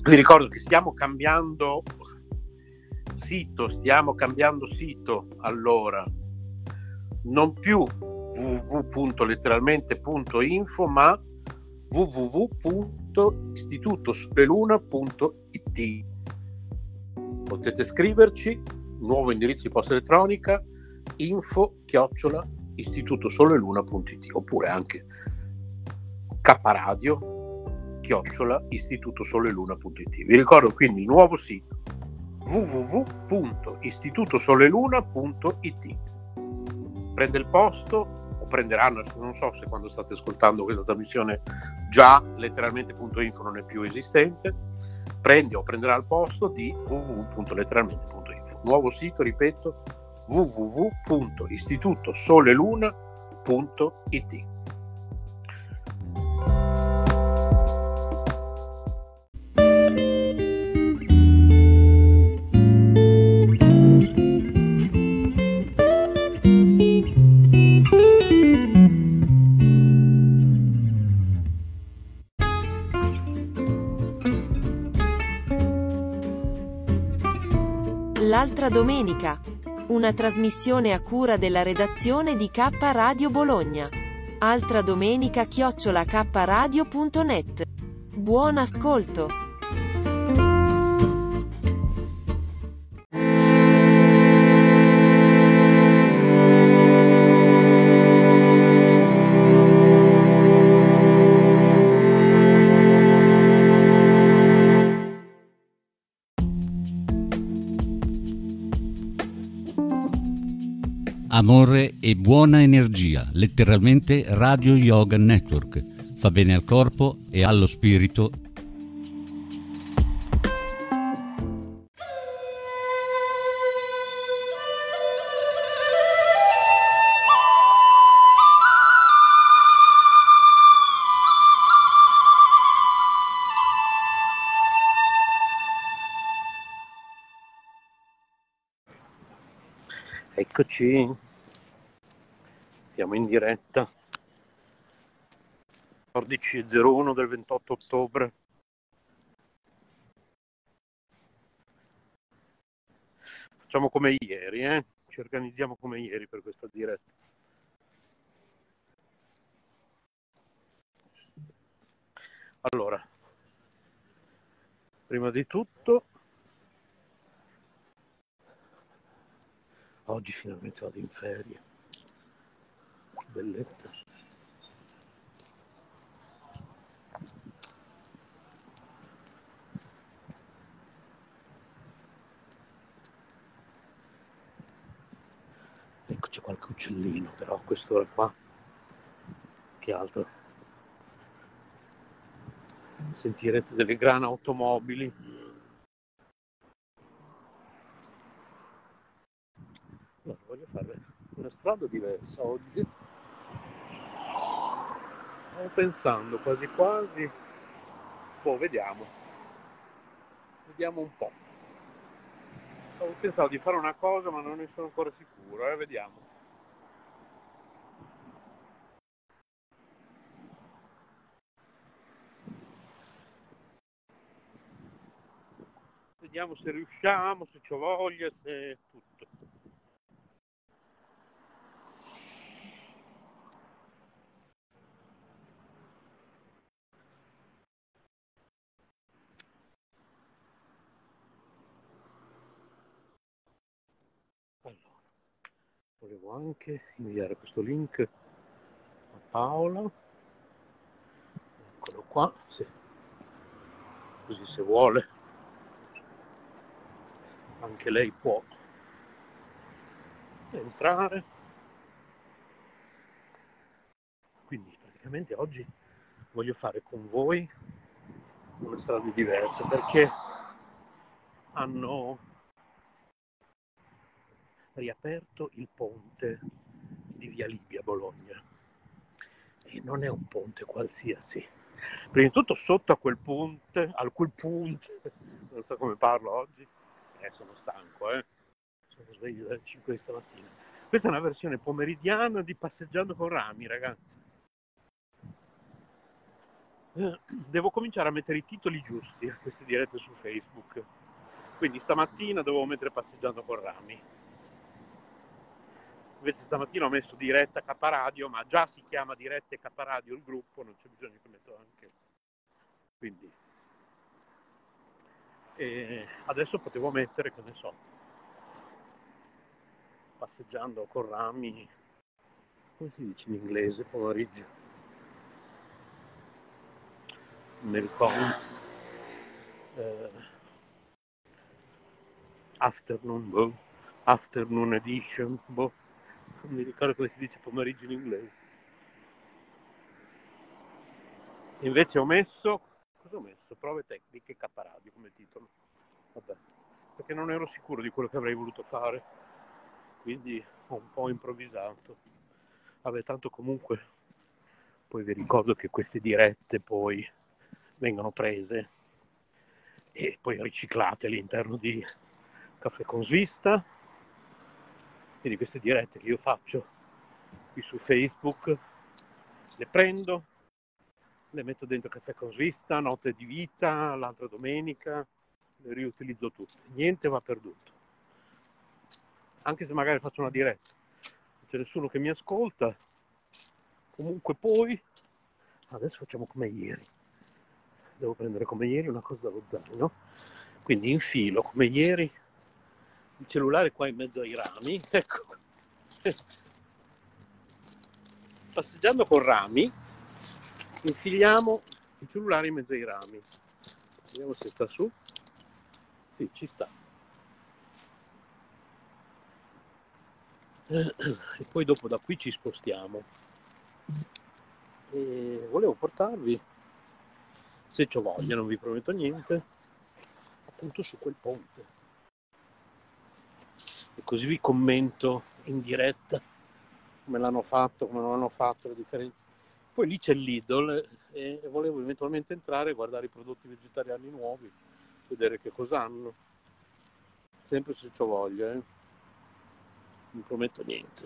Vi ricordo che stiamo cambiando sito, allora non più www.letteralmente.info ma www.istitutosoleluna.it. potete scriverci, nuovo indirizzo di posta elettronica info@istitutosoleluna.it oppure anche kradio@istitutosoleluna.it. Vi ricordo quindi il nuovo sito www.istitutosoleluna.it. Prende il posto, o prenderanno, non so se quando state ascoltando questa trasmissione già letteralmente.info non è più esistente, prende o prenderà il posto di www.letteralmente.info. Nuovo sito, ripeto, www.istitutosoleluna.it. L'altra domenica. Una trasmissione a cura della redazione di K Radio Bologna. Altra domenica @kradio.net. Buon ascolto. Amore e buona energia, letteralmente Radio Yoga Network. Fa bene al corpo e allo spirito. Eccoci, siamo in diretta, 14:01 del 28 ottobre. Facciamo come ieri, ci organizziamo come ieri per questa diretta. Allora, prima di tutto, oggi finalmente vado in ferie. Che bellezza. Ecco, c'è qualche uccellino, però a quest'ora qua, che altro? Sentirete delle grane automobili. Allora, voglio fare una strada diversa oggi. Stavo pensando quasi quasi, vediamo un po'. Stavo pensando di fare una cosa ma non ne sono ancora sicuro, vediamo. Vediamo se riusciamo, se c'ho voglia, se tutto. Allora, volevo anche inviare questo link a Paola. Eccolo qua, sì. Così se vuole anche lei può entrare. Quindi praticamente oggi voglio fare con voi una strada diversa perché hanno riaperto il ponte di Via Libia a Bologna e non è un ponte qualsiasi. Prima di tutto sotto a quel ponte, non so come parlo oggi, sono stanco, sono sveglio dalle 5 di stamattina. Questa è una versione pomeridiana di Passeggiando con Rami, ragazzi. devo cominciare a mettere i titoli giusti a queste dirette su Facebook. Quindi stamattina dovevo mettere Passeggiando con Rami. Invece stamattina ho messo diretta K Radio, ma già si chiama dirette K Radio il gruppo, non c'è bisogno che metto anche. Quindi adesso potevo mettere, che ne so, Passeggiando con Rami, come si dice in inglese, pomeriggio? Non mi ricordo. Afternoon edition, non mi ricordo come si dice pomeriggio in inglese. Invece ho messo, cosa ho messo? Prove tecniche K Radio come titolo. Vabbè, perché non ero sicuro di quello che avrei voluto fare, quindi ho un po' improvvisato. Vabbè, tanto comunque poi vi ricordo che queste dirette poi vengono prese e poi riciclate all'interno di Caffè con Svista. Quindi queste dirette che io faccio qui su Facebook le prendo, le metto dentro Caffè con Svista, Note di Vita, l'altra domenica, le riutilizzo tutte, niente va perduto. Anche se magari faccio una diretta, non c'è nessuno che mi ascolta, comunque poi, adesso facciamo come ieri, devo prendere come ieri una cosa dallo zaino, quindi infilo come ieri il cellulare qua in mezzo ai rami, ecco, Passeggiando con Rami, infiliamo il cellulare in mezzo ai rami, vediamo se sta su, sì, ci sta, e poi dopo da qui ci spostiamo e volevo portarvi, se c'ho voglia, non vi prometto niente, appunto su quel ponte, e così vi commento in diretta come l'hanno fatto, come non l'hanno fatto, le differenze. Poi lì c'è Lidl e volevo eventualmente entrare e guardare i prodotti vegetariani nuovi, vedere che cosa hanno, sempre se c'ho voglia, non prometto niente.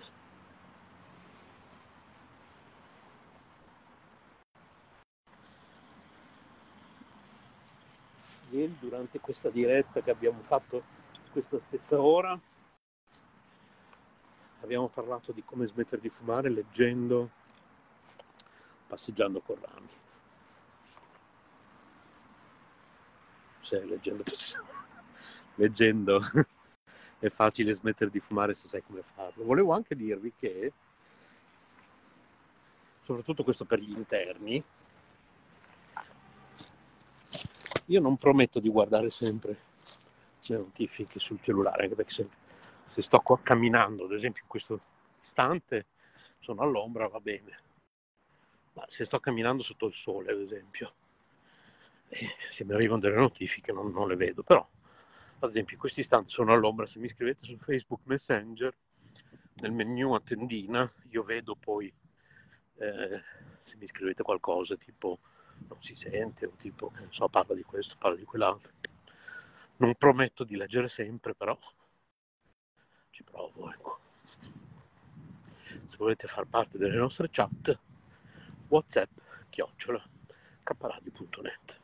Ieri durante questa diretta che abbiamo fatto questa stessa ora abbiamo parlato di come smettere di fumare leggendo Passeggiando con Rami. Cioè, leggendo è facile smettere di fumare se sai come farlo. Volevo anche dirvi che, soprattutto questo per gli interni, io non prometto di guardare sempre le notifiche sul cellulare, anche perché se sto qua camminando, ad esempio in questo istante sono all'ombra, va bene, ma se sto camminando sotto il sole, ad esempio, se mi arrivano delle notifiche non le vedo, però ad esempio in questo istante sono all'ombra, se mi scrivete su Facebook Messenger nel menu a tendina io vedo poi se mi scrivete qualcosa tipo non si sente o tipo non so, parla di questo, parla di quell'altro. Non prometto di leggere sempre, però ci provo, ecco. Se volete far parte delle nostre chat, WhatsApp @kradio.net.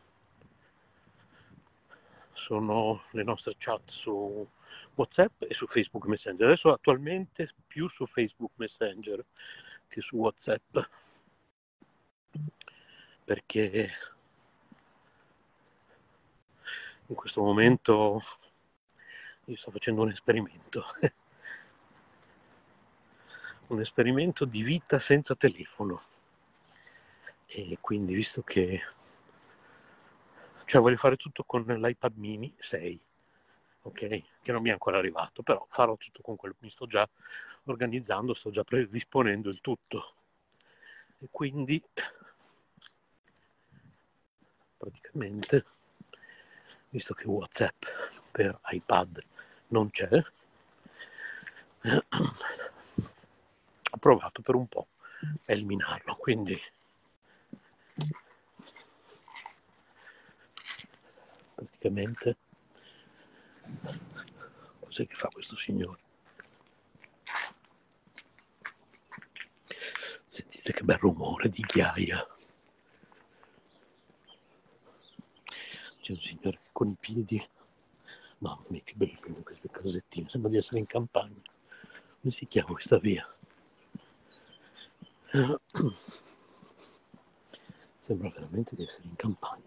Sono le nostre chat su WhatsApp e su Facebook Messenger. Adesso attualmente più su Facebook Messenger che su WhatsApp, perché in questo momento io sto facendo un esperimento di vita senza telefono, e quindi visto che voglio fare tutto con l'iPad mini 6, ok, che non mi è ancora arrivato, però farò tutto con quello, mi sto già organizzando, sto già predisponendo il tutto, e quindi praticamente, visto che WhatsApp per iPad non c'è, ho provato per un po' a eliminarlo, quindi praticamente cos'è che fa questo signore? Sentite che bel rumore di ghiaia. C'è un signore con i piedi, mamma mia che bello queste casettine, sembra di essere in campagna. Come si chiama questa via? Sembra veramente di essere in campagna.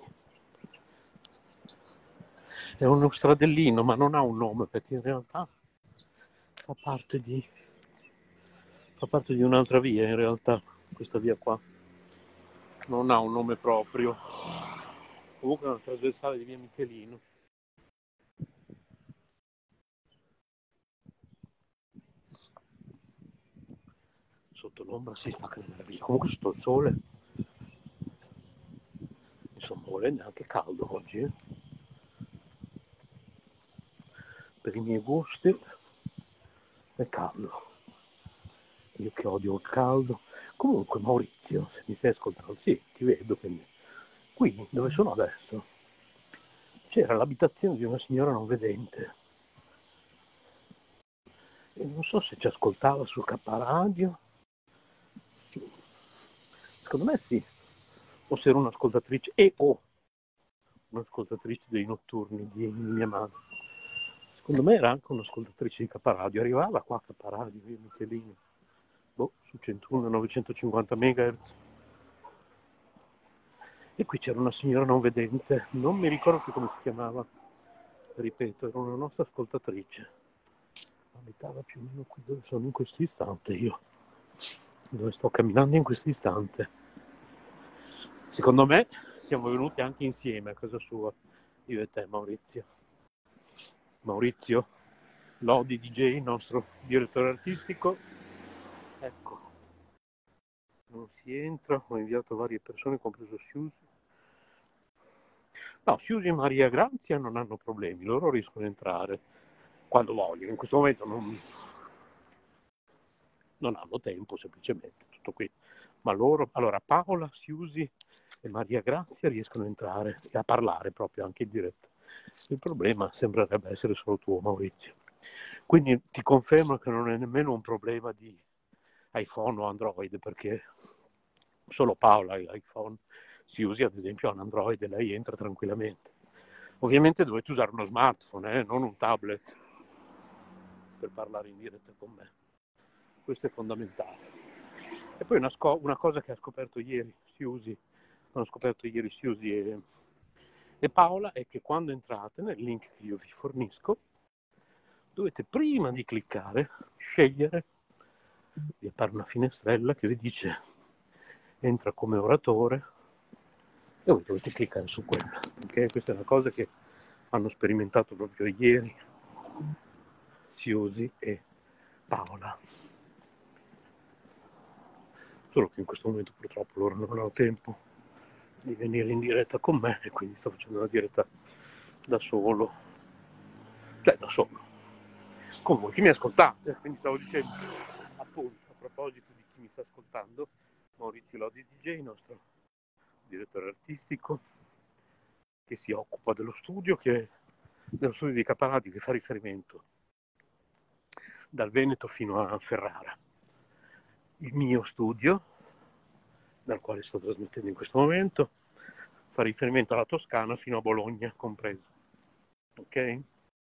È uno stradellino, ma non ha un nome, perché in realtà fa parte di un'altra via, in realtà, questa via qua. Non ha un nome proprio. Comunque è una trasversale di via Michelino. Sotto l'ombra si stacca le meraviglie. Comunque sotto il sole, insomma, non è neanche caldo oggi, Per i miei gusti è caldo. Io che odio il caldo. Comunque Maurizio, se mi stai ascoltando, sì, ti vedo. Quindi. Qui, dove sono adesso, c'era l'abitazione di una signora non vedente. E non so se ci ascoltava sul K Radio. Secondo me sì. O se era un'ascoltatrice o un'ascoltatrice dei notturni di mia madre. Secondo me era anche un'ascoltatrice di K Radio. Arrivava qua a K Radio, via Michelino. Su 101 950 MHz. E qui c'era una signora non vedente, non mi ricordo più come si chiamava, ripeto, era una nostra ascoltatrice, abitava più o meno qui dove sono in questo istante io, dove sto camminando in questo istante. Secondo me siamo venuti anche insieme a casa sua, io e te Maurizio Lodi DJ, nostro direttore artistico. Ecco, non si entra, ho inviato varie persone, compreso Susi. No, Susi e Maria Grazia non hanno problemi, loro riescono a entrare quando vogliono. In questo momento non hanno tempo, semplicemente, tutto qui. Ma loro, allora Paola, Susi e Maria Grazia riescono a entrare e a parlare proprio anche in diretta. Il problema sembrerebbe essere solo tuo, Maurizio. Quindi ti confermo che non è nemmeno un problema di iPhone o Android, perché solo Paola ha l'iPhone. Susi ad esempio ha un Android e lei entra tranquillamente. Ovviamente dovete usare uno smartphone, non un tablet, per parlare in diretta con me. Questo è fondamentale. E poi una cosa che hanno scoperto ieri Susi e Paola è che quando entrate nel link che io vi fornisco dovete, prima di cliccare, scegliere, vi appare una finestrella che vi dice entra come oratore e voi dovete cliccare su quella, ok? Questa è una cosa che hanno sperimentato proprio ieri Susi e Paola. Solo che in questo momento purtroppo loro non hanno tempo di venire in diretta con me e quindi sto facendo una diretta da solo. Con voi che mi ascoltate. Quindi stavo dicendo, appunto, a proposito di chi mi sta ascoltando, Maurizio Lodi DJ, nostro direttore artistico, che si occupa dello studio di K Radio, che fa riferimento dal Veneto fino a Ferrara. Il mio studio, dal quale sto trasmettendo in questo momento, fa riferimento alla Toscana fino a Bologna compreso. Ok?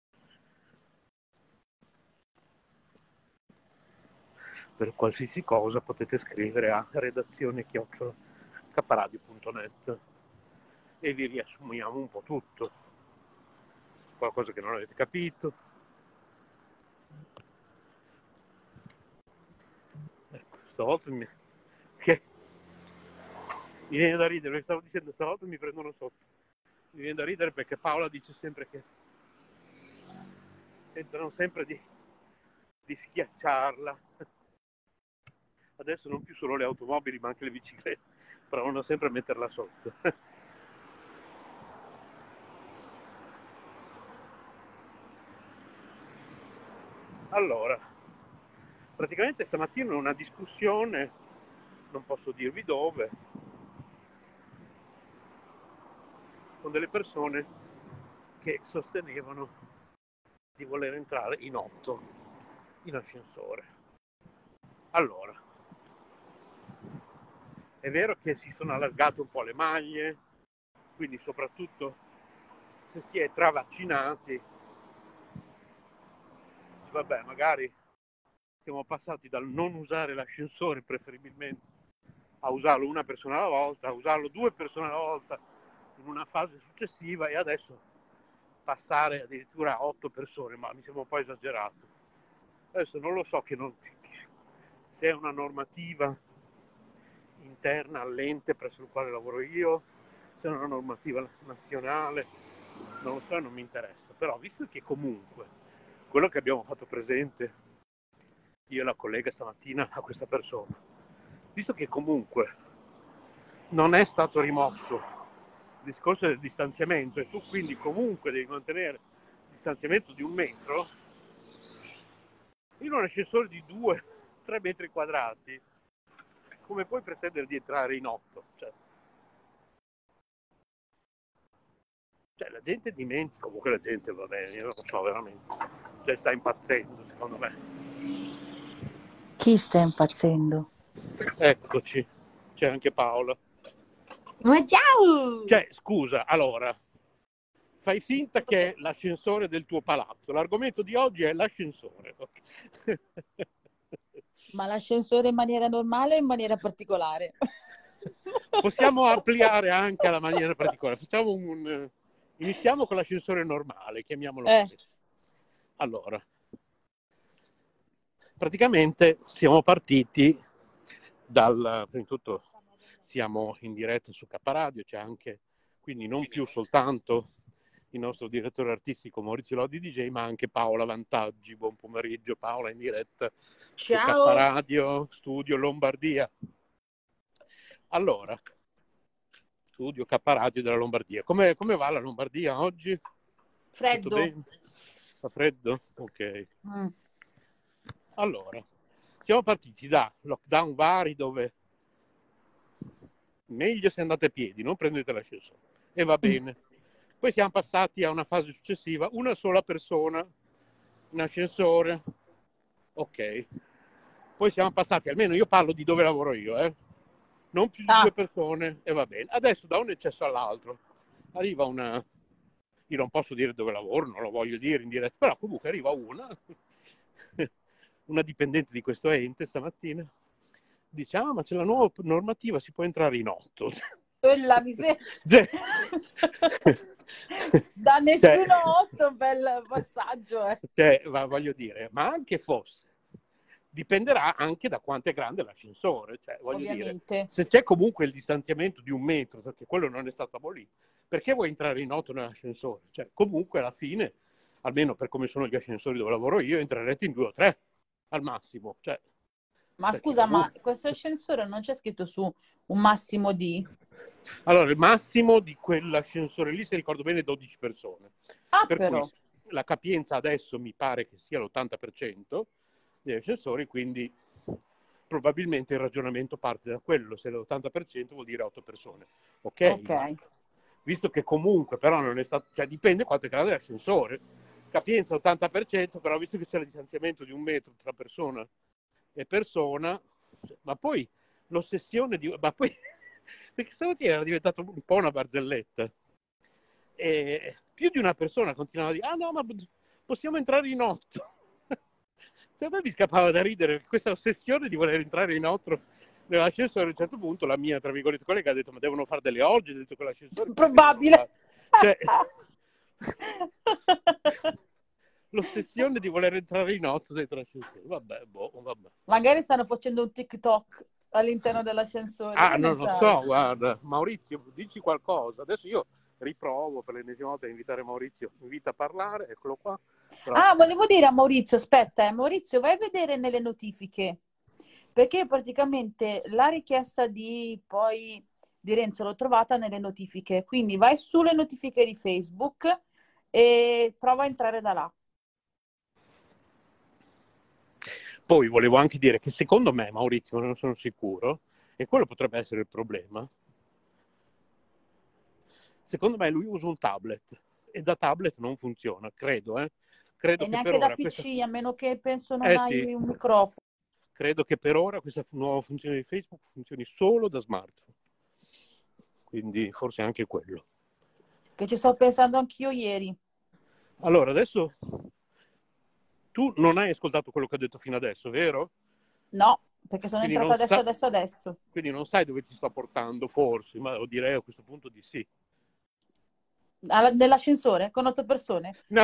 Per qualsiasi cosa potete scrivere a redazione@kpradio.net e vi riassumiamo un po' tutto. Qualcosa che non avete capito. Ecco, stavolta mi viene da ridere, perché stavo dicendo stavolta mi prendono sotto. Mi viene da ridere perché Paola dice sempre che tentano sempre di schiacciarla. Adesso non più solo le automobili ma anche le biciclette, provano sempre a metterla sotto. Allora, praticamente stamattina una discussione, non posso dirvi dove, con delle persone che sostenevano di voler entrare in 8 in ascensore. Allora, è vero che si sono allargate un po' le maglie, quindi soprattutto se si è travaccinati, vabbè, magari siamo passati dal non usare l'ascensore preferibilmente a usarlo una persona alla volta, a usarlo 2 persone alla volta in una fase successiva, e adesso passare addirittura a 8 persone, ma mi sembra un po' esagerato. Adesso non lo so se è una normativa interna all'ente presso il quale lavoro io, se è una normativa nazionale, non lo so, non mi interessa. Però visto che comunque quello che abbiamo fatto presente io e la collega stamattina a questa persona, visto che comunque non è stato rimosso il discorso del distanziamento e tu quindi comunque devi mantenere il distanziamento di 1 metro, in un ascensore di 2-3 metri quadrati, come puoi pretendere di entrare in 8? Cioè la gente dimentica, comunque la gente va bene, io non lo so veramente, cioè sta impazzendo secondo me. Chi sta impazzendo? Eccoci, c'è anche Paola. Ma ciao! Cioè, scusa, allora, fai finta che è l'ascensore del tuo palazzo. L'argomento di oggi è l'ascensore. Okay. Ma l'ascensore in maniera normale o in maniera particolare? Possiamo ampliare anche alla maniera particolare. Facciamo iniziamo con l'ascensore normale, chiamiamolo così. Allora, praticamente siamo partiti prima di tutto siamo in diretta su K Radio, c'è anche, quindi non più soltanto il nostro direttore artistico Maurizio Lodi DJ, ma anche Paola Vantaggi. Buon pomeriggio Paola, in diretta su K Radio, studio Lombardia. Allora, studio K Radio della Lombardia. Come va la Lombardia oggi? Freddo. Tutto bene? Fa freddo? Ok. Allora, siamo partiti da lockdown vari dove meglio se andate a piedi, non prendete l'ascensore, e va bene. Poi siamo passati a una fase successiva, una sola persona in ascensore, ok. Poi siamo passati, almeno io parlo di dove lavoro io, non più di 2 persone, e va bene. Adesso da un eccesso all'altro arriva io non posso dire dove lavoro, non lo voglio dire in diretta, però comunque arriva una dipendente di questo ente stamattina, dice, ma c'è la nuova normativa, si può entrare in 8. Quella miseria. Da nessuno 8, bel passaggio. Voglio dire, ma anche fosse, dipenderà anche da quanto è grande l'ascensore. Cioè, voglio dire, se c'è comunque il distanziamento di 1 metro, perché quello non è stato abolito, perché vuoi entrare in 8 nell'ascensore? Cioè, comunque alla fine, almeno per come sono gli ascensori dove lavoro io, entrerete in 2 o 3 al massimo. Cioè, ma scusa, ma questo ascensore non c'è scritto su un massimo di? Allora, il massimo di quell'ascensore lì, se ricordo bene, 12 persone. Per però. cui la capienza adesso mi pare che sia l'80% degli ascensori, quindi probabilmente il ragionamento parte da quello. Se l'80% vuol dire 8 persone. Ok. Visto che comunque però non è stato, cioè dipende quanto è grande l'ascensore. Capienza 80%, però visto che c'è il distanziamento di 1 metro tra persona e persona, ma poi l'ossessione ma poi perché stamattina era diventato un po' una barzelletta, e più di una persona continuava a dire no, ma possiamo entrare in 8. Cioè, a me mi scappava da ridere questa ossessione di voler entrare in 8 nell'ascensore. A un certo punto la mia, tra virgolette, collega ha detto, ma devono fare delle orge dentro quell'ascensore? Probabile. Cioè, l'ossessione di voler entrare in 8 dentro l'ascensore. Vabbè. Magari stanno facendo un TikTok all'interno dell'ascensore. Non lo so, guarda. Maurizio, dici qualcosa. Adesso io riprovo per l'ennesima volta a invitare Maurizio. Invita a parlare, eccolo qua. Però... volevo dire a Maurizio, aspetta, Maurizio, vai a vedere nelle notifiche. Perché praticamente la richiesta di Renzo l'ho trovata nelle notifiche. Quindi vai sulle notifiche di Facebook e prova a entrare da là. Poi volevo anche dire che secondo me, Maurizio, non sono sicuro, e quello potrebbe essere il problema, secondo me lui usa un tablet e da tablet non funziona, credo. Credo e che neanche per da ora PC, a meno che penso non hai un microfono. Credo che per ora questa nuova funzione di Facebook funzioni solo da smartphone, quindi forse anche quello. che ci sto pensando anch'io ieri. Allora, adesso tu non hai ascoltato quello che ho detto fino adesso, vero? No, perché sono Quindi entrata non, adesso. quindi non sai dove ti sto portando, forse, ma direi a questo punto di sì. Nell'ascensore con 8 persone. No.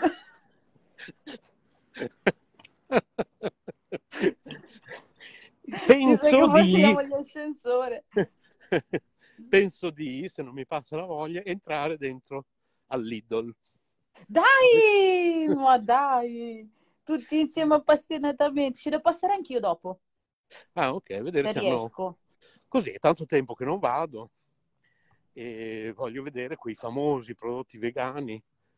Mi sa che Penso forse di, siamo agli ascensore. penso di, se non mi passa la voglia, entrare dentro al Lidl. Dai, ma dai, tutti insieme appassionatamente. Ci devo passare anch'io dopo, Ah, ok, vedere se se hanno... riesco. Così, è tanto tempo che non vado e voglio vedere quei famosi prodotti vegani.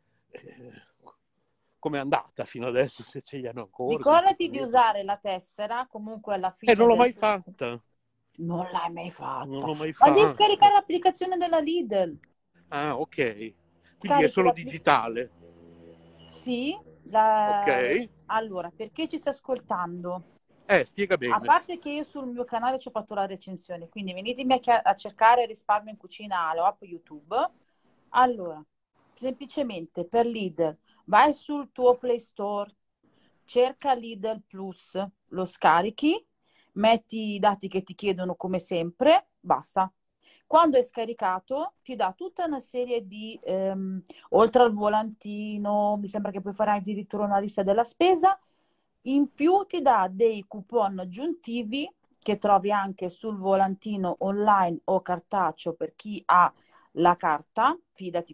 Com'è andata fino adesso, se ce li hanno ancora. Ricordati di usare la tessera comunque alla Non fine l'ho del mai tuo sconto. fatta. Non l'hai mai Non fatta. l'ho mai Ma devi fatta. scaricare l'applicazione della Lidl. Ah, ok. Quindi è Scarichi solo l'applicazione. digitale. Sì, Ok. allora, perché ci stai ascoltando? Spiega A bene. parte che io sul mio canale ci ho fatto la recensione, quindi venitemi a cercare Risparmio in Cucina alla app YouTube. Allora, semplicemente per Lidl, vai sul tuo Play Store, cerca Lidl Plus, lo scarichi, metti i dati che ti chiedono come sempre, basta. Quando è scaricato ti dà tutta una serie di, oltre al volantino, mi sembra che puoi fare addirittura una lista della spesa, in più ti dà dei coupon aggiuntivi che trovi anche sul volantino online o cartaceo per chi ha la carta, fidati,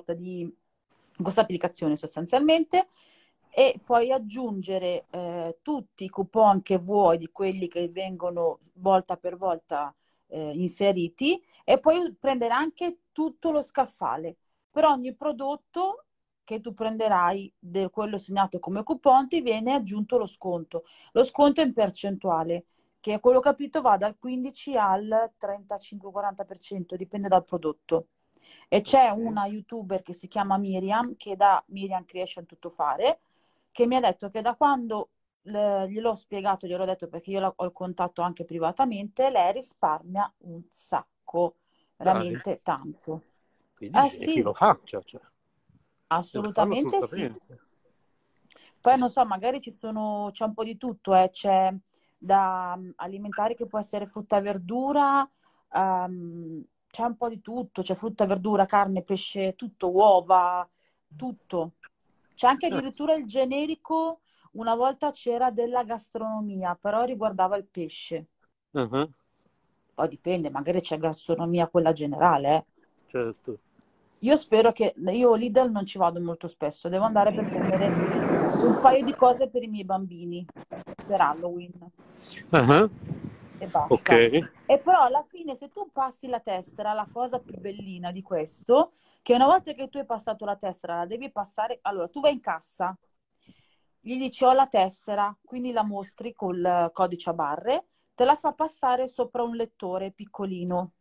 questa applicazione sostanzialmente, e puoi aggiungere tutti i coupon che vuoi di quelli che vengono volta per volta inseriti e puoi prendere anche tutto lo scaffale. Per ogni prodotto che tu prenderai di quello segnato come coupon ti viene aggiunto lo sconto. Lo sconto è in percentuale, che a quello capito va dal 15 al 35-40%, dipende dal prodotto. E c'è una YouTuber che si chiama Miriam, che da Miriam Creation Tuttofare, che mi ha detto che da quando gliel'ho spiegato, gliel'ho detto perché io ho il contatto anche privatamente, lei risparmia un sacco, Dai, veramente tanto. quindi Eh bisogna che lo sì, faccia, cioè. Devo farlo assolutamente sì. assolutamente. Poi non so, magari c'è un po' di tutto, c'è da alimentari che può essere frutta e verdura, c'è un po' di tutto, c'è frutta, verdura, carne, pesce, tutto, uova, tutto. C'è anche Eh, addirittura il generico, una volta c'era della gastronomia, però riguardava il pesce. uh-huh, Poi dipende, magari c'è gastronomia quella generale, eh. certo. Io spero che io Lidl non ci vado molto spesso, devo andare per prendere un paio di cose per i miei bambini per Halloween Uh-huh. e Ok. basta. E però alla fine se tu passi la tessera, la cosa più bellina di questo, che una volta che tu hai passato la tessera, la devi passare, allora tu vai in cassa, gli dici ho la tessera, quindi la mostri col codice a barre, te la fa passare sopra un lettore piccolino.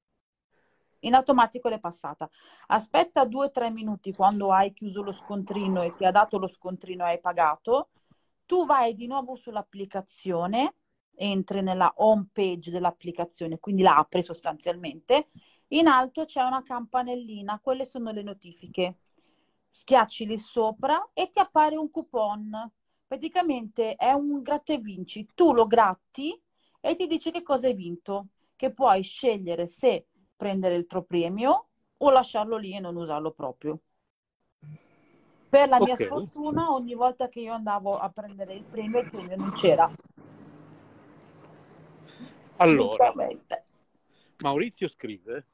In automatico l'è passata. Aspetta 2-3 minuti quando hai chiuso lo scontrino e ti ha dato lo scontrino e hai pagato. Tu vai di nuovo sull'applicazione, entri nella home page dell'applicazione, quindi la apri sostanzialmente. In alto c'è una campanellina, quelle sono le notifiche. Schiacci lì sopra e ti appare un coupon. Praticamente è un gratta e vinci. Tu lo gratti e ti dice che cosa hai vinto, che puoi scegliere se prendere il tuo premio o lasciarlo lì e non usarlo proprio. Per la mia Ok. sfortuna, ogni volta che io andavo a prendere il premio non c'era. Allora, Giustamente. Maurizio scrive,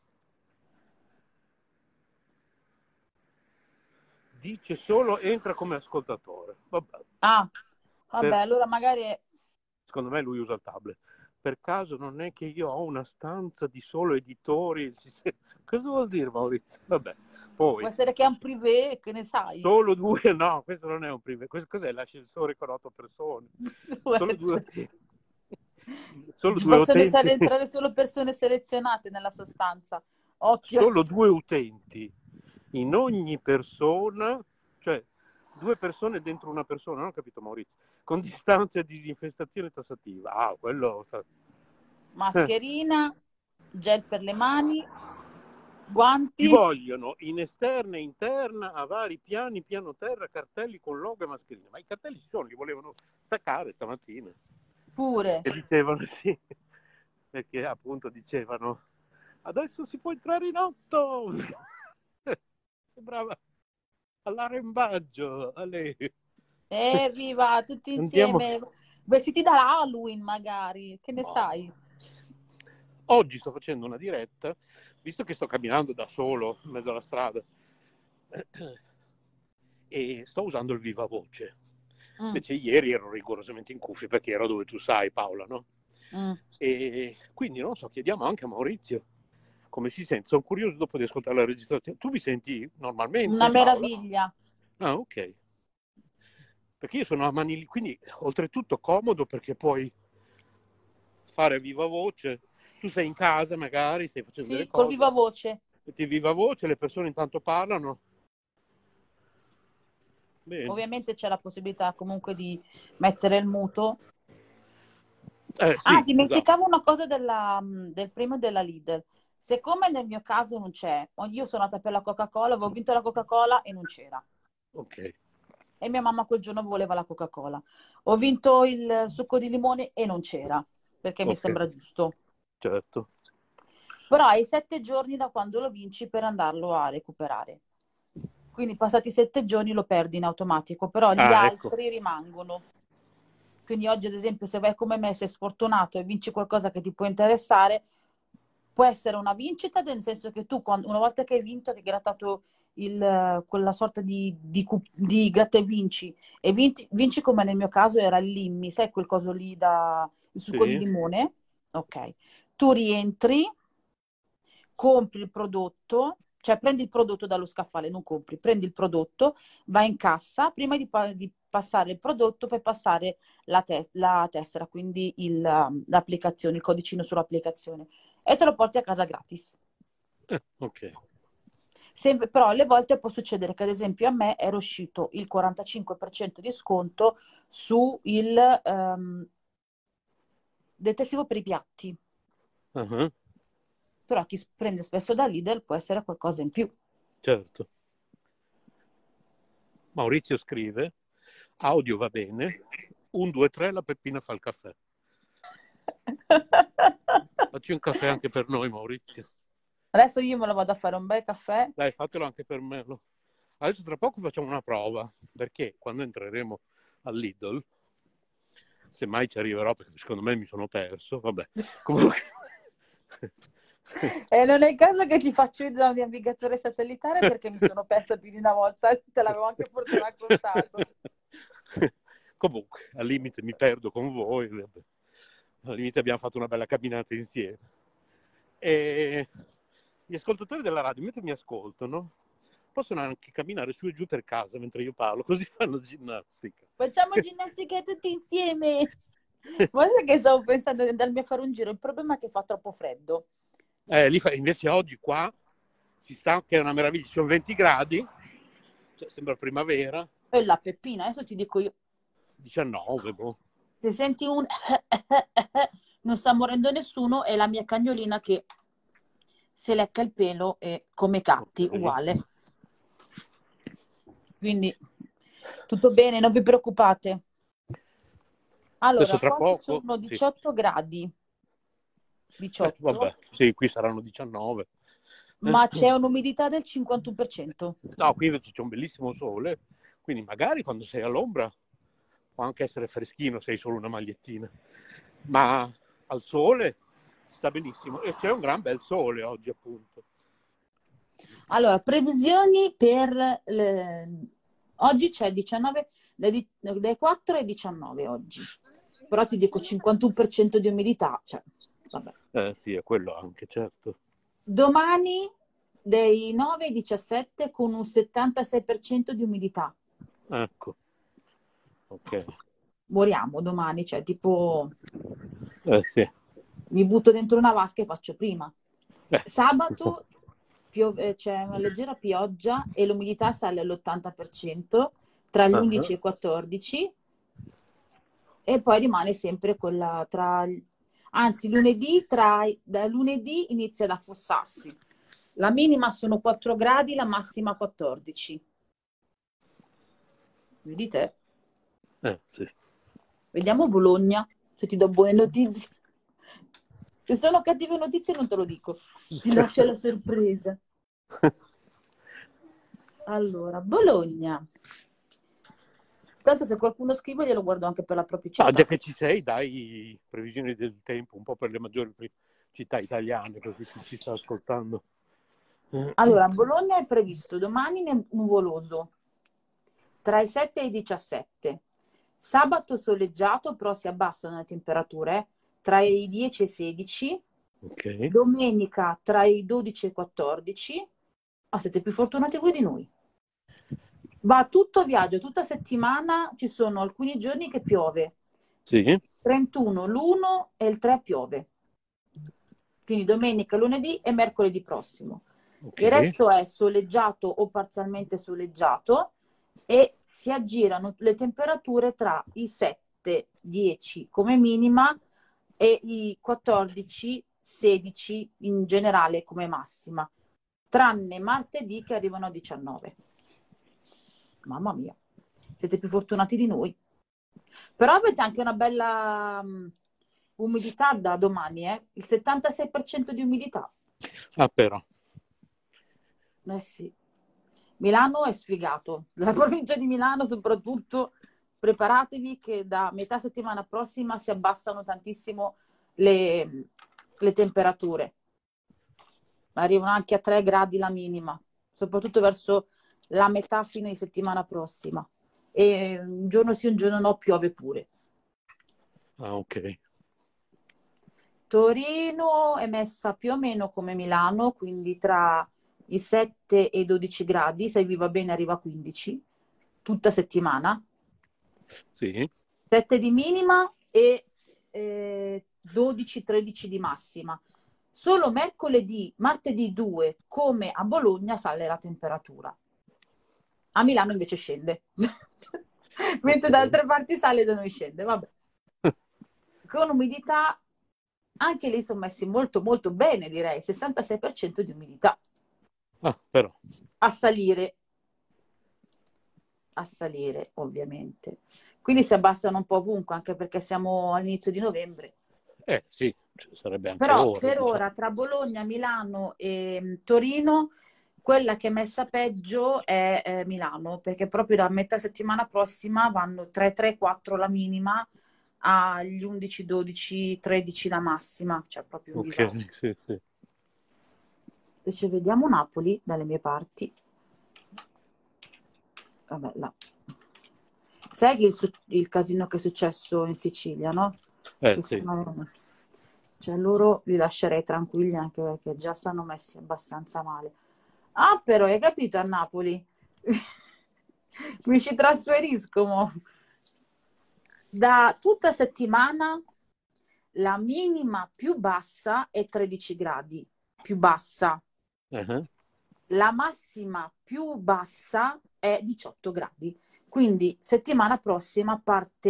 dice solo entra come ascoltatore. Vabbè, Ah, vabbè, per- allora magari secondo me lui usa il tablet. Per caso non è che io ho una stanza di solo editori? Cosa vuol dire Maurizio? Vabbè, può poi essere che è un privé, che ne sai? solo due, no, questo non è un privé, questo cos'è l'ascensore con 8 persone? Può Solo due essere. utenti. Solo Ci due possono utenti. entrare solo persone selezionate nella sostanza. Occhio. Solo due utenti in ogni persona, cioè due persone dentro una persona, non ho capito Maurizio, con distanza e disinfestazione tassativa. Ah, quello... Mascherina, gel per le mani. Ti guanti. vogliono in esterna e interna, a vari piani, piano terra, cartelli con logo e mascherine. Ma i cartelli ci sono, li volevano staccare stamattina. Pure. E dicevano sì, perché appunto dicevano adesso si può entrare in otto. Sembrava all'arrembaggio. Viva, tutti Andiamo. insieme, vestiti da Halloween magari, che ne sai? Oggi sto facendo una diretta, visto che sto camminando da solo in mezzo alla strada e sto usando il viva voce. Invece ieri ero rigorosamente in cuffie perché ero dove tu sai, Paola, no? E quindi non so, chiediamo anche a Maurizio come si sente. Sono curioso dopo di ascoltare la registrazione. Tu mi senti normalmente, Una Paola? meraviglia. Ah, ok. Perché io sono a mani, quindi oltretutto comodo perché puoi fare viva voce. Tu sei in casa magari, stai facendo delle Sì, col cose. viva voce. Metti viva voce, le persone intanto parlano. Bene. Ovviamente c'è la possibilità comunque di mettere il muto. Sì, Dimenticavo una cosa del premio della Lidl. Siccome nel mio caso non c'è, io sono andata per la Coca-Cola, avevo vinto la Coca-Cola e non c'era. Ok. E mia mamma quel giorno voleva la Coca-Cola. Ho vinto il succo di limone e non c'era, perché mi sembra giusto. Certo. Però hai 7 giorni da quando lo vinci per andarlo a recuperare. Quindi passati 7 giorni lo perdi in automatico, però gli altri rimangono. Quindi oggi, ad esempio, se vai come me, sei sfortunato e vinci qualcosa che ti può interessare, può essere una vincita, nel senso che tu, una volta che hai vinto, che hai grattato quella sorta di gratta e vinci, e vinci come nel mio caso era il Limmi, sai quel coso lì il succo di limone? Ok. Tu rientri, compri il prodotto, cioè prendi il prodotto dallo scaffale, non compri, prendi il prodotto, vai in cassa, prima di passare il prodotto fai passare la tessera, quindi l'applicazione, il codicino sull'applicazione e te lo porti a casa gratis. Ok. Sempre, però alle volte può succedere che ad esempio a me era uscito il 45% di sconto su il detersivo per i piatti. Però chi prende spesso da Lidl può essere qualcosa in più. Certo. Maurizio scrive, audio va bene, 1, 2, 3, la Peppina fa il caffè. Facci un caffè anche per noi, Maurizio. Adesso io me lo vado a fare un bel caffè. Dai, fatelo anche per me. Adesso tra poco facciamo una prova, perché quando entreremo al Lidl, semmai ci arriverò, perché secondo me mi sono perso, vabbè. Comunque... E non è il caso che ci faccio io da un navigatore satellitare perché mi sono persa più di una volta, te l'avevo anche forse raccontato. Comunque, al limite mi perdo con voi, al limite abbiamo fatto una bella camminata insieme. E gli ascoltatori della radio, mentre mi ascoltano, possono anche camminare su e giù per casa mentre io parlo, così fanno ginnastica. Facciamo ginnastica tutti insieme! Guarda che stavo pensando di andarmi a fare un giro, il problema è che fa troppo freddo. Invece oggi qua si sta, che è una meraviglia, ci sono 20 gradi, cioè sembra primavera. E la Peppina, adesso ti dico io. 19, boh. Se senti un non sta morendo nessuno, è la mia cagnolina che se lecca il pelo e come gatti, uguale. Quindi tutto bene, non vi preoccupate. Allora, tra qua poco, sono 18 gradi. 18. Vabbè, sì, qui saranno 19. Ma c'è un'umidità del 51%. No, qui invece c'è un bellissimo sole, quindi magari quando sei all'ombra può anche essere freschino se hai solo una magliettina, ma al sole sta benissimo e c'è un gran bel sole oggi appunto. Allora, previsioni per oggi c'è 19, dai 4 ai 19 oggi, però ti dico 51% di umidità, cioè, vabbè. Sì, è quello anche, certo. Domani dai 9 ai 17 con un 76% di umidità. Ecco, ok. Moriamo domani, cioè tipo Sì. mi butto dentro una vasca e faccio prima. Sabato c'è una leggera pioggia e l'umidità sale all'80% tra gli 11 e i 14 e poi rimane sempre quella anzi lunedì da lunedì inizia ad affossarsi La minima sono 4 gradi, la massima 14. Vedi te? Sì. Vediamo Bologna, se ti do buone notizie. Se sono cattive notizie non te lo dico. Ti lascio la sorpresa. Allora, Bologna. Tanto se qualcuno scrive glielo guardo anche per la propria città. Già che ci sei, dai previsioni del tempo un po' per le maggiori città italiane, così chi ci sta ascoltando. Allora, a Bologna è previsto domani nuvoloso, tra i 7 e i 17. Sabato soleggiato, però si abbassano le temperature, tra i 10 e i 16. Ok. Domenica tra i 12 e i 14. Siete più fortunati voi di noi. Va tutto viaggio, tutta settimana, ci sono alcuni giorni che piove. Sì. 31, l'1 e il 3 piove. Quindi domenica, lunedì e mercoledì prossimo. Okay. Il resto è soleggiato o parzialmente soleggiato e si aggirano le temperature tra i 7, 10 come minima e i 14, 16 in generale come massima, tranne martedì che arrivano a 19. Mamma mia, siete più fortunati di noi. Però avete anche una bella umidità da domani, il 76% di umidità. Però. Sì. Milano è sfigato. La provincia di Milano soprattutto, preparatevi che da metà settimana prossima si abbassano tantissimo le temperature. Arrivano anche a 3 gradi la minima, soprattutto verso la metà fine di settimana prossima. E un giorno sì, un giorno no, piove pure. Ok. Torino è messa più o meno come Milano, quindi tra i 7 e i 12 gradi, se vi va bene arriva a 15, tutta settimana. Sì. 7 di minima e 12-13 di massima. Solo mercoledì, martedì 2, come a Bologna, sale la temperatura. A Milano invece scende. Mentre da altre parti sale, da noi scende. Vabbè. Con umidità, anche lì sono messi molto molto bene, direi. 66% di umidità. Però. A salire, ovviamente. Quindi si abbassano un po' ovunque, anche perché siamo all'inizio di novembre. Sì, sarebbe anche Però ora. per diciamo. ora tra Bologna, Milano e Torino, quella che è messa peggio è Milano, perché proprio da metà settimana prossima vanno 3-3-4 la minima agli 11, 12, 13 la massima, cioè proprio un disastro. Sì. Invece vediamo Napoli dalle mie parti. Vabbè, là. Sai il casino che è successo in Sicilia, no? Sì. Cioè loro li lascerei tranquilli anche perché già stanno messi abbastanza male. Però hai capito a Napoli? Mi ci trasferisco mo. Da tutta settimana la minima più bassa è 13 gradi, più bassa. Uh-huh. La massima più bassa è 18 gradi. Quindi settimana prossima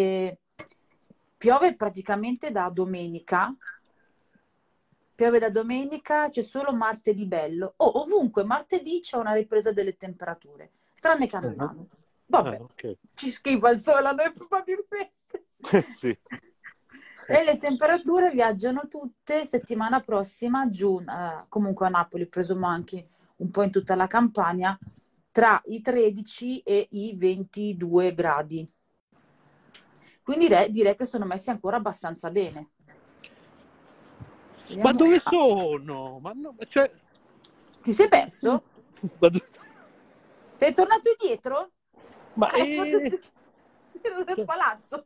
piove praticamente da domenica. Piove da domenica, c'è solo martedì bello. Ovunque martedì c'è una ripresa delle temperature, tranne che a Milano. Vabbè, Okay. ci schifa il sole a noi probabilmente. Sì. E le temperature viaggiano tutte settimana prossima giù, comunque a Napoli, presumo anche un po' in tutta la Campania, tra i 13 e i 22 gradi. Quindi direi che sono messi ancora abbastanza bene. Vediamo. Ma dove sono? Ma no, cioè... Ti sei perso? Sei tornato indietro? Ma nel palazzo.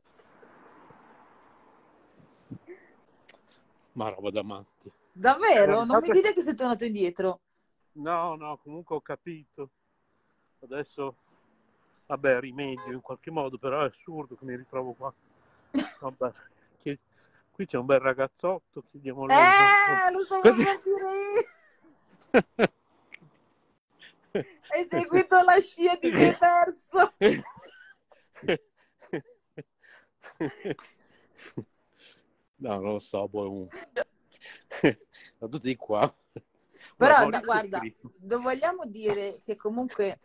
Ma roba da matti. Davvero? Non mi dire che sei tornato indietro. No, comunque ho capito. Adesso, vabbè, rimedio in qualche modo, però è assurdo che mi ritrovo qua. Vabbè, qui c'è un bel ragazzotto, chiediamo lui. Lo stavo per dire io. Hai seguito la scia, ti sei perso. No, non lo so, sono tutti qua. Però Maurizio guarda, Scritto. vogliamo dire che comunque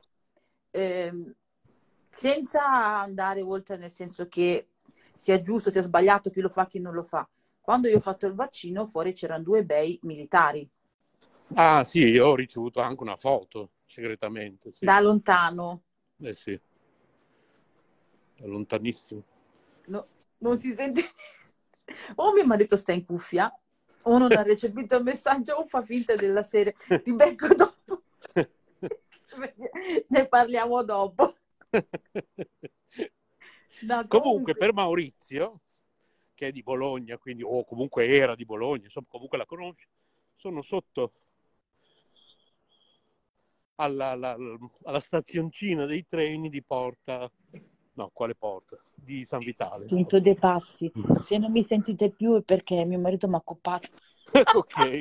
senza andare oltre, nel senso che sia giusto, sia sbagliato, chi lo fa, chi non lo fa. Quando io ho fatto il vaccino, fuori c'erano 2 bei militari, Ah sì, io ho ricevuto anche una foto, segretamente, sì. da lontano. Eh sì, da lontanissimo. No, non si sente. O mio marito sta in cuffia, o non ha recepito il messaggio, o fa finta della serie. Ti becco dopo. Ne parliamo dopo. No, Comunque, comunque, per Maurizio, che è di Bologna, quindi, o comunque era di Bologna, insomma, comunque la conosci, sono sotto alla stazioncina dei treni di Porta, no, quale Porta? Di San Vitale. sento dei passi. Se non mi sentite più è perché mio marito mi ha accoppato. Ok.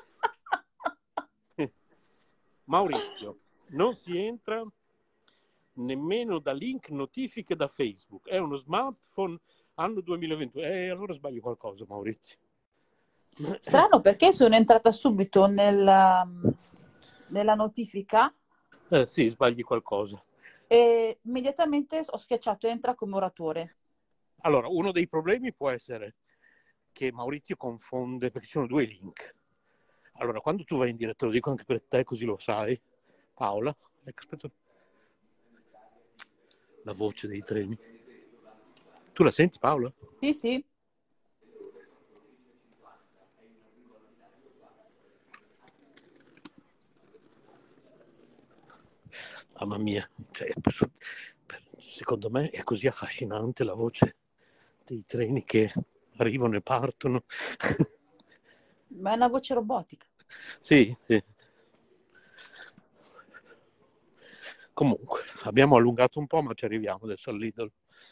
Maurizio, non si entra nemmeno da link notifiche da Facebook. È uno smartphone anno 2021. Allora sbaglio qualcosa, Maurizio. Strano perché sono entrata subito nella notifica Sì, sbagli qualcosa. e immediatamente ho schiacciato entra come oratore. Allora, uno dei problemi può essere che Maurizio confonde, perché ci sono 2 link. Allora, quando tu vai in diretta, lo dico anche per te, così lo sai, Paola, ecco, aspetta. La voce dei treni. Tu la senti, Paola? Sì, sì. Mamma mia, cioè, secondo me è così affascinante la voce dei treni che arrivano e partono. Ma è una voce robotica. Sì, sì. Comunque, abbiamo allungato un po', ma ci arriviamo adesso al Lidl.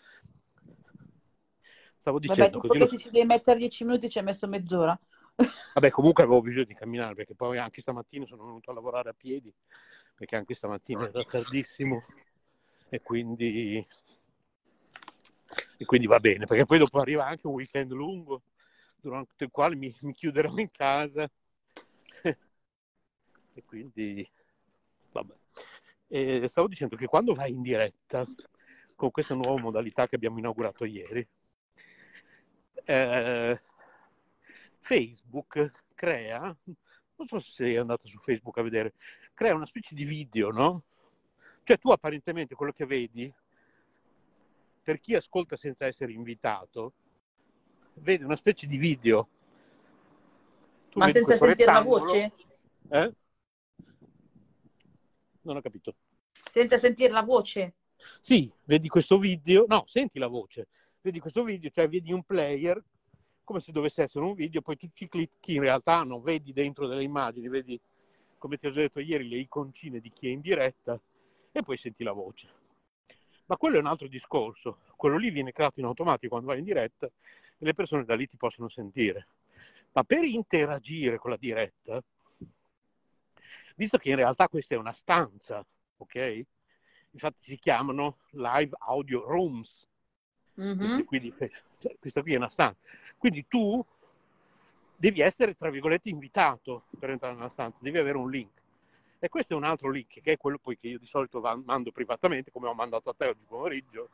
Stavo Vabbè, dicendo tu così. che se ci devi mettere 10 minuti ci hai messo mezz'ora. Vabbè, comunque avevo bisogno di camminare, perché poi anche stamattina sono venuto a lavorare a piedi, perché anche stamattina era tardissimo e quindi va bene, perché poi dopo arriva anche un weekend lungo durante il quale mi chiuderò in casa e quindi vabbè. E stavo dicendo che quando vai in diretta con questa nuova modalità che abbiamo inaugurato ieri, Facebook crea, non so se sei andata su Facebook a vedere, crea una specie di video, no? Cioè tu apparentemente quello che vedi, per chi ascolta senza essere invitato, vedi una specie di video. Tu Ma vedi senza questo sentire la rettangolo, voce? Non ho capito. Senza sentire la voce? Sì, vedi questo video, no, senti la voce, vedi questo video, cioè vedi un player, come se dovesse essere un video, poi tu ci clicchi, in realtà non vedi dentro delle immagini, vedi, come ti ho detto ieri, le iconcine di chi è in diretta e poi senti la voce. Ma quello è un altro discorso, quello lì viene creato in automatico quando vai in diretta e le persone da lì ti possono sentire. Ma per interagire con la diretta, visto che in realtà questa è una stanza, ok? Infatti si chiamano live audio rooms. Mhm. Questa qui è una stanza. Quindi tu devi essere, tra virgolette, invitato per entrare nella stanza, devi avere un link. E questo è un altro link, che è quello poi che io di solito mando privatamente, come ho mandato a te oggi pomeriggio.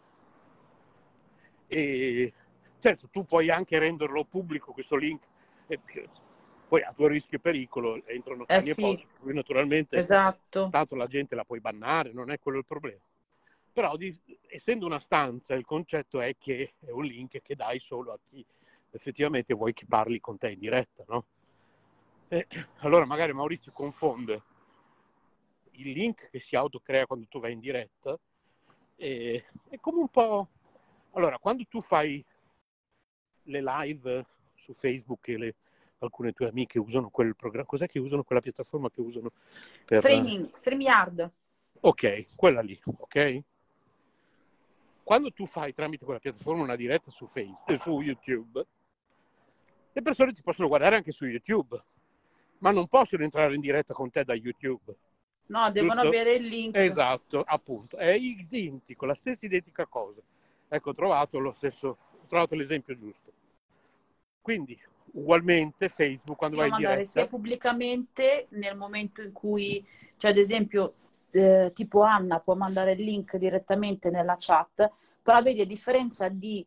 E certo, tu puoi anche renderlo pubblico questo link, e poi a tuo rischio e pericolo entrano cani e Sì, porci, per cui naturalmente esatto. tanto la gente la puoi bannare, non è quello il problema. Però essendo una stanza, il concetto è che è un link che dai solo a chi effettivamente vuoi che parli con te in diretta, no? Allora magari Maurizio confonde il link che si autocrea quando tu vai in diretta e è come un po'. Allora, quando tu fai le live su Facebook e alcune tue amiche usano quel programma, cos'è che usano quella piattaforma che usano per. StreamYard. Ok, quella lì, ok? Quando tu fai tramite quella piattaforma una diretta su Facebook, su YouTube, le persone ti possono guardare anche su YouTube, ma non possono entrare in diretta con te da YouTube. No, devono Giusto? avere il link. Esatto, appunto. È identico, la stessa identica cosa. Ecco, ho trovato l'esempio giusto. Quindi, Ugualmente Facebook quando vai Devo in mandare sia diretta. pubblicamente nel momento in cui, cioè ad esempio, tipo Anna può mandare il link direttamente nella chat, però vedi a differenza di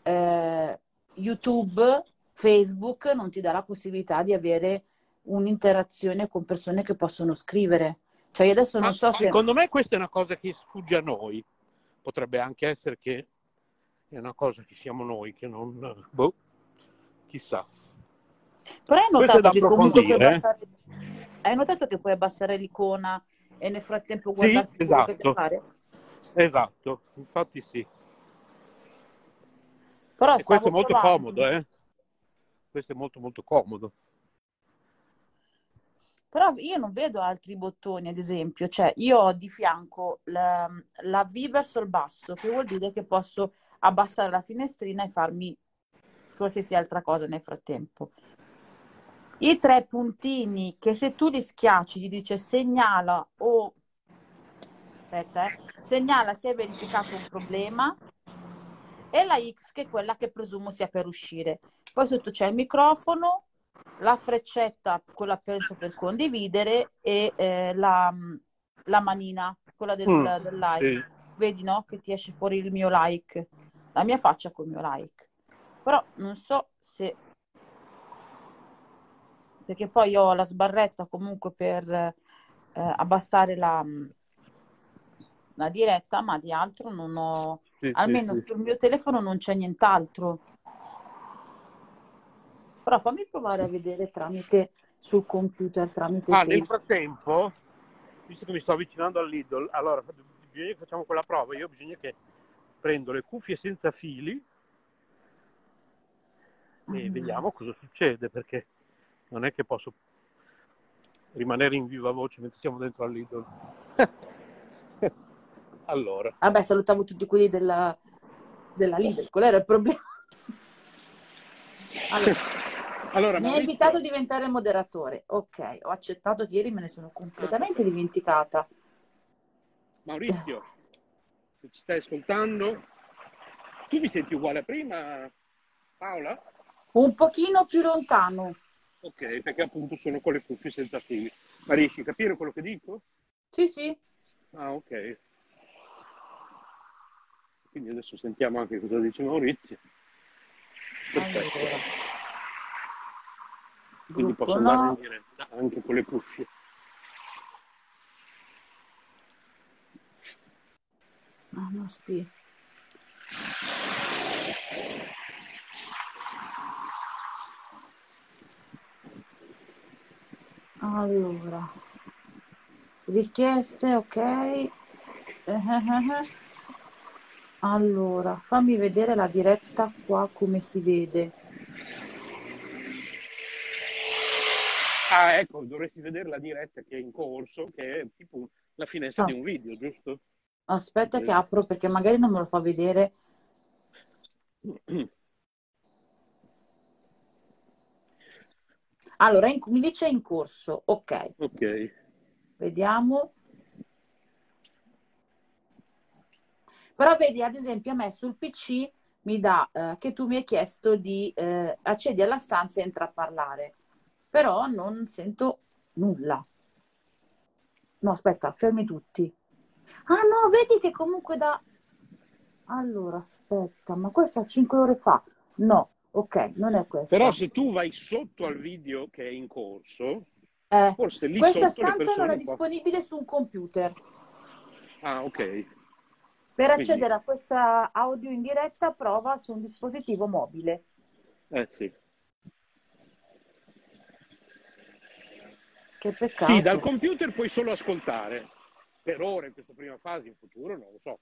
YouTube, Facebook non ti dà la possibilità di avere un'interazione con persone che possono scrivere. Cioè io adesso non Ma so se... secondo me questa è una cosa che sfugge a noi. Potrebbe anche essere che è una cosa che siamo noi, che non... Boh, chissà. Però hai Questo è notato da che comunque puoi approfondire, eh? abbassare... Hai notato che puoi abbassare l'icona e nel frattempo Sì, guardarti quello che ti esatto. pare? Esatto, infatti sì. Però E questo stavo è molto provando. comodo, eh? Questo è molto molto comodo. Però io non vedo altri bottoni, ad esempio, cioè io ho di fianco la V verso il basso, che vuol dire che posso abbassare la finestrina e farmi qualsiasi altra cosa nel frattempo. I tre puntini che se tu li schiacci ti dice segnala o aspetta, segnala se hai verificato un problema e la X che è quella che presumo sia per uscire. Poi sotto c'è il microfono, la freccetta, quella penso per condividere e la manina, quella del like. Sì. Vedi, no? Che ti esce fuori il mio like, la mia faccia col mio like. Però non so se... Perché poi ho la sbarretta comunque per abbassare la diretta, ma di altro non ho... Sì, sì, Almeno sì. sul mio telefono non c'è nient'altro. Però fammi provare a vedere tramite sul computer, tramite Nel Facebook. frattempo, visto che mi sto avvicinando al Lidl, allora bisogna che facciamo quella prova. Io bisogna che prendo le cuffie senza fili e vediamo cosa succede, perché non è che posso rimanere in viva voce mentre siamo dentro al Lidl. Allora, Vabbè, salutavo tutti quelli della Lidl, qual era il problema? Allora, mi ha Maurizio, invitato a diventare moderatore. Ok, ho accettato che ieri me ne sono completamente dimenticata. Maurizio, se ci stai ascoltando, tu mi senti uguale a prima, Paola? Un pochino più lontano. Ok, perché appunto sono con le cuffie senza fili. Ma riesci a capire quello che dico? Sì, sì. Ah, ok. Quindi adesso sentiamo anche cosa dice Maurizio. Perfetto. Allora, Quindi gruppo posso andare in no. diretta anche con le cuffie. Ah, no, aspetta. Allora, richieste, ok. Allora, fammi vedere la diretta qua come si vede. Ah, ecco, dovresti vedere la diretta che è in corso, che è tipo la finestra di Ah, un video, giusto? aspetta che apro perché magari non me lo fa vedere. Allora, mi dice in corso. Ok, Ok. vediamo. Però vedi, ad esempio, a me sul PC mi dà che tu mi hai chiesto di accedi alla stanza e entra a parlare. Però non sento nulla. No, aspetta, fermi tutti. Ah no, vedi che comunque da... Allora, aspetta, ma questa 5 ore fa? No, ok, non è Però questa. se tu vai sotto al video che è in corso, Eh, forse lì questa sotto le stanza non è persone disponibile su un computer. Ah, ok. Per Quindi, accedere a questa audio in diretta, prova su un dispositivo mobile. sì. Che Sì, dal peccato. computer puoi solo ascoltare. Per ora, in questa prima fase, in futuro, non lo so.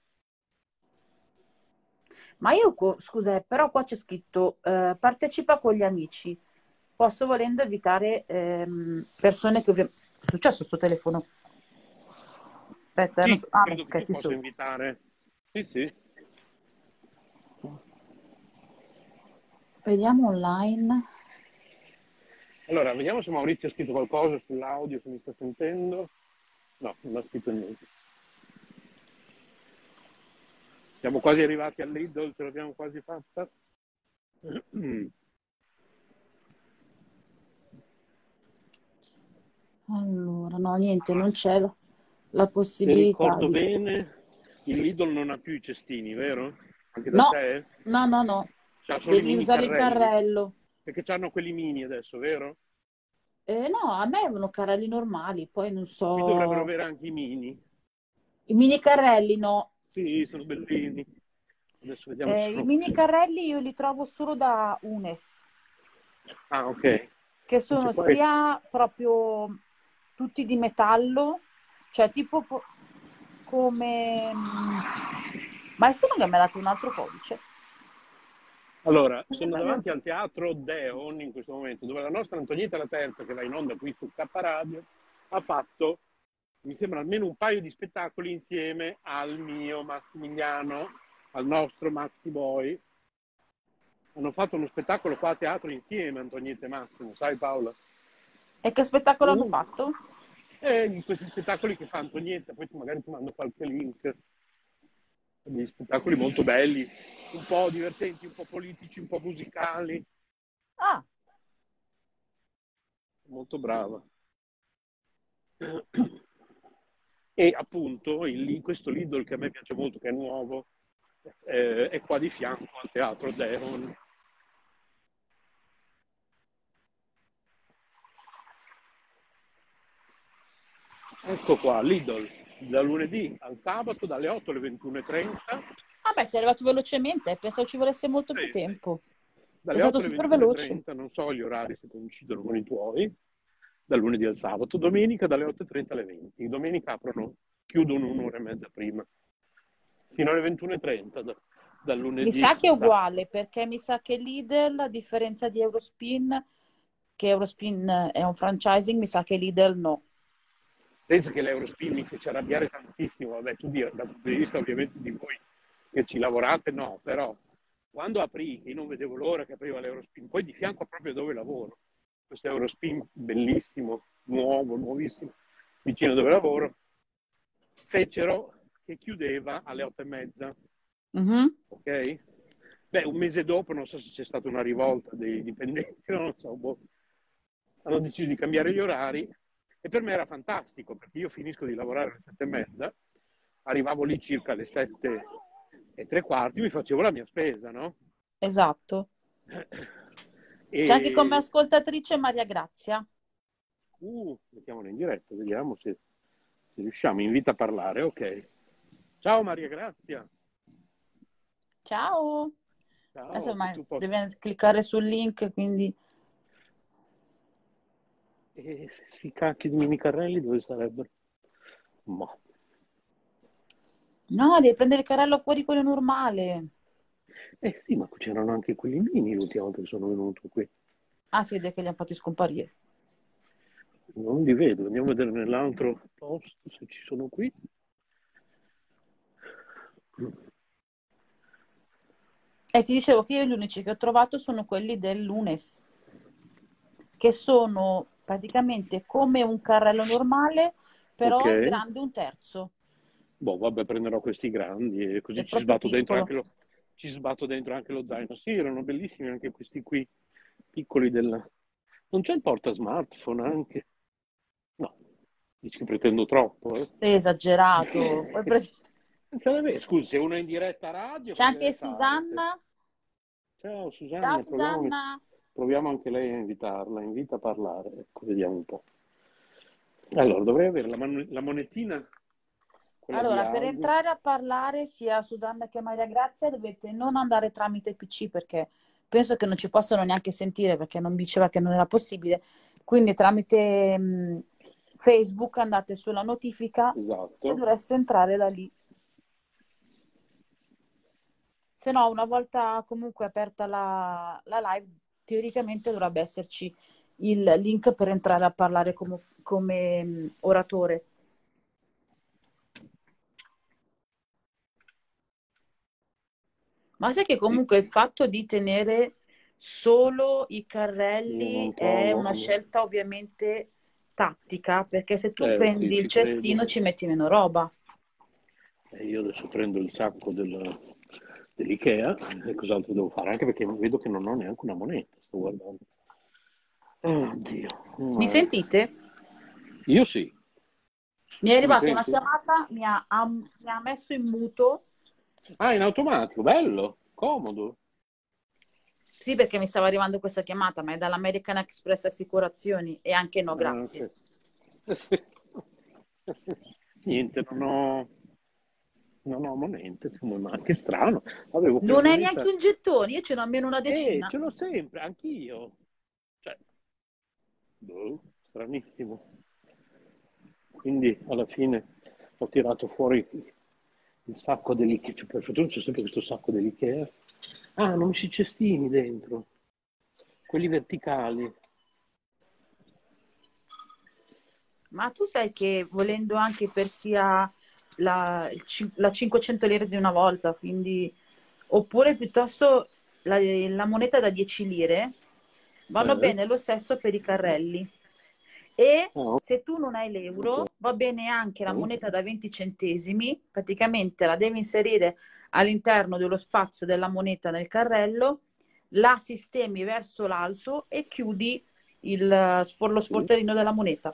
Ma io, scusa, però qua c'è scritto partecipa con gli amici. Posso volendo evitare persone che ovviamente... È successo sto telefono? Aspetta, non Sì, so... Ah, credo che ok, tu ci possa sono. invitare. Sì, sì. Vediamo online. Allora, vediamo se Maurizio ha scritto qualcosa sull'audio che mi sta sentendo. No, non ha scritto niente. Siamo quasi arrivati al Lidl, ce l'abbiamo quasi fatta. Allora, no, niente, non c'è la Se possibilità ricordo di... bene, il Lidl non ha più i cestini, vero? Anche da No, te? no, no, no. C'ha solo i Devi mini usare il carrelli. carrello. Perché c'hanno quelli mini adesso, vero? No, a me avevano carrelli normali, poi non Qui dovrebbero so... avere anche i mini. I mini carrelli no. Sì, sono bellini. Adesso vediamo se I sono mini qui. carrelli io li trovo solo da Unes, Ah, ok. che Invece sono qua è... sia proprio tutti di metallo, cioè tipo come... Ma è solo che mi ha dato un altro codice. Allora, Mi sono sembra davanti che... al teatro Deon in questo momento, dove la nostra Antonietta La Terza, che va in onda qui su K Radio, ha fatto, mi sembra, almeno un paio di spettacoli insieme al mio Massimiliano, al nostro Maxi Boy. Hanno fatto uno spettacolo qua a teatro insieme, Antonietta e Massimo, sai Paola? E che spettacolo hanno Uh, fatto? E in questi spettacoli che fa Antonietta, poi magari ti mando qualche link, degli spettacoli molto belli, un po' divertenti, un po' politici, un po' musicali, Ah, molto brava. E appunto questo Lidl che a me piace molto, che è nuovo, è qua di fianco al teatro Deon. Ecco qua, Lidl, da lunedì al sabato dalle 8 alle 21:30. vabbè, sei arrivato velocemente, pensavo ci volesse molto più Sì, sì. tempo. Sei Dalle stato 8 alle super veloce. 21:30, non so gli orari se coincidono con i tuoi, dal lunedì al sabato. Domenica dalle 8:30 alle 20. Domenica aprono, chiudono un'ora e mezza prima, fino alle 21:30, dal Mi lunedì sa che è al sabato. uguale, perché mi sa che Lidl, a differenza di Eurospin, che Eurospin è un franchising, mi sa che Lidl no. Penso che l'Eurospin mi fece arrabbiare tantissimo, vabbè, tu dal punto di vista ovviamente di voi che ci lavorate, no, però quando aprì, che io non vedevo l'ora che apriva l'Eurospin, poi di fianco a proprio dove lavoro, questo Eurospin bellissimo, nuovo, nuovissimo, vicino dove lavoro, fecero che chiudeva alle 8:30, Mhm. ok? Beh, un mese dopo, non so se c'è stata una rivolta dei dipendenti, non so, boh, hanno deciso di cambiare gli orari e per me era fantastico perché io finisco di lavorare alle 7:30, arrivavo lì circa alle 7:15, mi facevo la mia spesa, no? Esatto. C'è anche come E ascoltatrice Maria Grazia. mettiamola in diretta, vediamo se riusciamo. Invita a parlare, ok. Ciao Maria Grazia. Ciao. Adesso Ciao, ma tu posso... deve cliccare sul link, quindi... E sti cacchi di mini carrelli dove sarebbero? Mo. No, devi prendere il carrello fuori quello normale. Eh sì, ma c'erano anche quelli mini l'ultima volta che sono venuto qui. Ah, si vede che li hanno fatti scomparire. Non li vedo, andiamo a vedere nell'altro posto se ci sono qui. E ti dicevo che io gli unici che ho trovato sono quelli del Lunes, che sono praticamente come un carrello normale, Ok, però grande un terzo. boh, vabbè, prenderò questi grandi e È così proprio piccolo. ci sbatto dentro anche lo zaino. Sì, erano bellissimi anche questi qui, piccoli del... Non c'è il porta smartphone anche? No, dici che pretendo troppo, eh? È esagerato. Scusi, se uno è in diretta radio, C'è cosa anche deve fare? Susanna. Ciao Ciao Susanna, Susanna. proviamo anche lei a invitarla, invita a parlare, ecco, vediamo un po'. Allora, dovrei avere la monetina, quella di Allora, per Agus, entrare a parlare sia a Susanna che a Maria Grazia dovete non andare tramite PC perché penso che non ci possano neanche sentire perché non diceva che non era possibile. Quindi tramite Facebook andate sulla notifica e esatto. dovreste entrare da lì. Se no, una volta comunque aperta la live, teoricamente dovrebbe esserci il link per entrare a parlare come oratore. Ma sai che Sì, comunque il fatto di tenere solo i io carrelli non è trovo... una scelta ovviamente tattica, perché se tu Sì, prendi il ci credo. cestino ci metti meno roba. Io adesso prendo il sacco dell'Ikea e cos'altro devo fare? Anche perché vedo che non ho neanche una moneta, sto guardando. Oddio, Mi ma... sentite? Io sì. Mi è Tu mi arrivata una senti? chiamata, mi ha messo in muto. Ah, in automatico, bello, comodo. Sì, perché mi stava arrivando questa chiamata, ma è dall'American Express Assicurazioni e anche no, Ah, grazie. ok. Sì. Niente, non ho monete, come mai? Che strano. Avevo quella Non hai neanche moneta. in gettoni, io ce n'ho almeno una decina. Ce l'ho sempre, anch'io. Cioè, boh, stranissimo. Quindi alla fine ho tirato fuori il sacco dell'Ikea. Cioè, per fortuna c'è sempre questo sacco dell'Ikea. Ah, non ci cestini dentro. Quelli verticali. Ma tu sai che volendo anche per chi ha la 500 lire di una volta, quindi oppure piuttosto la moneta da 10 lire, vanno Eh? bene lo stesso per i carrelli. E Ah, se tu non hai ok. l'euro, va bene anche la moneta da 20 centesimi, praticamente la devi inserire all'interno dello spazio della moneta nel carrello, la sistemi verso l'alto e chiudi lo Sì. sportellino della moneta.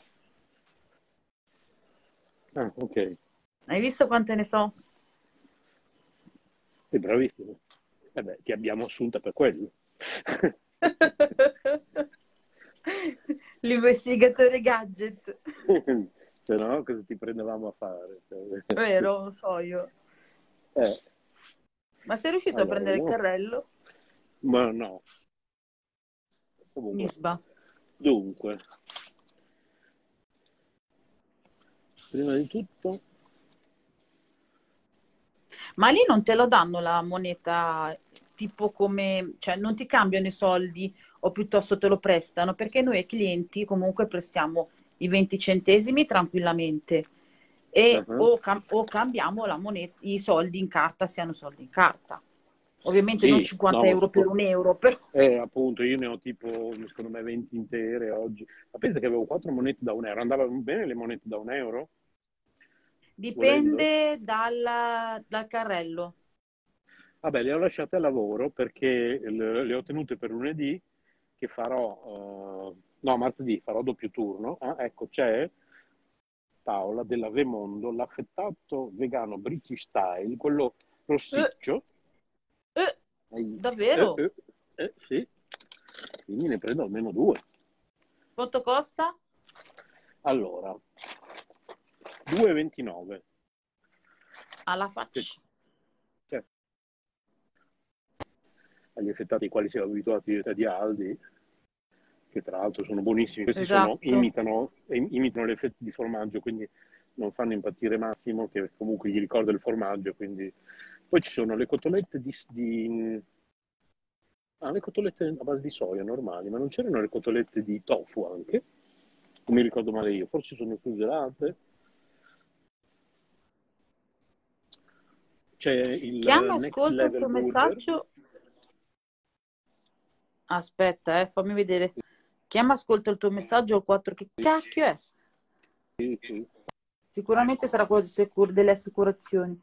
Ah, ok. Hai visto quante ne so? Sei bravissimo. Eh beh, ti abbiamo assunta per quello. L'investigatore gadget. Se no, cosa ti prendevamo a fare? Vero, lo so io. Eh, Ma sei riuscito a allora, prendere il vediamo. carrello? Ma no, comunque. Nisba. Dunque, prima di tutto, Ma lì non te lo danno la moneta tipo come, cioè non ti cambiano i soldi o piuttosto te lo prestano, perché noi ai clienti comunque prestiamo i 20 centesimi tranquillamente e uh-huh. o cambiamo la moneta, i soldi in carta, siano soldi in carta. Ovviamente non Sì, 50 no, ma euro per un euro, però appunto, io ne ho tipo, secondo me, 20 intere oggi. Ma pensa che avevo 4 monete da 1 euro. Andavano bene le monete da 1 euro? Volendo? dipende dal carrello. Vabbè, le ho lasciate a lavoro perché le ho tenute per lunedì, che farò, no, martedì farò doppio turno. Ah, ecco, c'è Paola della Vemondo, l'affettato vegano British Style, quello Eh, rossiccio. eh, Ai- davvero? sì, quindi ne prendo almeno 2. Quanto costa? Allora, 2,29. Alla Sì, faccia. cioè, agli affettati ai quali siamo abituati di Aldi, che tra l'altro sono buonissimi. Questi Esatto. imitano l'effetto di formaggio, quindi non fanno impazzire Massimo, che comunque gli ricorda il formaggio. Quindi. Poi ci sono le cotolette le cotolette a base di soia normali, ma non c'erano le cotolette di tofu anche? Non mi ricordo male io, forse sono surgelate. C'è il Chiama, Next ascolta il Level tuo Burger. messaggio. Aspetta, fammi vedere. Chiama, ascolta il tuo messaggio al 4. Che cacchio è? Sì, sì. Sicuramente sarà quello delle assicurazioni.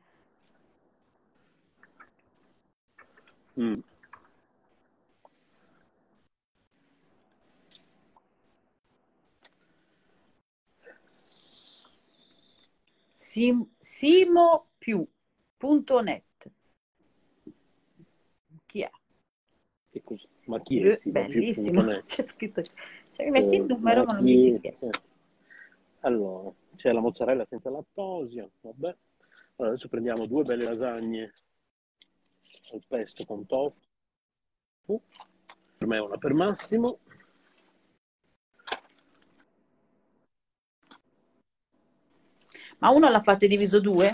Mm. Simopiù.net. Chi è? Che cos'è? Ma chi è Bellissimo. Simopiù.net? C'è scritto. Cioè, mi metti il numero Ma ma non mi dici chi chi è. è? Allora, c'è la mozzarella senza lattosio, vabbè. Allora, adesso prendiamo 2 belle lasagne al pesto con tofu. Per me una per Massimo. Ma uno l'ha fatto diviso 2?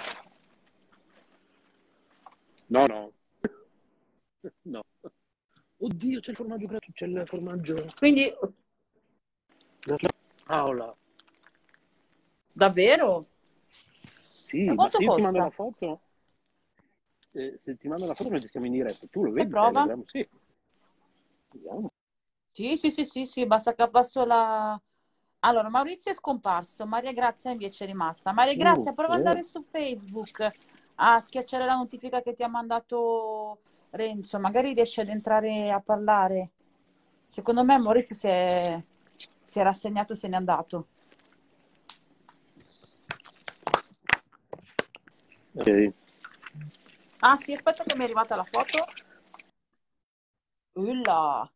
No, no, no. Oddio, c'è il formaggio gratuito, c'è il formaggio Quindi, gratuito. Paola, davvero? E sì, ma quanto se io ti mando la costa? foto, se ti mando la foto noi ci siamo in diretta, tu lo E vedi prova? Telegram? Sì. Vediamo. Sì, sì, sì, sì, sì, basta che abbasso la... Allora, Maurizio è scomparso, Maria Grazia invece è rimasta. Maria Grazia, prova ad Eh. andare su Facebook a schiacciare la notifica che ti ha mandato Renzo, magari riesci ad entrare a parlare. Secondo me Maurizio si è rassegnato e se n'è andato. Ok. Ah sì, aspetta che mi è arrivata la foto. Ulla.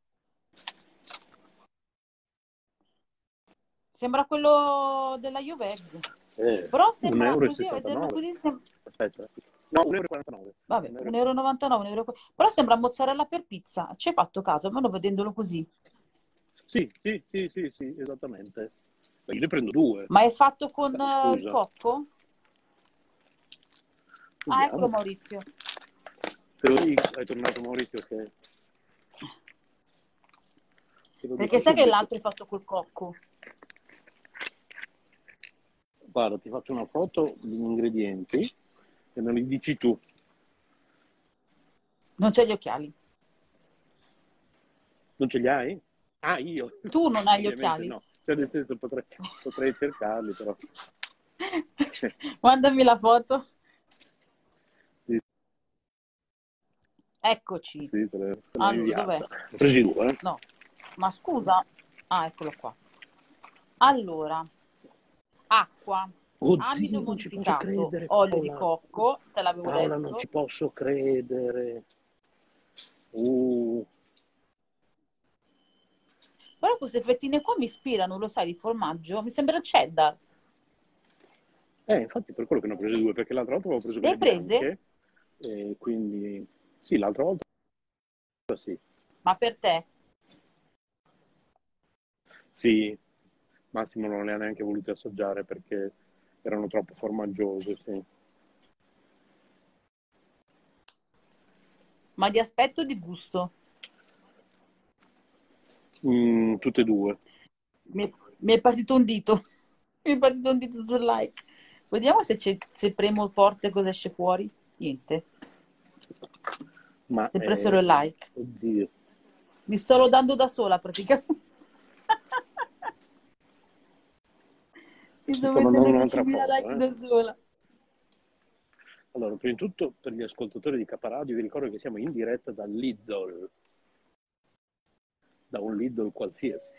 Sembra quello della Juveg. Però 1,69 sembra euro. così, a vederlo così, Aspetta. No, 1,49 euro. vabbè, 1,99 euro, però sembra mozzarella per pizza. Ci hai fatto caso, almeno vedendolo così. Sì, esattamente. Io ne prendo 2. Ma è fatto con Dai, il scusa. cocco? Ah, eccolo Vediamo. Maurizio. Te lo dico, è tornato Maurizio che... Te lo Perché dico sai che subito. l'altro è fatto col cocco. Guarda, ti faccio una foto degli ingredienti e me li dici tu. Non c'è gli occhiali. Non ce li hai? Ah, io? Tu non hai gli Ovviamente occhiali. no. Cioè, nel senso, potrei cercarli, però... Mandami la foto. Sì, Eccoci. te l'ho Allora, dov'è? inviata. Ho presi 2, No, ma scusa. Ah, eccolo qua. Allora, acqua, amido Oddio, non ci posso modificato, credere, olio di Paola. cocco, te l'avevo Paola, non detto. ci posso credere. Uh, Però queste fettine qua mi ispirano, lo sai, di formaggio. Mi sembra cheddar. infatti per quello che ne ho prese 2, perché l'altra volta avevo preso Le quelle hai prese? bianche, e quindi... Sì, l'altra volta sì. Ma per te? Sì, Massimo non le ha neanche volute assaggiare perché erano troppo formaggiose, sì. Ma di aspetto o di gusto? Tutte e due. Mi è partito un dito. Mi è partito un dito sul like. Vediamo se premo forte cosa esce fuori. Niente. Ma, Sempre solo il like. oddio. Mi sto lodando da sola praticamente. Mi Ti sto sto mandando mettendo un'altra 10.000 foto, like da sola. Allora, prima di tutto, per gli ascoltatori di Caparadio, vi ricordo che siamo in diretta da Lidl, da un Lidl qualsiasi.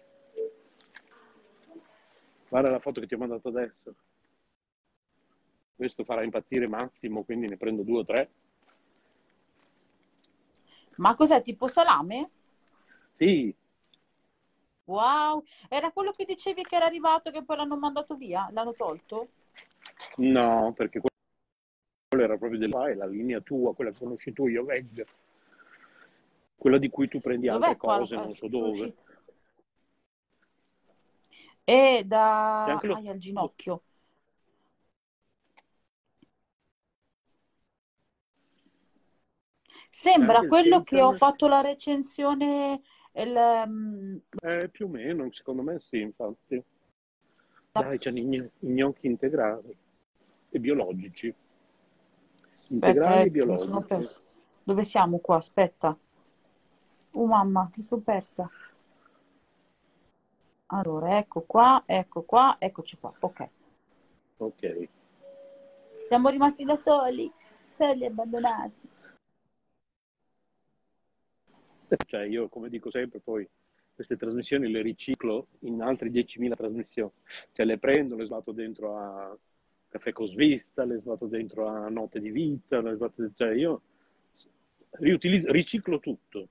Guarda la foto che ti ho mandato adesso. Questo farà impazzire Massimo, quindi ne prendo 2 o 3. Ma cos'è, tipo salame? Sì, Wow, era quello che dicevi che era arrivato che poi l'hanno mandato via? L'hanno tolto? no, perché quello era proprio la linea tua, quella che conosci tu, io veg, quella di cui tu prendi altre Dov'è qua? cose, non so Sono dove. uscita. E C'è da... anche Ai, al ginocchio. c'è Sembra anche il quello che ho seitan. fatto la recensione, Più o meno, secondo me sì, infatti. Dai, c'hanno i gnocchi integrali e biologici. aspetta, Integrali e che mi sono biologici. persa. Dove siamo qua? Aspetta. Oh mamma, mi sono persa. Allora, ecco qua, eccoci qua. Ok. Ok. Siamo rimasti da soli, soli e abbandonati. Cioè, io, come dico sempre, poi queste trasmissioni le riciclo in altre 10.000 trasmissioni. Cioè, le prendo, le sbatto dentro a Caffè Cosvista, le sbatto dentro a Notte di Vita, cioè io riciclo tutto.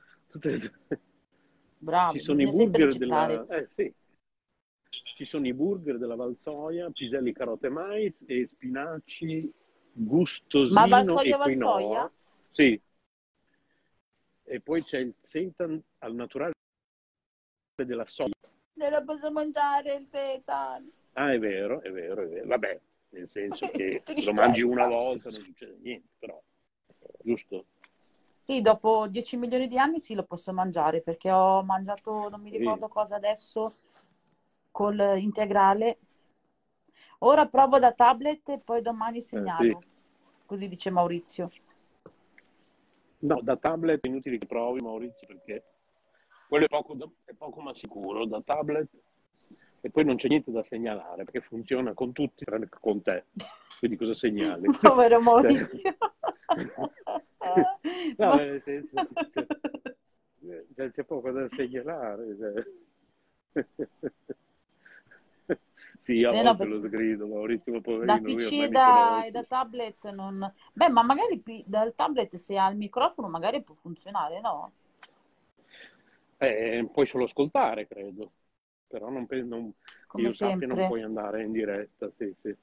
Ci Bravo, sono i bisogna sempre burger riciclare. della... sì. Ci sono i burger della Valsoia, piselli, carote e mais e spinaci Ma gustosino e Valsoia, Valsoia? quinoa. Sì. E poi c'è il seitan al naturale della soia. Non lo posso mangiare il seitan. Ah, è vero, è vero, è vero. Vabbè, nel senso Che che lo mangi una tristezza. volta non succede niente, però, giusto? Sì, dopo 10 milioni di anni sì lo posso mangiare perché ho mangiato, non mi Sì. ricordo cosa adesso, col integrale. Ora provo da tablet e poi domani Sì. segnalo. Così dice Maurizio. No, da tablet è inutile che provi, Maurizio, perché quello è poco ma sicuro. Da tablet e poi non c'è niente da segnalare, perché funziona con tutti, tranne che con te. Quindi cosa segnali? Povero Cioè, Maurizio. no, Ma... nel senso, c'è poco da segnalare. Cioè. Sì, a No, volte lo perché sgrido, Maurizio, da poverino, lui PC ormai e mi e da conosce. tablet non... Beh, ma magari dal tablet se ha il microfono magari può funzionare, no? Puoi solo ascoltare, credo, però che Come io sappia non sempre. puoi andare in diretta, sì, sì.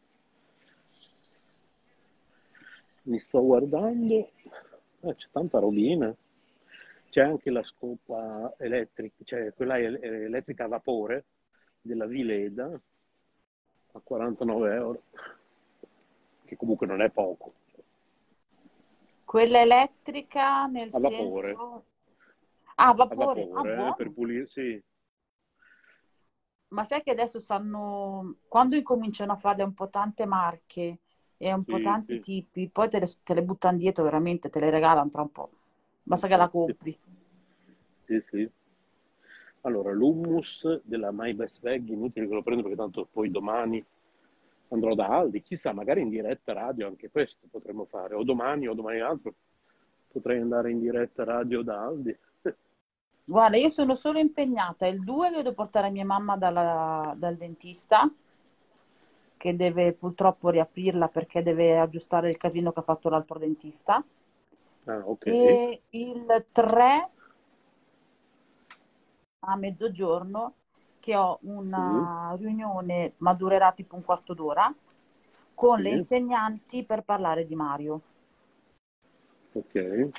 Mi sto guardando, c'è tanta robina, c'è anche la scopa elettrica, cioè quella elettrica a vapore della Vileda a 49 €, che comunque non è poco, Quella elettrica nel a vapore, senso... Ah, vapore. Ah, per buono. pulire, sì, Ma sai che adesso sanno... Quando incominciano a farle un po' tante marche e un po' sì, tanti sì, tipi, poi te le buttano dietro veramente, te le regalano tra un po'. Basta che la infatti, compri. sì, sì. Allora, l'hummus della My Best Veg, inutile che lo prendo perché tanto poi domani andrò da Aldi, chissà, magari in diretta radio anche questo potremmo fare, o domani l'altro potrei andare in diretta radio da Aldi. Guarda, io sono solo impegnata. Il 2 devo portare mia mamma dal dentista, che deve purtroppo riaprirla perché deve aggiustare il casino che ha fatto l'altro dentista. Ah, ok. E il 3 a mezzogiorno che ho Sì, una riunione, ma durerà tipo un quarto d'ora, con le sì, insegnanti per parlare di Mario. ok.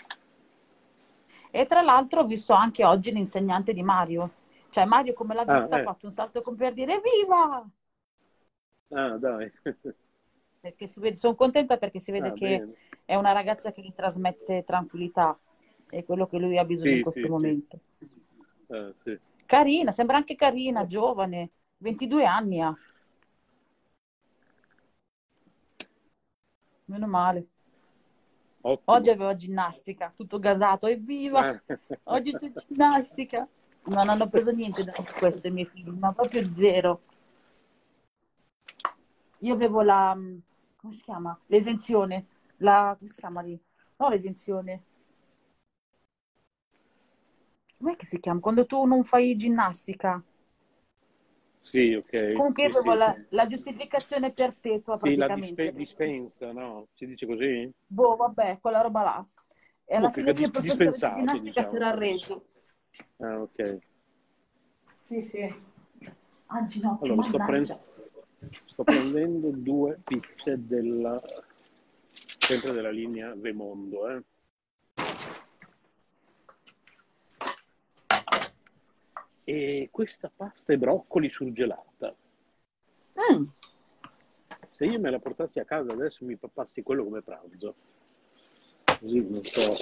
E tra l'altro ho visto anche oggi l'insegnante di Mario. Cioè Mario come l'ha Ah, vista ha fatto un salto come per dire viva! dai. Perché sono contenta perché si vede Ah, che bene. è una ragazza che gli trasmette tranquillità, è quello che lui ha bisogno in Sì, questo sì, sì. momento. Sì. Carina, sembra anche carina, giovane, 22 anni ha, meno male. Oggi Ottimo. aveva ginnastica, tutto gasato, evviva! Ah. Oggi c'è ginnastica. Non hanno preso niente da questo i miei figli, ma proprio zero. Io avevo la, come si chiama? L'esenzione. Come si chiama lì? No, l'esenzione. Com'è che si chiama? Quando tu non fai ginnastica. Sì, ok. Comunque io Sì, avevo sì. la giustificazione perpetua Sì, la praticamente. dispensa, no? Si dice così? Boh, vabbè, quella roba là. E alla Comunque, fine il mio professore di dispensato, ginnastica si diciamo. era arreso. Ah, ok. Sì, sì. Ah, ginocchio, Allora, mannaggia. sto prendendo due pizze sempre della linea Vemondo, eh. E questa pasta e broccoli surgelata. Mm. Se io me la portassi a casa adesso mi pappassi quello come pranzo. Così non so.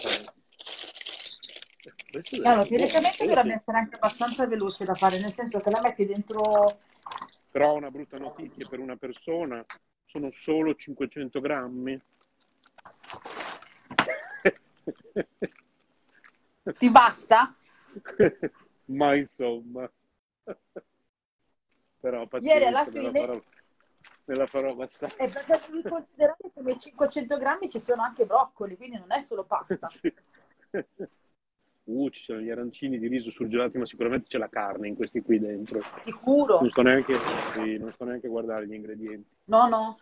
Questo deve Allora, essere buono, teoricamente solo dovrebbe che essere anche abbastanza veloce da fare, nel senso che la metti dentro... però ho una brutta notizia per una persona, sono solo 500 grammi. Ti basta? Ma insomma, però Ieri alla pazienza, fine... me la farò abbastanza. E perché devi considerare che nei 500 grammi ci sono anche broccoli, quindi non è solo pasta. Sì. Ci sono gli arancini di riso surgelati, ma sicuramente c'è la carne in questi qui dentro. Sicuro? Non sto neanche a guardare gli ingredienti. No, no.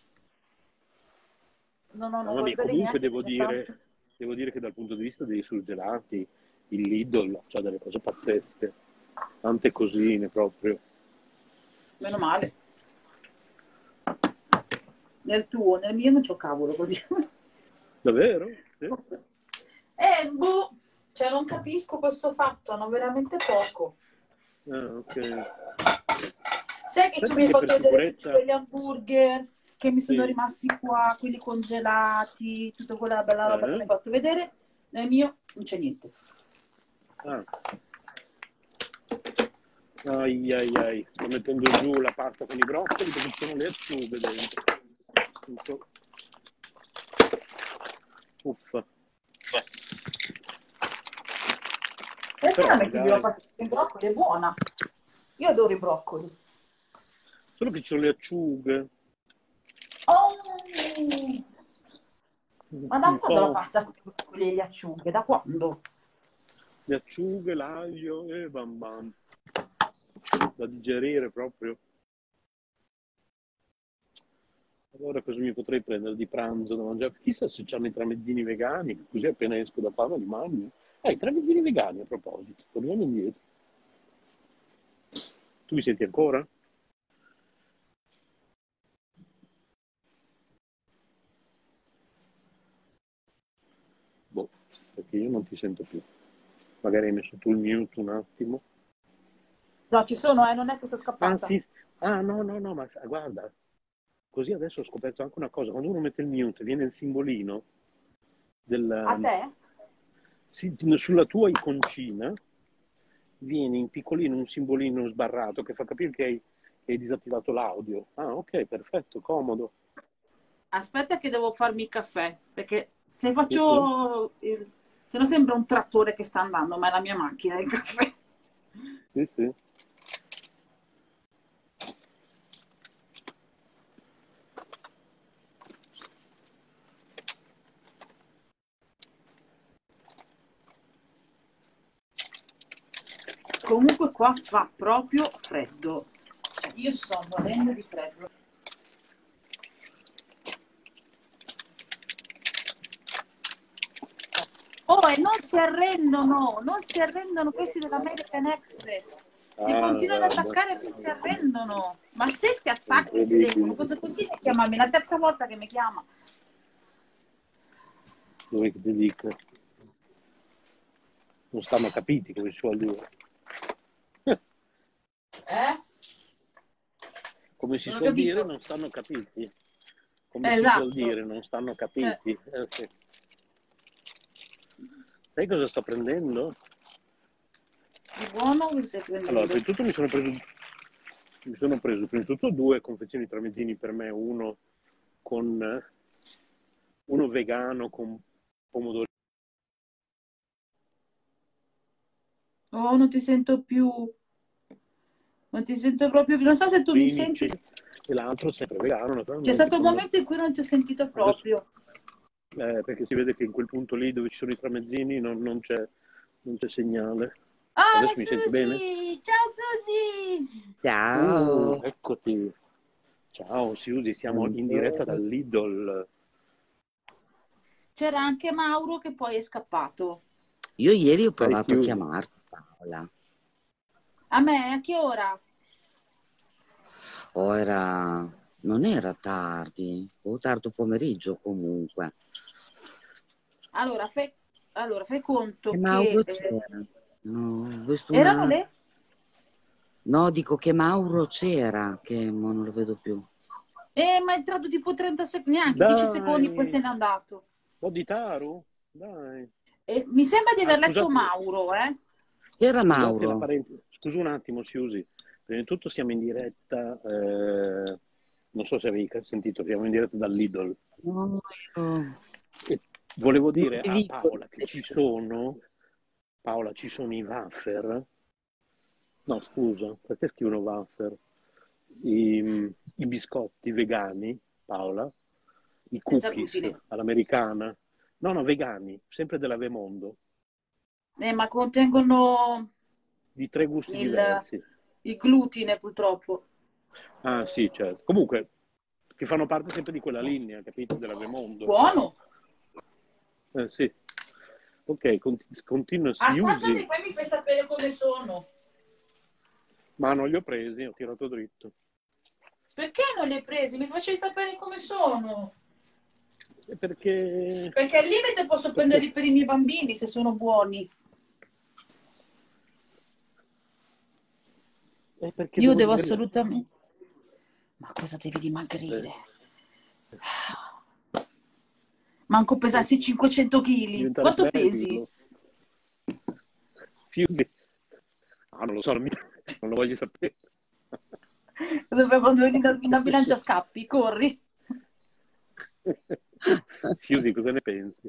No, no, non Mamma mia, guardare comunque neanche perché tanto... devo dire che dal punto di vista dei surgelati, il Lidl ha delle cose pazzesche, tante cosine proprio. Meno male. Nel tuo, nel mio non c'ho cavolo così. Davvero? Sì? Boh, cioè non capisco questo fatto, hanno veramente poco. Ah, ok. Sai che tu Aspetta mi hai che per fatto vedere tutti sicurezza... quegli hamburger che mi sono Sì. rimasti qua, quelli congelati, tutta quella bella roba che mi hai Eh? fatto vedere? Nel mio non c'è niente. Ah. Ai ai ai, sto mettendo giù la pasta con i broccoli perché ci sono le acciughe dentro. Non so. Uffa. Perché non Però metti più la dai, pasta con i broccoli? È buona. Io adoro i broccoli. solo che ci sono le acciughe. Oh! Ma da Un quando la po' pasta con i broccoli e le acciughe? Da quando? le acciughe, l'aglio e bam bam. Da digerire proprio. Allora cosa mi potrei prendere di pranzo da mangiare? Chissà se c'hanno i tramezzini vegani, così appena esco da fame li mangio. I tramezzini vegani a proposito, torniamo indietro. Tu mi senti ancora? Boh, perché io non ti sento più. Magari hai messo tu il mute un attimo. No, ci sono, non è che sono Ah scappata. sì, no, ma guarda, così adesso ho scoperto anche una cosa, quando uno mette il mute viene il simbolino A te? sulla tua iconcina, viene in piccolino un simbolino sbarrato che fa capire che hai disattivato l'audio. Ah, ok, perfetto, comodo. Aspetta che devo farmi il caffè, perché se Sì, sì, se no sembra un trattore che sta andando, ma è la mia macchina, il caffè. sì, sì. Comunque qua fa proprio freddo. Cioè, io sto morendo di freddo. Oh, e non si arrendono questi dell'American Express. Li Ah, continuano ad guarda, attaccare e non si arrendono. Ma se ti attacchi il telefono, incredibile. cosa continui a chiamarmi? La terza volta che mi chiama. Dove che ti dico? Non stanno capiti, come si suol dire. Eh? Come si Non ho suol dire, capito. non stanno capiti. Come si suol Esatto. dire, non stanno Sì. capiti. Sì. Sai cosa sto prendendo? Di buono che stai Allora, prendendo? prima di tutto mi sono preso prima di tutto 2 confezioni tramezzini per me, uno vegano con pomodori Oh, non ti sento più. Non ti sento proprio più. Non so se tu mi senti. e l'altro sempre vegano, C'è naturalmente. stato un momento in cui non ti ho sentito Adesso, proprio. perché si vede che in quel punto lì dove ci sono i tramezzini non c'è segnale. Ah, Adesso mi senti bene? Susi! Ciao Susi! Ciao. Eccoti. Ciao Siusi, siamo in diretta Buongiorno. dal Lidl. C'era anche Mauro che poi è scappato. Io ieri ho Dai provato a Siusi. chiamarti, Paola. A me? A che ora? Non era tardi, o tardo pomeriggio comunque. Allora, fai conto Che che Mauro c'era? No, ho visto erano una... le... No, dico che Mauro c'era, che mo non lo vedo più. Ma è entrato tipo 30 secondi, neanche 10 secondi, poi se Dai, n'è andato. un po' di Taru? Dai. Mi sembra di aver letto Scusate, Mauro, eh? C'era scusate la Mauro? parentesi. Scusa un attimo, Siusi. Prima di tutto siamo in diretta, non so se avevi sentito, siamo in diretta dal Lidl. No, io E volevo non dire ti a dico. Paola che ci sono i wafer. No, scusa, perché scrivono wafer? I biscotti vegani, Paola, i Senza cookies glutine. all'americana. No, no, vegani, sempre della Vemondo, Ma contengono di 3 gusti il, diversi. il glutine, purtroppo. Ah, sì, certo. Comunque, che fanno parte sempre di quella linea, capito? Della Vemondo. Buono. Sì. Ok, continua Assaggiali Siusi. e poi mi fai sapere come sono. Ma non li ho presi, ho tirato dritto. Perché non li hai presi? Mi facevi sapere come sono. Perché... Perché al limite posso perché... prenderli per i miei bambini se sono buoni. perché Io devo devo dimagrire. assolutamente... Ma cosa devi dimagrire? Manco pesassi 500 kg. Diventare Quanto pesi? bello. Siusi. Ah, non lo so, non lo voglio sapere. Dove abbandoni una bilancia scappi? Corri. Siusi, cosa ne pensi?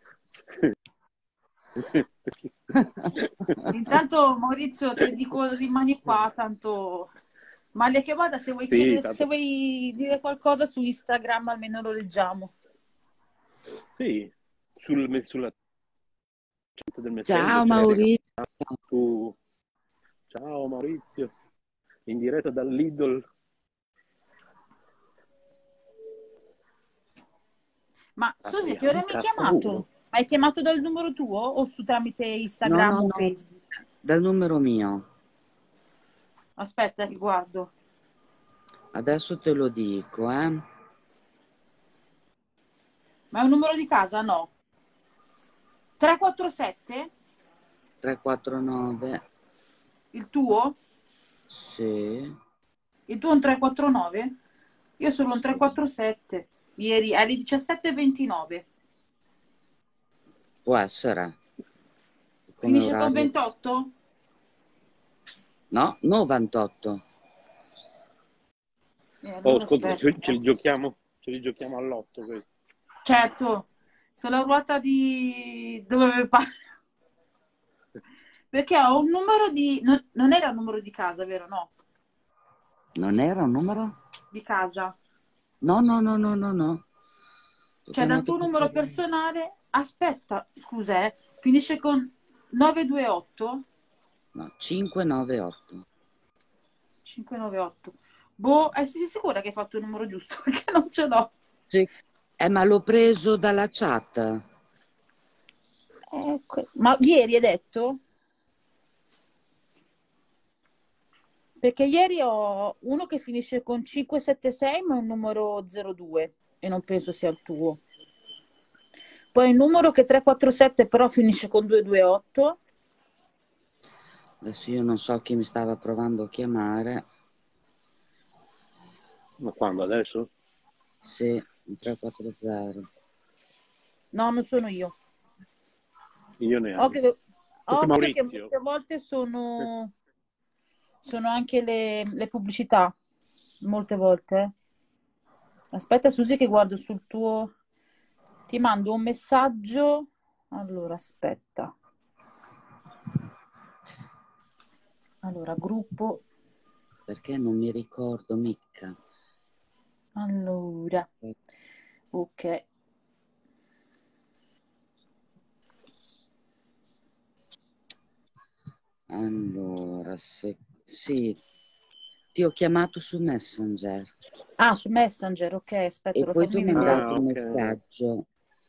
Intanto Maurizio ti dico rimani qua, tanto male che vada, se vuoi Sì, chiedere, se tanto... vuoi dire qualcosa su Instagram almeno lo leggiamo. Sì, sulla chat del Messenger Ciao c'è scritto Maurizio. tu. Ciao Maurizio, in diretta dal Lidl. Ma Susi, che ora Apriamo mi hai Cassa 1. chiamato? Hai chiamato dal numero tuo o su tramite No, Instagram no, o no, Facebook? dal numero mio. Aspetta che guardo. Adesso te lo dico, eh. Ma è un numero di casa? No. 347? 349, Il tuo? sì, Il tuo è un 349? Io sono un sì. 347. Ieri alle 17:29. Può essere. Come Finisce con orario? 28? No, 98. Oh, Allora ascolta, aspetta. ce li giochiamo all'otto questo. Certo, sulla ruota di dove perché ho un numero di non era un numero di casa, vero? No, Non era un numero? di casa. No, no, no, no, no, no. Ho Cioè dal chiamato tuo numero per... personale, aspetta, scusa, finisce con 928 No, 598. 598. Boh, sei sicura che hai fatto il numero giusto? Perché non ce l'ho. Sì. Ma l'ho preso dalla chat. Ma ieri hai detto? Perché ieri ho uno che finisce con 576, ma è un numero 02 e non penso sia il tuo. Poi il numero che è 347 però finisce con 228. Adesso io non so chi mi stava provando a chiamare. Ma quando? Adesso? Sì, 340. No, non sono io. Io neanche. Questo è Occhio che Maurizio. molte volte sono anche le pubblicità. Molte volte. Aspetta Susi che guardo sul tuo... Ti mando un messaggio. Allora, aspetta. Allora, gruppo. Perché non mi ricordo mica. Allora, ok. Allora, sì, ti ho chiamato su Messenger Ah, su Messenger, ok, aspetta, e lo poi ti ho fammi vedere. mandato Ah, un ok. messaggio.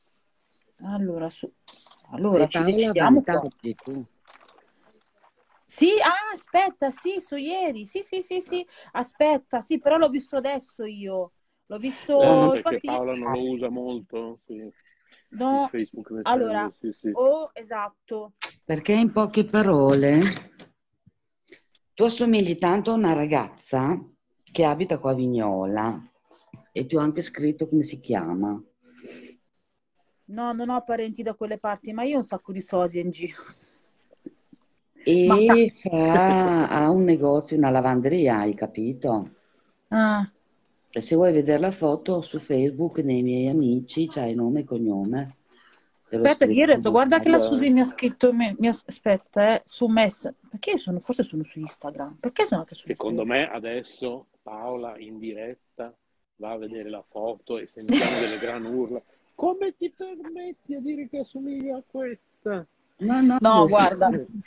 Allora Sei ci Paola decidiamo qua. Vantaggi tu? Sì, aspetta, sì, su ieri, sì, sì, sì, sì, aspetta, sì, però l'ho visto adesso io. L'ho No, visto, non Perché infatti, Paola non lo usa molto, sì. Il no, Facebook allora, Messenger, sì, sì. esatto. perché in poche parole tu assomigli tanto a una ragazza che abita qua a Vignola e ti ho anche scritto come si chiama. No, non ho parenti da quelle parti, ma io ho un sacco di sosia in giro. Ma E ha un negozio, una lavanderia, hai capito? ah, E se vuoi vedere la foto su Facebook nei miei amici, c'hai nome e cognome. Te l'ho aspetta, che io ho scritto detto, in guarda che la Guarda, Susi mi ha scritto, aspetta, su Messenger. Perché io sono, forse sono su Instagram. Perché sono andata su secondo Instagram? me adesso Paola in diretta va a vedere la foto e sentiamo delle gran urla. Come ti permetti a dire che assomiglia a questa? No, no, No, guarda.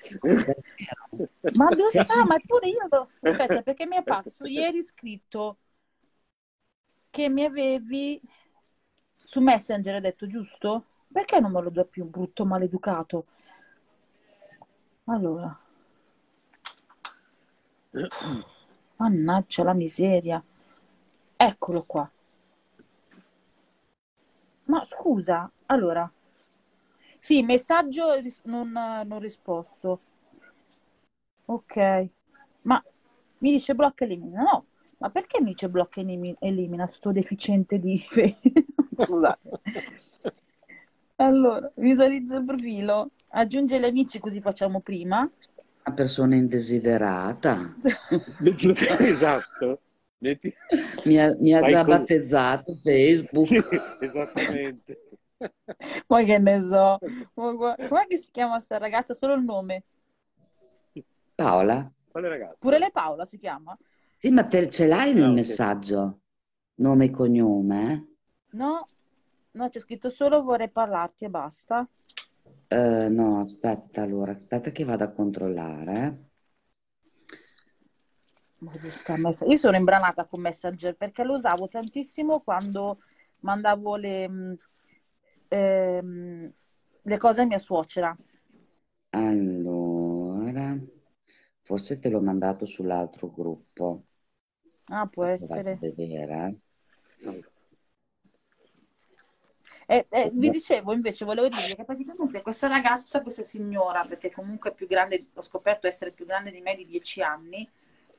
Ma dove sta? Ma eppure io... Aspetta, perché mi è apparso ieri scritto che mi avevi... Su Messenger hai detto, giusto? Perché non me lo do più, brutto maleducato? Allora, mannaggia la miseria. Eccolo qua. Ma scusa, allora... Sì, messaggio non risposto. Ok. Ma mi dice blocca e elimina. No, ma perché mi dice blocca e elimina sto deficiente di... Scusate. Allora, visualizza il profilo, aggiunge gli amici così facciamo prima. una persona indesiderata. Esatto. Metti- Mi ha Fai già così. battezzato Sì, Facebook. esattamente. Poi che ne so. Com'è che si chiama sta ragazza? Solo il nome. Paola? Quale Pure ragazza? lei Paola si chiama? Sì, ma te ce l'hai nel Ah, ok. messaggio? Nome e cognome? No, no, c'è scritto solo vorrei parlarti e basta. No, aspetta allora, aspetta che vado a controllare. Ma dove sta Io sono imbranata con Messenger perché lo usavo tantissimo quando mandavo le cose a mia suocera. Allora, forse te l'ho mandato sull'altro gruppo. Ah, può Ho provato a essere. vedere. Vi dicevo invece, volevo dirvi che praticamente questa ragazza, questa signora, perché comunque è più grande, ho scoperto essere più grande di me di 10 anni.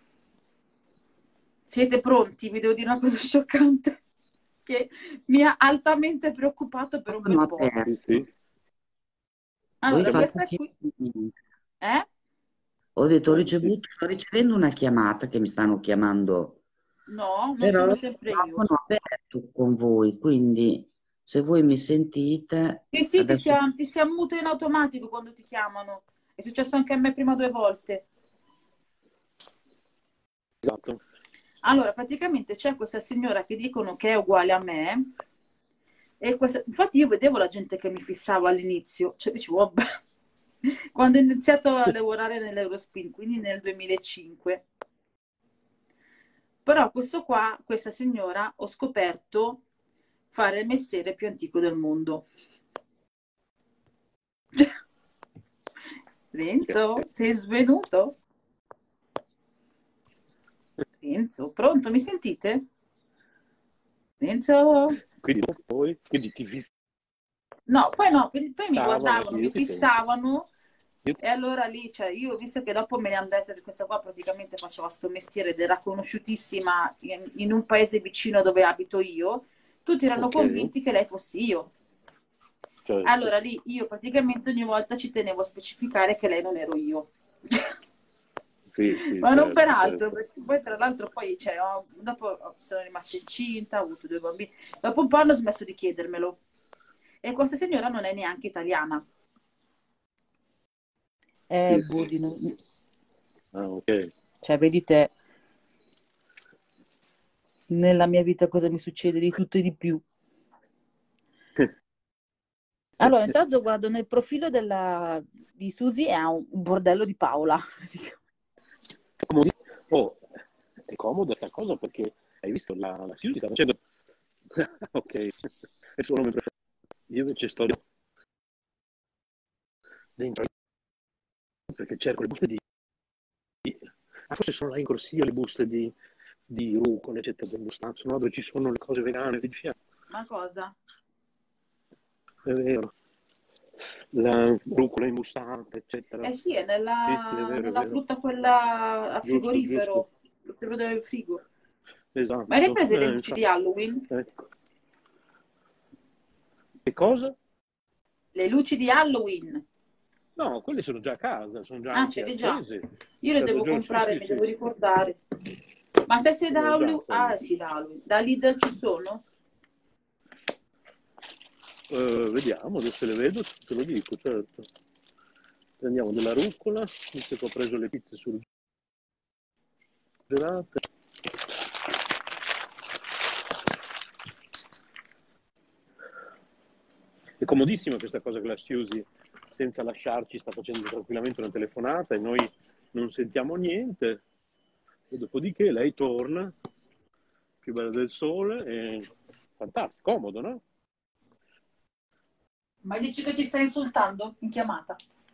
Siete pronti? Vi devo dire una cosa scioccante che mi ha altamente preoccupato per un bel Sono po'. aperti. Sì. Voi Allora, fate questa qui, finta. eh? Ho detto, Sì. sto ricevendo una chiamata che mi stanno chiamando, No, non però sono il sempre io. microfono è aperto con voi, quindi se voi mi sentite, Sì, sì, adesso ti si ammuta in automatico quando ti chiamano. È successo anche a me prima 2 volte. Esatto. Allora, praticamente c'è questa signora che dicono che è uguale a me. Infatti io vedevo la gente che mi fissava all'inizio, cioè dicevo, vabbè, quando ho iniziato a lavorare nell'Eurospin, quindi nel 2005. Però questa signora, ho scoperto fare il mestiere più antico del mondo. Renzo, sei svenuto? Renzo, pronto, mi sentite? Renzo? Quindi ti No, poi mi fissavano, guardavano, sì, mi io ti sento. fissavano Io- e allora lì, cioè, io ho visto che dopo me ne hanno detto che questa qua praticamente faceva sto mestiere ed era conosciutissima in un paese vicino dove abito io, tutti erano Ok, convinti che lei fossi io. certo. Allora lì io praticamente ogni volta ci tenevo a specificare che lei non ero io. Sì, sì, Ma non per certo, altro, certo. perché poi tra l'altro poi cioè, dopo sono rimasta incinta, ho avuto 2 bambini, dopo un po' hanno smesso di chiedermelo. E questa signora non è neanche italiana. Sì, sì. Budi, Ah, ok. cioè vedi te, nella mia vita cosa mi succede di tutto e di più. Allora, intanto guardo nel profilo di Susi e ha un bordello di Paola. Comodi- Oh, è comoda sta cosa perché hai visto la Suzy sta facendo. Ok, è solo mentre io invece sto dentro perché cerco le buste forse sono là in corsia le buste di rucola, eccetera, del mustazzo, no? Dove ci sono le cose vegane, di fianco. Ma cosa? È vero. La rucola in mustante, eccetera. Eh sì, è Sì, sì, è nella vero. frutta quella a Giusto, giusto. frigorifero, frutta del frigo. Ma hai Esatto. riprese le luci di Infatti, Halloween? ecco. Che cosa? Le luci di Halloween. No, quelle sono già a casa, sono già Ah, anche ce l'hai già. accese. Io le L'altro devo giorno, sì, comprare, sì, mi sì. devo ricordare. Ma se sei Ce da l'ho già Halloween... quelle. Ah, sì, da Halloween. Da Lidl ci sono? Vediamo, adesso le vedo, te lo dico, certo. Prendiamo della rucola, visto che ho preso le pizze surgelate. È comodissima questa cosa che la Suzy, senza lasciarci, sta facendo tranquillamente una telefonata e noi non sentiamo niente. E dopodiché lei torna, più bella del sole, e fantastico, comodo, no? Ma dici che ci stai insultando in chiamata?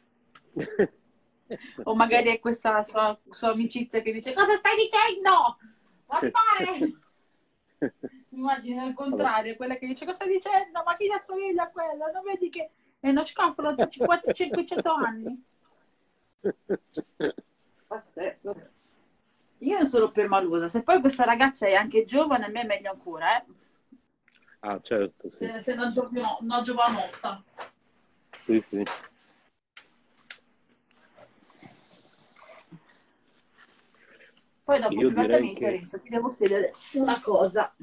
O magari è questa sua amicizia che dice cosa stai dicendo? Ma ti pare? Immagino il Vabbè. contrario, quella che dice cosa stai dicendo? Ma chi cazzo è quella? Non vedi che è uno scafolo, ha 500 anni? Pazzesco. Io non sono permalosa, se poi questa ragazza è anche giovane, a me è meglio ancora, eh? Ah, certo, sì. Se non una giovanotta. Sì, sì. Poi dopo, Io direi privatamente, che. Renzo, ti devo chiedere una cosa,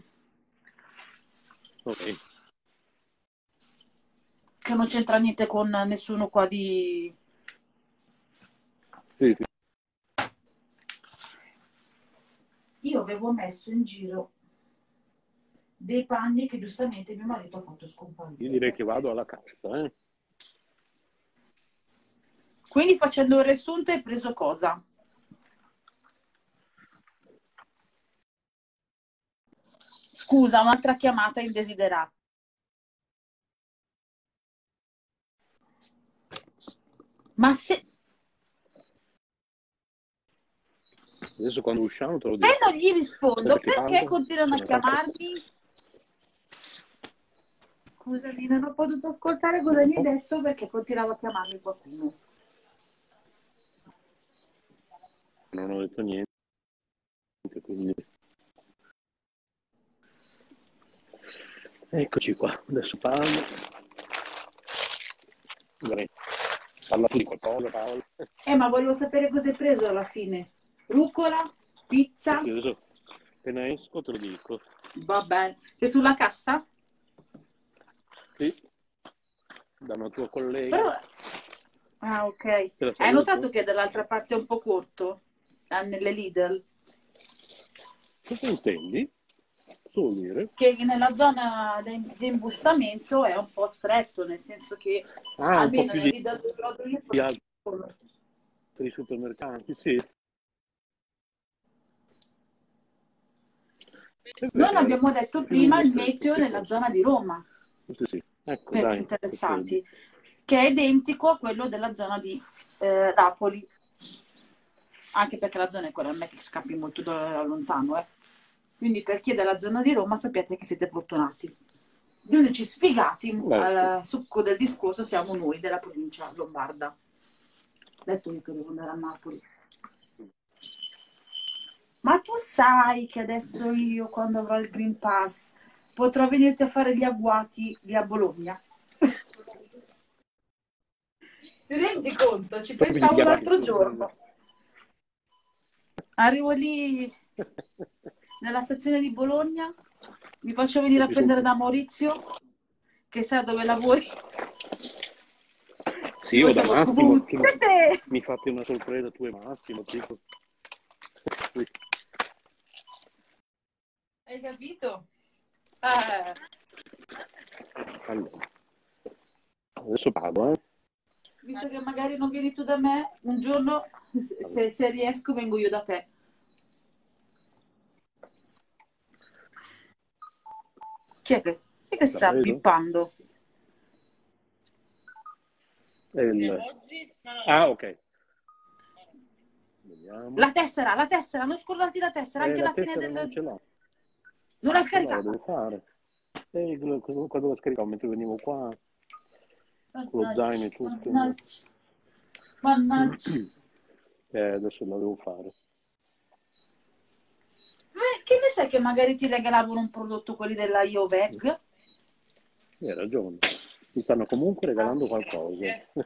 Ok. che non c'entra niente con nessuno qua di... Sì, sì. Io avevo messo in giro dei panni che giustamente mio marito ha fatto Io scomparire. direi che vado alla cassa, eh. Quindi facendo il riassunto hai preso cosa? Scusa, un'altra chiamata indesiderata. Ma se... Adesso quando usciamo te lo dico. E non gli rispondo, Aspetta che perché parlo, continuano a sono fatto- chiamarmi? Scusami, non ho potuto ascoltare cosa mi hai detto perché continuava a chiamarmi qualcuno. Non ho detto niente, quindi... Eccoci qua, adesso parlo. Dai, parla tu di qualcosa, Paolo. Ma volevo sapere cosa hai preso alla fine. Rucola? Pizza? Sì, adesso appena esco te lo dico. Vabbè. Sei sulla cassa? Sì, da una tua collega. Però... Ah, ok. Te la Hai saluto. notato che dall'altra parte è un po' corto? Nelle Lidl? Cosa intendi? Cosa vuol dire? Che nella zona di imbustamento è un po' stretto, nel senso che Ah, un po' almeno più nelle Lidl dove vado io... di altri supermercati, sì. È Non vero. abbiamo detto Più prima il stretto, meteo sì, nella forse. zona di Roma, Sì, sì. Ecco, per gli dai. interessati, che è identico a quello della zona di Napoli, anche perché la zona è quella, non è che scappi molto da lontano, eh. Quindi per chi è della zona di Roma sappiate che siete fortunati. Gli unici sfigati al succo del discorso siamo noi della provincia lombarda. Detto io che devo andare a Napoli. Ma tu sai che adesso io, quando avrò il Green Pass, potrò venirti a fare gli agguati lì a Bologna? Ti rendi conto? Ci pensavo l'altro giorno. Arrivo lì nella stazione di Bologna, mi faccio venire a prendere da Maurizio, che sa dove lavori. Sì, o da Massimo. Siete... Mi fate una sorpresa tu e Massimo, tipo. Sì. Hai capito? Allora, adesso pago, Visto che magari non vieni tu da me, un giorno, se riesco, vengo io da te. Chi è che sta bippando? Ah, ok. Vediamo. La tessera, non scordarti la tessera, anche la alla fine del... non ce l'ho. Non l'hai La scaricata? devo fare. Quando lo scaricavo mentre venivo qua, con lo zaino e tutto. Mannaggia. Adesso la devo fare. Che ne sai che magari ti regalavano un prodotto, quelli della Iovec? Hai ragione. Mi stanno comunque regalando qualcosa.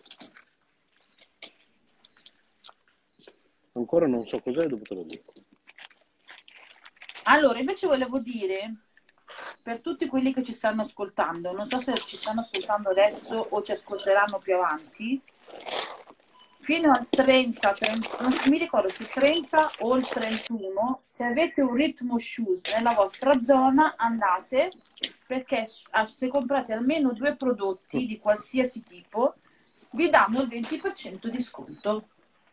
Ancora non so cos'è, dopo te lo dico. Allora, invece volevo dire, per tutti quelli che ci stanno ascoltando, non so se ci stanno ascoltando adesso o ci ascolteranno più avanti, fino al 30, non mi ricordo se 30 o il 31, se avete un Ritmo Shoes nella vostra zona, andate, perché se comprate almeno 2 prodotti di qualsiasi tipo, vi danno il 20% di sconto.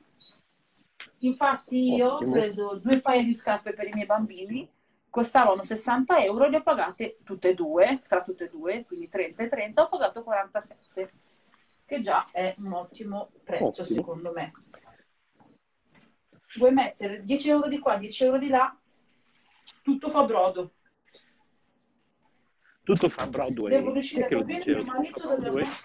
Infatti io ho preso 2 paia di scarpe per i miei bambini, costavano 60 euro, le ho pagate tutte e due, tra tutte e due, quindi 30 e 30, ho pagato 47, che già è un ottimo prezzo secondo me. Vuoi mettere 10 euro di qua, 10 euro di là, tutto fa brodo. Tutto fa Broadway. Devo riuscire a capire mio marito dove ho messo...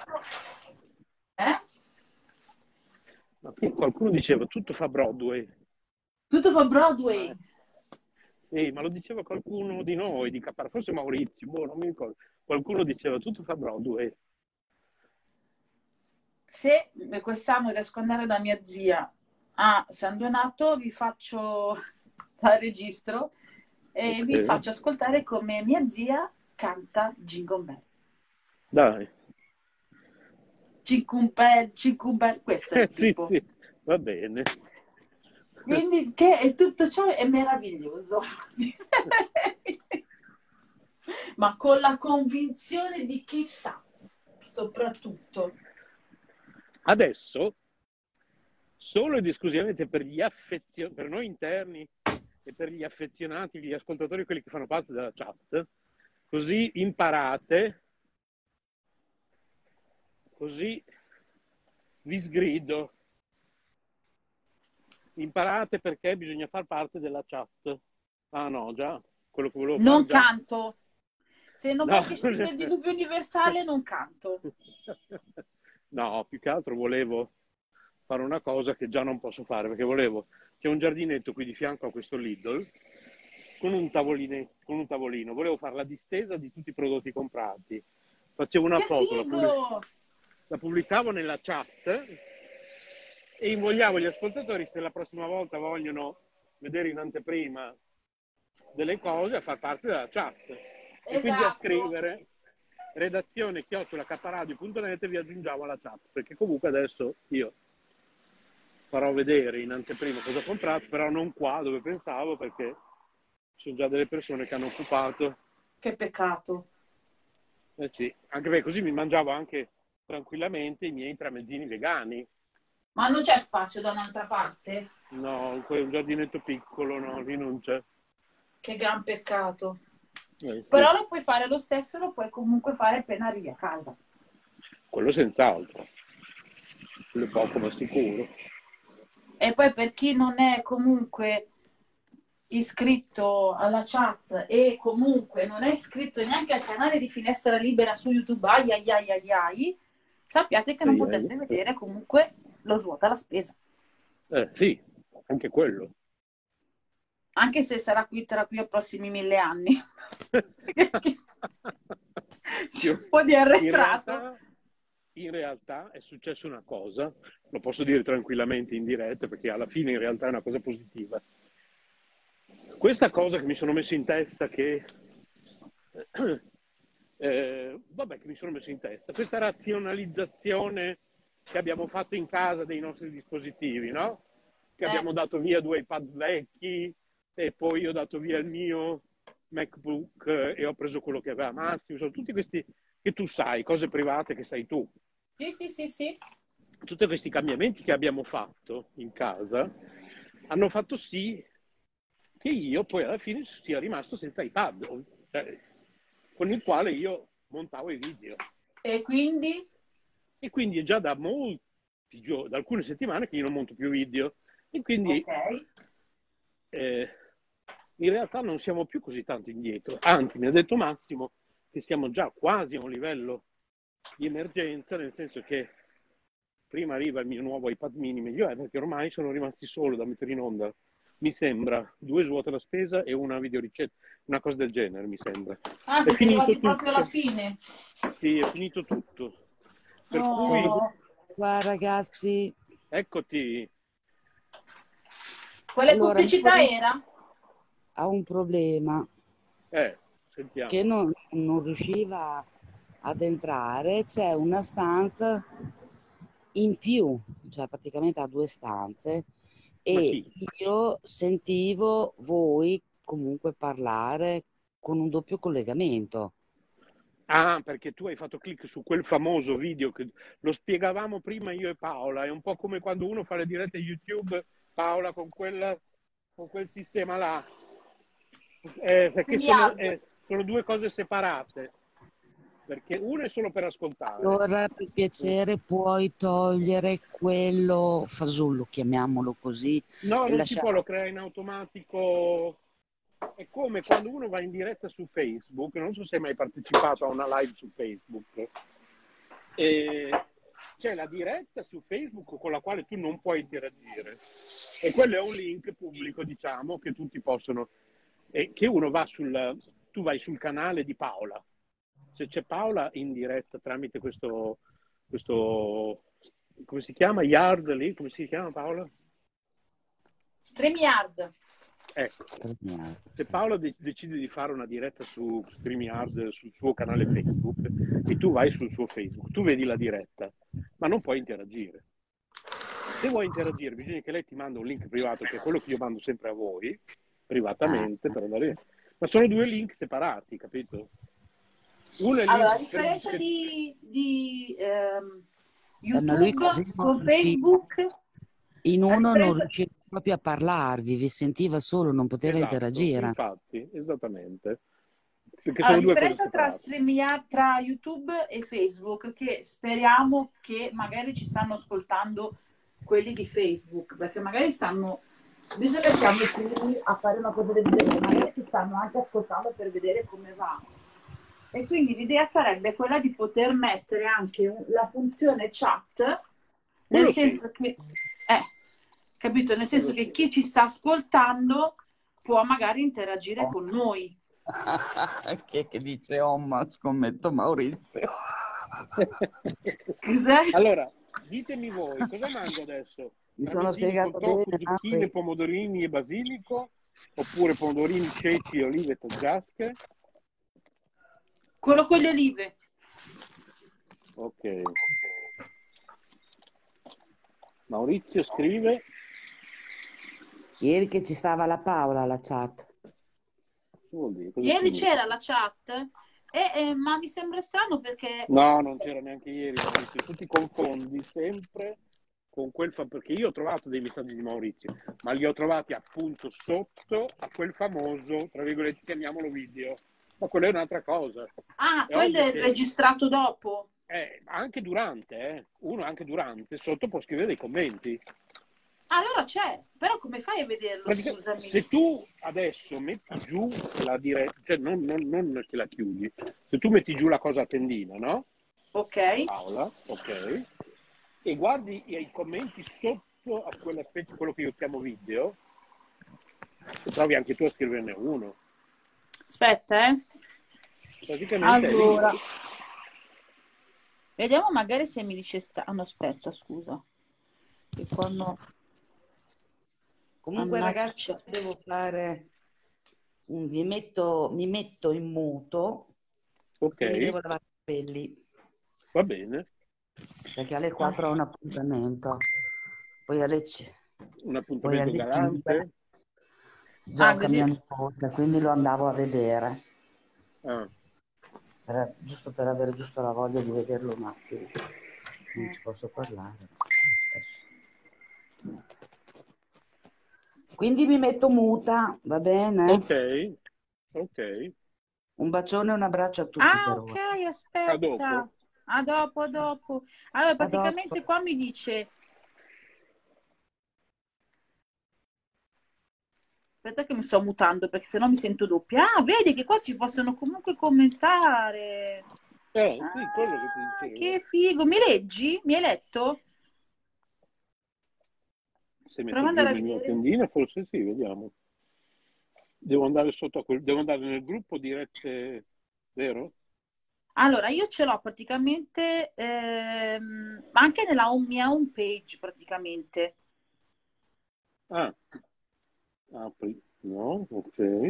Qualcuno diceva tutto fa Broadway. Tutto fa Broadway. Ma lo diceva qualcuno di noi, di Caparra, forse Maurizio, non mi ricordo. Qualcuno diceva tutto fa Broadway. Se quest'anno riesco ad andare da mia zia a San Donato, vi faccio la registro e vi faccio ascoltare come mia zia canta Jingle Bell. Dai. Jingle Bell, questo è il tipo. Sì, va bene. Quindi che tutto ciò è meraviglioso. Ma con la convinzione di chi sa, soprattutto. Adesso, solo ed esclusivamente per gli per noi interni e per gli affezionati, gli ascoltatori, quelli che fanno parte della chat, così imparate, così vi sgrido. Imparate perché bisogna far parte della chat. Ah no, già, quello che volevo Non fare già. canto. Se non No. vuoi che scenda il diluvio universale, non canto. No, più che altro volevo fare una cosa che già non posso fare, perché c'è un giardinetto qui di fianco a questo Lidl, con un tavolino, volevo fare la distesa di tutti i prodotti comprati. Facevo una Che foto, figo! la pubblicavo nella chat e invogliavo gli ascoltatori, se la prossima volta vogliono vedere in anteprima delle cose, a far parte della chat. E quindi a scrivere redazione@capparadio.net e vi aggiungiamo alla chat, perché comunque adesso io farò vedere in anteprima cosa ho comprato, però non qua dove pensavo, perché ci sono già delle persone che hanno occupato. Che peccato. Eh sì, anche perché così mi mangiavo anche tranquillamente i miei tramezzini vegani. Ma non c'è spazio da un'altra parte? No, un giardinetto piccolo, no, lì non c'è. Che gran peccato. Sì. Però lo puoi fare lo stesso, lo puoi comunque fare appena arrivi a casa. Quello senz'altro. Quello è poco ma sicuro. E poi per chi non è comunque iscritto alla chat e comunque non è iscritto neanche al canale di Finestra Libera su YouTube, sappiate che non potete vedere comunque lo svuota la spesa. Sì, anche quello. Anche se sarà qui tra qui ai prossimi 1000 anni. Un po' di arretrato. In realtà è successa una cosa, lo posso dire tranquillamente in diretta, perché alla fine in realtà è una cosa positiva. Questa cosa che mi sono messo in testa, questa razionalizzazione che abbiamo fatto in casa dei nostri dispositivi, no? Che abbiamo dato via 2 iPad vecchi e poi ho dato via il mio MacBook e ho preso quello che aveva Massimo. Sono tutti questi che tu sai, cose private che sai tu. Sì. Tutti questi cambiamenti che abbiamo fatto in casa hanno fatto sì che io poi alla fine sia rimasto senza iPad, cioè, con il quale io montavo i video. E quindi? E quindi è già da molti giorni, da alcune settimane che io non monto più video. E quindi in realtà non siamo più così tanto indietro. Anzi, mi ha detto Massimo che siamo già quasi a un livello di emergenza, nel senso che prima arriva il mio nuovo iPad mini, meglio è, perché ormai sono rimasti solo da mettere in onda, mi sembra, 2 svuota la spesa e una videoricetta, una cosa del genere, mi sembra. Ah, siete arrivati proprio alla fine? Sì, è finito tutto. Per cui... Qua ragazzi. Eccoti. Quale pubblicità era? Ha un problema. Sentiamo. Che non riusciva ad entrare. C'è una stanza in più, cioè praticamente ha 2 stanze. E io sentivo voi comunque parlare con un doppio collegamento. Ah, perché tu hai fatto clic su quel famoso video che lo spiegavamo prima io e Paola. È un po' come quando uno fa le dirette YouTube, Paola, con quel sistema là. Perché sono 2 cose separate. Perché una è solo per ascoltare. Allora, per piacere, puoi togliere quello fasullo, chiamiamolo così. No, non si può, lo crea in automatico. È come quando uno va in diretta su Facebook, non so se hai mai partecipato a una live su Facebook, e c'è la diretta su Facebook con la quale tu non puoi interagire, e quello è un link pubblico, diciamo, che tutti possono, e che uno va tu vai sul canale di Paola, se c'è Paola in diretta tramite questo come si chiama? Yard lì? Come si chiama, Paola? StreamYard. Ecco, se Paola decide di fare una diretta su StreamYard sul suo canale Facebook e tu vai sul suo Facebook, tu vedi la diretta, ma non puoi interagire. Se vuoi interagire bisogna che lei ti manda un link privato, che è quello che io mando sempre a voi, privatamente, per andare. Ma sono 2 link separati, capito? Uno è allora, a differenza di YouTube lui con Facebook, in uno non riusciva proprio a parlarvi, vi sentiva solo, non poteva interagire. Infatti, esattamente. Perché Allora, sono la due cose differenza tra separate. tra YouTube e Facebook, che speriamo che magari ci stanno ascoltando quelli di Facebook, perché magari stanno, visto che siamo qui a fare una cosa del genere, magari ci stanno anche ascoltando per vedere come va. E quindi l'idea sarebbe quella di poter mettere anche la funzione chat, nel Quello sì, senso che, capito? Nel senso quello che sì. chi ci sta ascoltando può magari interagire con noi. Che dice Omma, scommetto Maurizio. Cos'è? Allora, ditemi voi, cosa mangio adesso? Mi sono Tramezzini con spiegato bene, tofu, zucchine, Mauri. pomodorini e basilico? Oppure pomodorini, ceci, olive e taggiasche? Quello con le olive. Ok. Maurizio scrive. Ieri che ci stava la Paola alla chat. Che vuol dire? Cosa Ieri significa? c'era la chat, ma mi sembra strano perché... No, non c'era neanche ieri, Maurizio. Tu ti confondi sempre con perché io ho trovato dei messaggi di Maurizio, ma li ho trovati appunto sotto a quel famoso, tra virgolette, chiamiamolo video. Ma quello è un'altra cosa. Ah, È quello ovvio è che registrato dopo. anche durante, uno anche durante, sotto può scrivere dei commenti. Allora c'è, però come fai a vederlo, scusami? Se tu adesso metti giù la diretta, cioè non che la chiudi, se tu metti giù la cosa a tendina, no? Ok. Paola, ok, e guardi i commenti sotto a quella specie, quello che io chiamo video, provi anche tu a scriverne uno. Aspetta, Praticamente è lì. Allora, vediamo magari se mi dice no, aspetta, scusa. Che quando... Comunque ragazzi, Mannaggia. devo fare mi metto in muto Ok, perché mi devo lavare i capelli, va bene. perché alle 4 ho un appuntamento, poi Un poi appuntamento alle 5 galante. gioca mio nipote, quindi lo andavo a vedere, Ah, giusto per avere giusto la voglia di vederlo un attimo. Non ci posso parlare, ma lo stesso. Quindi mi metto muta, va bene? ok, ok. Un bacione e un abbraccio a tutti per Ok, ora. A dopo. aspetta. A dopo, a dopo. Allora, A dopo. praticamente qua mi dice... Aspetta che mi sto mutando perché sennò mi sento doppia. Ah, vedi che qua ci possono comunque commentare. Sì, quello che ti Ah, dicevo. che figo. Mi leggi? Mi hai letto? Se Prova metto ad giù il andare a menu a vedere. tendina, forse sì, vediamo. Devo andare sotto devo andare nel gruppo dirette, vero? Allora, io ce l'ho praticamente, ma anche nella mia home page praticamente. Ah, apri. No, ok.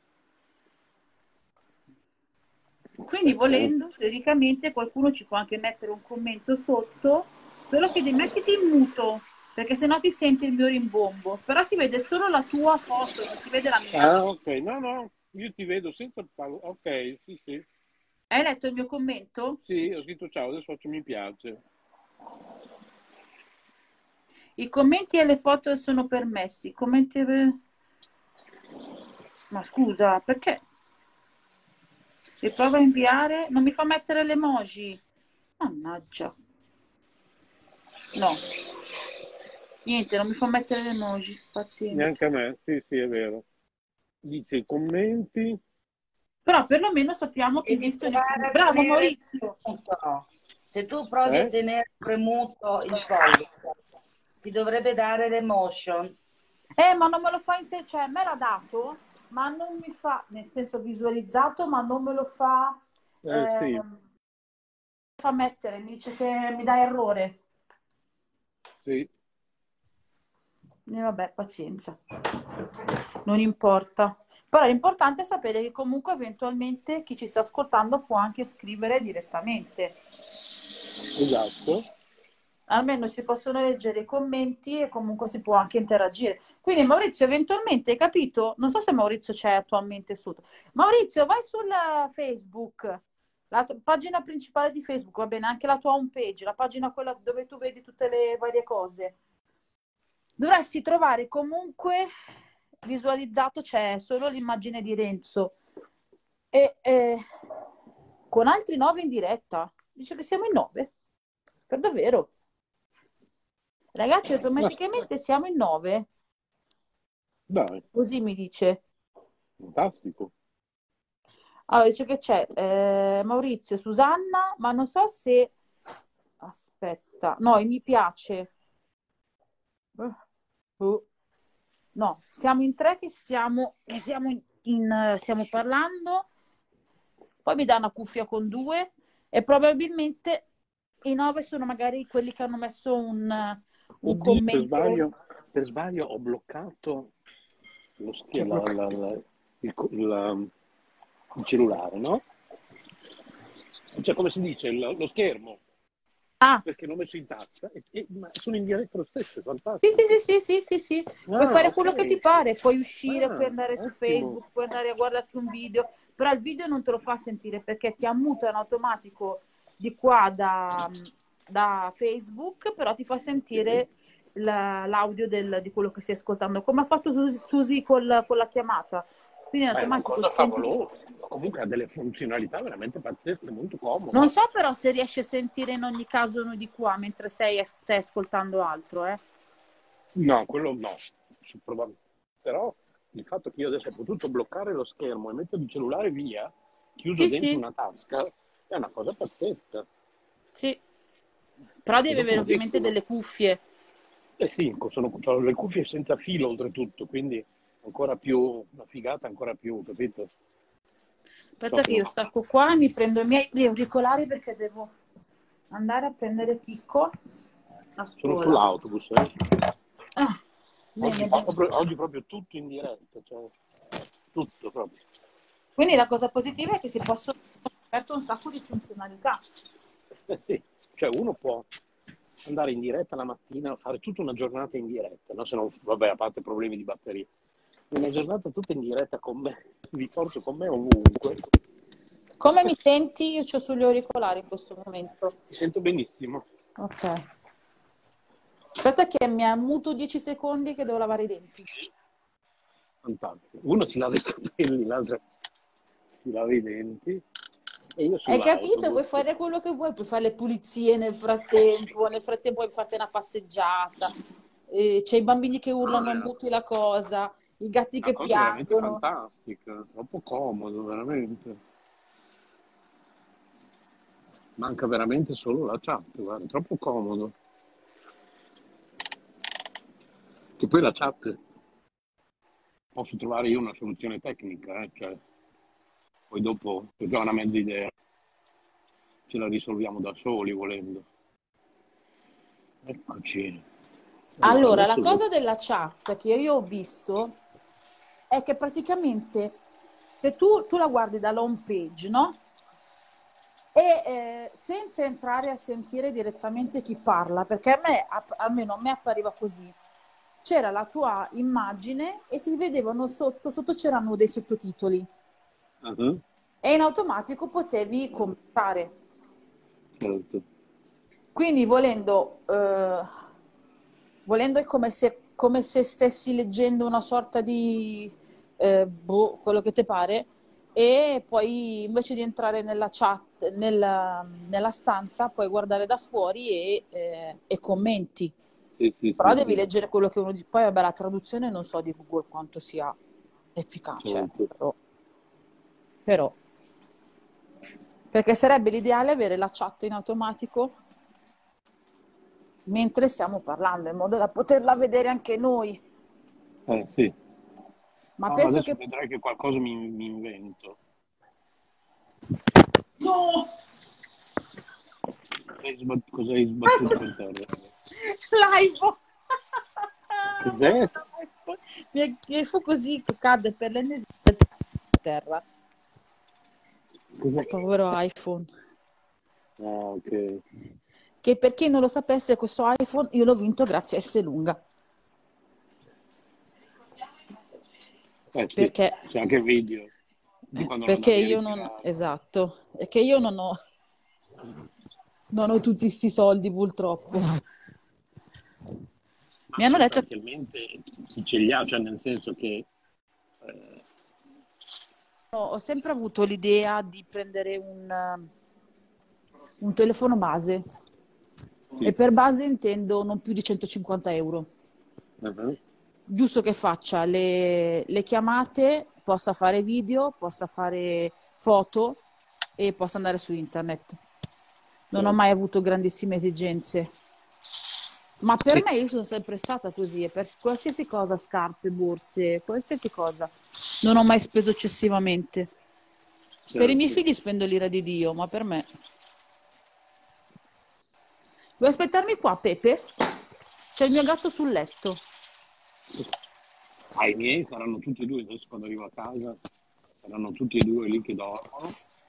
Quindi Aspetta, volendo, teoricamente qualcuno ci può anche mettere un commento sotto, solo che devi mettiti in muto, perché sennò ti senti il mio rimbombo. Però si vede solo la tua foto, non si vede la mia. Ah, ok. No, no, io ti vedo senza farlo. Ok, sì, sì. Hai letto il mio commento? Sì, ho scritto ciao, adesso faccio mi piace. I commenti e le foto sono permessi. I commenti... Ma scusa, perché? E prova a inviare, non mi fa mettere l'emoji. Mannaggia. No, niente, non mi fa mettere l'emoji. Pazienza. Neanche a me, sì, sì, è vero. Dice i commenti. Però perlomeno sappiamo che Devi esistono i provare commenti. a Bravo tenere Maurizio. premuto. Se tu provi a Eh? tenere premuto il pollice, ti dovrebbe dare l'emotion. Ma non me lo fa cioè me l'ha dato, ma non mi fa, nel senso visualizzato, ma non me lo Sì, fa mettere, mi dice che mi dà errore. sì. E vabbè, pazienza. Non importa. Però l'importante è sapere che comunque eventualmente chi ci sta ascoltando può anche scrivere direttamente. Esatto. Almeno si possono leggere i commenti e comunque si può anche interagire. Quindi Maurizio, eventualmente hai capito? Non so se Maurizio c'è attualmente sotto. Maurizio, vai sul Facebook, la pagina principale di Facebook, va bene, anche la tua home page, la pagina quella dove tu vedi tutte le varie cose. Dovresti trovare comunque visualizzato, c'è solo l'immagine di Renzo. E con altri 9 in diretta. Dice che siamo in 9. Per davvero. Ragazzi, automaticamente siamo in 9. Dai, Così mi dice. fantastico. Allora, dice che c'è Maurizio, Susanna, ma non so se... Aspetta. No, mi piace. No, siamo in 3 che stiamo stiamo parlando. Poi mi dà una cuffia con 2 e probabilmente i 9 sono magari quelli che hanno messo un Oddio, commento. per sbaglio ho bloccato lo schermo, il cellulare, no? Cioè, come si dice, lo schermo, Ah, perché l'ho messo in tasca, ma sono in diretta lo stesso, è sì, fantastico. sì. Puoi fare quello che ti Ok. pare, puoi uscire, puoi andare su Ottimo. Facebook, puoi andare a guardarti un video, però il video non te lo fa sentire perché ti ammuta in automatico di qua da Facebook, però ti fa sentire l'audio di quello che stai ascoltando, come ha fatto Susi con la chiamata. Quindi in Ma è una automatico cosa ti senti... favolosa, comunque ha delle funzionalità veramente pazzesche, molto comode. Non so però se riesci a sentire in ogni caso uno di qua mentre stai ascoltando altro, eh. No, quello no, però il fatto che io adesso ho potuto bloccare lo schermo e mettere il cellulare via, chiuso Sì, dentro sì, una tasca, è una cosa pazzesca. sì. Però devi Cosa avere ovviamente comodissima. delle cuffie. Eh sì, c'ho le cuffie senza filo oltretutto, quindi ancora più, una figata ancora più, capito? Aspetta che io Insomma, stacco qua e mi prendo i miei auricolari perché devo andare a prendere Chicco a sono scuola. sull'autobus, Ah, Oggi, bene. oggi proprio tutto in diretta, cioè, tutto proprio. Quindi la cosa positiva è che si possono aperto un sacco di funzionalità. Sì, cioè uno può andare in diretta la mattina, fare tutta una giornata in diretta, no? Se non, vabbè, a parte problemi di batteria. Una giornata tutta in diretta con me, vi porto con me ovunque. Come mi senti? Io c'ho sugli auricolari in questo momento. Mi sento benissimo. Ok. Aspetta che mi ammuto 10 secondi che devo lavare i denti. Fantastico. Uno si lava i capelli, l'altro si lava i denti e io Hai capito? Puoi sull'autobus. fare quello che vuoi, puoi fare le pulizie nel frattempo puoi farti una passeggiata. C'è i bambini che urlano, È muti la cosa, i gatti una che cosa veramente piangono. fantastica, troppo comodo, veramente. Manca veramente solo la chat, guarda, troppo comodo. Che poi la chat posso trovare io una soluzione tecnica, cioè, poi dopo, perché ho una mezza idea, ce la risolviamo da soli volendo. Eccoci. Allora, la Adesso cosa della chat che io ho visto è che praticamente se tu la guardi dalla home page, no? E senza entrare a sentire direttamente chi parla, perché almeno a me appariva così. C'era la tua immagine e si vedevano sotto c'erano dei sottotitoli uh-huh, e in automatico potevi commentare. certo. Quindi volendo è come se stessi leggendo una sorta di quello che ti pare, e poi invece di entrare nella chat, nella stanza, puoi guardare da fuori e commenti. Sì, sì, Però sì, devi sì, leggere quello che uno dice. Poi, vabbè, la traduzione non so di Google quanto sia efficace, certo. però. Perché sarebbe l'ideale avere la chat in automatico mentre stiamo parlando, in modo da poterla vedere anche noi. Sì. Ma No, penso adesso che... vedrai che qualcosa mi invento. No! Cosa hai sbattuto per terra? L'iPhone! Cos'è? Mi fu così che cadde per l'ennesima volta a terra. Cos'è? Povero iPhone. Ah, ok. Che per chi non lo sapesse, questo iPhone io l'ho vinto grazie a Esselunga. Sì, Perché, c'è anche il video di quando lo perché andavi a io non... ritirare. Esatto. È che io non ho tutti sti soldi purtroppo. Ma Mi hanno detto... sostanzialmente chi ce li ha, cioè nel senso che Ho sempre avuto l'idea di prendere un telefono base. Sì. E per base intendo non più di 150 euro. Uh-huh. Giusto che faccia le chiamate, possa fare video, possa fare foto e possa andare su internet. Non ho mai avuto grandissime esigenze. Ma per me io sono sempre stata così, e per qualsiasi cosa, scarpe, borse, qualsiasi cosa, non ho mai speso eccessivamente. Per i miei figli spendo l'ira di Dio, ma per me... Vuoi aspettarmi qua, Pepe? C'è il mio gatto sul letto. I miei saranno tutti e due, adesso quando arrivo a casa, saranno tutti e due lì che dormono.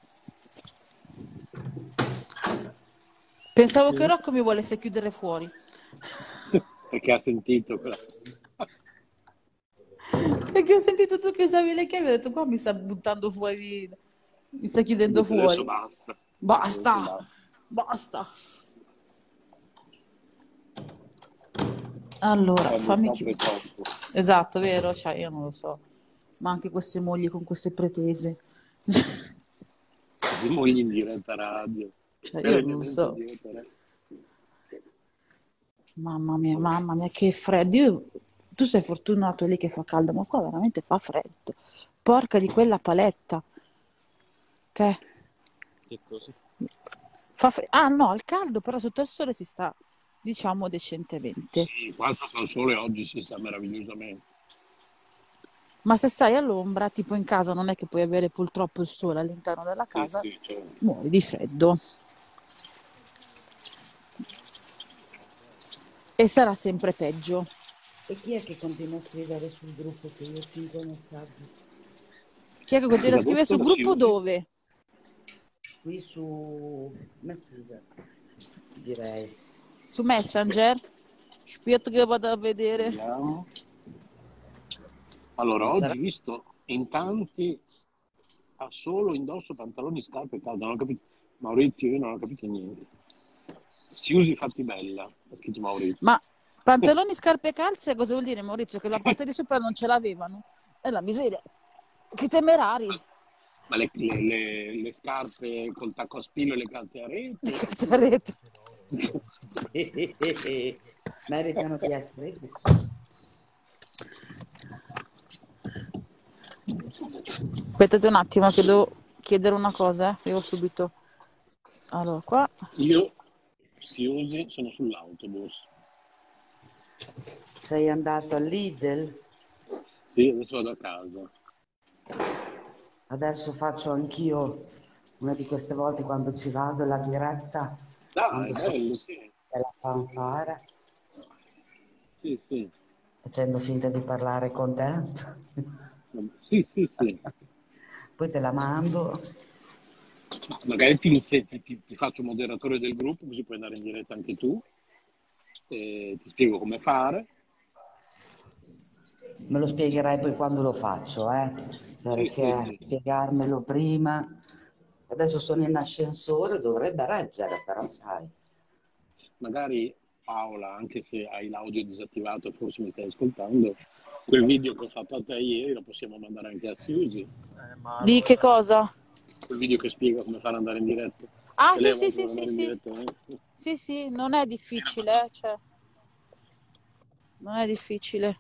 Pensavo che Rocco mi volesse chiudere fuori. Perché ha sentito quella... Perché ho sentito tu che usavi le chiavi e ho detto qua mi sta buttando fuori, mi sta chiudendo fuori. Adesso basta. Basta, basta. Allora, fammi chiudere. Esatto, vero? Cioè, io non lo so. Ma anche queste mogli con queste pretese. Di mogli in diretta radio. Cioè, io non lo so. Mamma mia, che freddo. Tu sei fortunato lì che fa caldo, ma qua veramente fa freddo. Porca di quella paletta. Te. Che cosa? Ah no, al caldo, però sotto il sole si sta, diciamo, decentemente. Sì, qua sotto il sole oggi si sta meravigliosamente. Ma se stai all'ombra, tipo in casa, non è che puoi avere purtroppo il sole all'interno della casa, Sì, certo. muori di freddo. E sarà sempre peggio. E chi è che continua a scrivere sul gruppo che io ho 5 messaggi? Chi è che continua a scrivere sul gruppo dove? Qui su Messenger, direi. Su Messenger? Aspetta che vado a vedere. Vediamo. Allora, Non oggi sarà- visto in tanti ha solo indosso pantaloni, scarpe e calze. Non ho capito. Maurizio, io non ho capito niente. Si usi fatti bella, ha scritto Maurizio. Ma pantaloni, scarpe e calze, cosa vuol dire, Maurizio? Che la parte di sopra non ce l'avevano? È la miseria. Che temerari. Ma le scarpe col tacco a spillo e le calze a rete? Calze a rete. Meritano di essere visti. Aspettate un attimo che devo chiedere una cosa, Arrivo subito. Allora, qua. Io, si usi, sono sull'autobus. Sei andato al Lidl? Sì, adesso vado a casa. Adesso faccio anch'io una di queste volte quando ci vado la diretta. Dai, è bello, sì. La fanfara. Sì, sì. Facendo finta di parlare con te. Sì, sì, sì. Poi te la mando. Magari ti faccio moderatore del gruppo, così puoi andare in diretta anche tu. E ti spiego come fare. Me lo spiegherai poi quando lo faccio, perché Sì. spiegarmelo prima. Adesso sono in ascensore, dovrebbe reggere, però sai. Magari Paola, anche se hai l'audio disattivato, forse mi stai ascoltando, quel video che ho fatto a te ieri lo possiamo mandare anche a Susi. Di che cosa? Quel video che spiega come fare ad andare in diretta. Ah, E lei sì, ha sì, voluto sì, andare sì, in sì. diretta, Sì, sì, non è difficile, cioè. Non è difficile.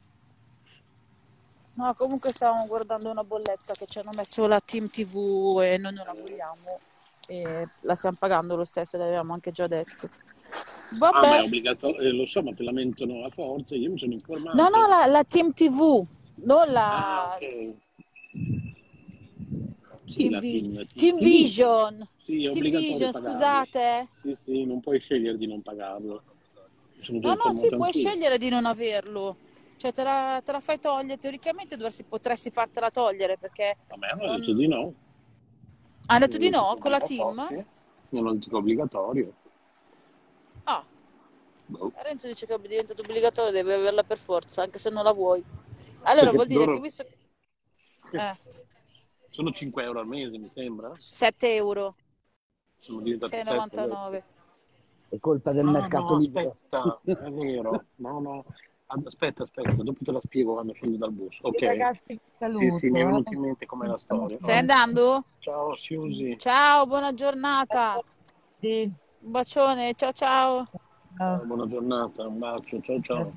No, comunque stavamo guardando una bolletta che ci hanno messo la Team TV e noi non la vogliamo e la stiamo pagando lo stesso, l'avevamo anche già detto. Ah, ma è Vabbè. obbligatorio, lo so, ma te la mentono a forza, io mi sono informato. No, la Team TV, non la Ok. Sì, Team, la Team TV. Vision. Sì, è Team obbligatorio Vision, pagarlo. scusate. Sì, non puoi scegliere di non pagarlo. Mi sono già No, informato sì, puoi anch'io. scegliere di non averlo. Cioè te la fai togliere, teoricamente potresti fartela togliere perché A me hanno detto di no. Ha detto di no con la Team? Sì. Mi hanno detto che è obbligatorio. Ah, Boh. Renzo dice che è diventato obbligatorio, devi averla per forza, anche se non la vuoi. Allora Perché vuol dire loro che visto... sono 5 euro al mese, mi sembra. 7 euro, Sono diventati 6,99. È colpa del mercato no, libero. aspetta, è vero. No. Aspetta, dopo te la spiego quando scendi dal bus, ok? Ragazzi, saluto. Sì, mi è venuto in mente com'è la storia. Stai andando? Ciao Susi. Ciao, buona giornata. Sì. Un bacione, ciao ciao. Buona giornata, un bacio, ciao.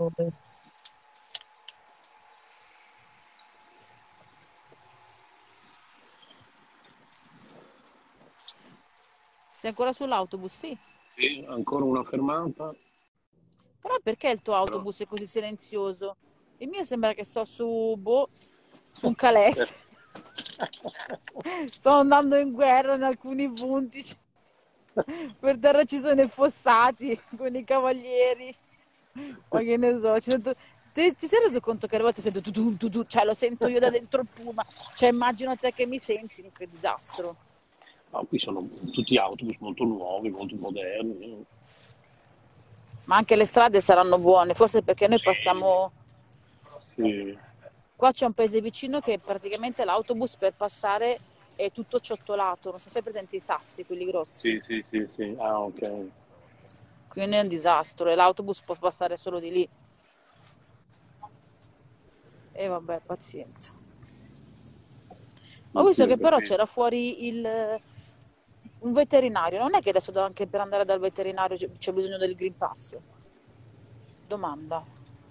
Sei ancora sull'autobus? Sì. Sì, ancora una fermata. Però perché il tuo autobus è così silenzioso? Il mio sembra che sto su un calesse. Sto andando in guerra in alcuni punti. Per terra ci sono i fossati con i cavalieri. Ma che ne so, ti sei reso conto che a volte sento tu, cioè lo sento io da dentro il Puma, cioè immagino te che mi senti, che disastro. Qui sono tutti autobus molto nuovi, molto moderni. Ma anche le strade saranno buone, forse perché noi passiamo... Sì. Qua c'è un paese vicino che praticamente l'autobus per passare è tutto ciottolato, non so se hai presente i sassi, quelli grossi. Sì. Ah, ok. Quindi è un disastro e l'autobus può passare solo di lì. E vabbè, pazienza. Ho visto che però c'era fuori un veterinario. Non è che adesso anche per andare dal veterinario c'è bisogno del Green Pass? Domanda.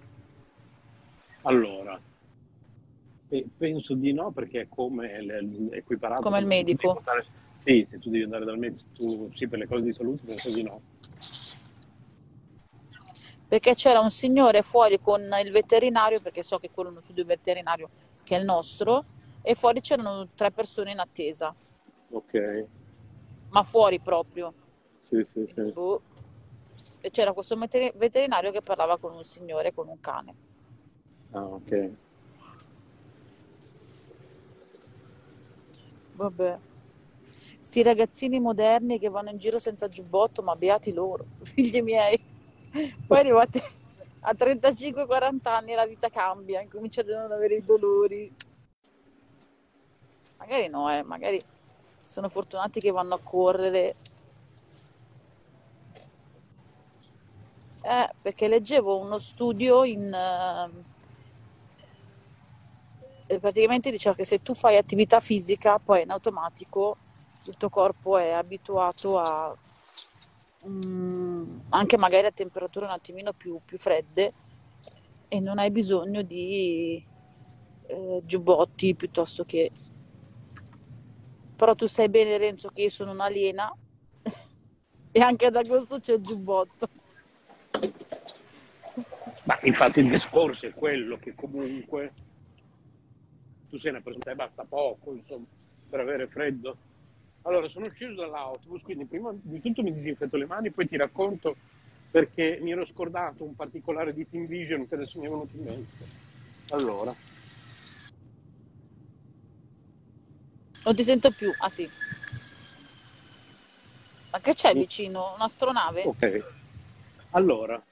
Allora, penso di no, perché è come equiparato. Come il medico? Sì, se tu devi andare dal medico, sì, per le cose di salute penso di no. Perché c'era un signore fuori con il veterinario, perché so che quello è uno studio veterinario che è il nostro, e fuori c'erano 3 persone in attesa. Ok. Ma fuori proprio. Sì. Boh. E c'era questo veterinario che parlava con un signore con un cane. Ah, ok. Vabbè. Sti ragazzini moderni che vanno in giro senza giubbotto, ma beati loro, figli miei. Poi arrivati a 35-40 anni la vita cambia, incominciate a non avere i dolori. Magari no, magari sono fortunati che vanno a correre. Perché leggevo uno studio praticamente diceva che se tu fai attività fisica, poi in automatico il tuo corpo è abituato a anche magari a temperature un attimino più fredde e non hai bisogno di giubbotti piuttosto che... Però tu sai bene, Renzo, che io sono un'aliena e anche ad agosto c'è il giubbotto. Ma infatti il discorso è quello che comunque tu sei una persona e basta poco, insomma, per avere freddo. Allora, sono sceso dall'autobus, quindi prima di tutto mi disinfetto le mani, poi ti racconto perché mi ero scordato un particolare di Team Vision che adesso mi è venuto in mente. Allora. Non ti sento più, ah sì. Ma che c'è vicino? Un'astronave? Ok. Allora.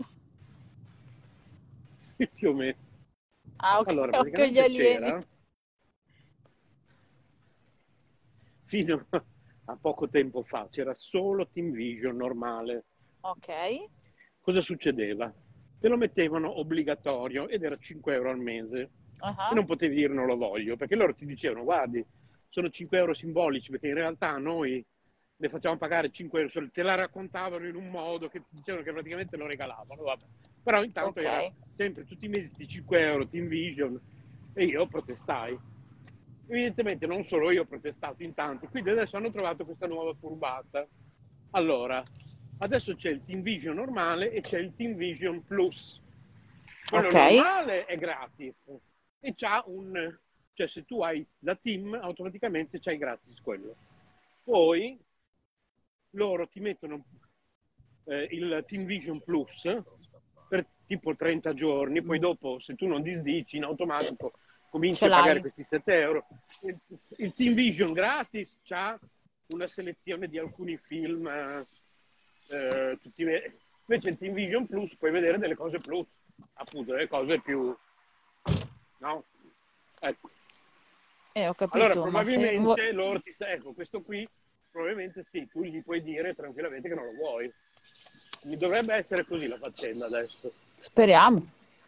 Sì, più o meno. Ah, ok, Allora, ok, gli alieni. Fino a poco tempo fa c'era solo Team Vision normale. Ok. Cosa succedeva? Te lo mettevano obbligatorio ed era 5 euro al mese. E non potevi dire non lo voglio, perché loro ti dicevano, guardi, sono 5 euro simbolici, perché in realtà noi le facciamo pagare 5 euro, te la raccontavano in un modo che ti dicevano che praticamente lo regalavano, vabbè. Però intanto era sempre tutti i mesi di 5 euro Team Vision e io protestai. Evidentemente non solo io ho protestato in tanti, quindi adesso hanno trovato questa nuova furbata. Allora, adesso c'è il Team Vision normale e c'è il Team Vision Plus. Quello normale è gratis e c'ha cioè se tu hai la Team automaticamente c'hai gratis quello. Poi loro ti mettono il Team Vision Plus per tipo 30 giorni, poi dopo se tu non disdici in automatico cominci a pagare questi 7 euro. Il Team Vision gratis c'ha una selezione di alcuni film, invece il Team Vision Plus puoi vedere delle cose plus, appunto delle cose più, no? Ecco. Ho capito. Allora probabilmente loro ecco, questo qui probabilmente sì, tu gli puoi dire tranquillamente che non lo vuoi. Mi dovrebbe essere così la faccenda adesso. Speriamo.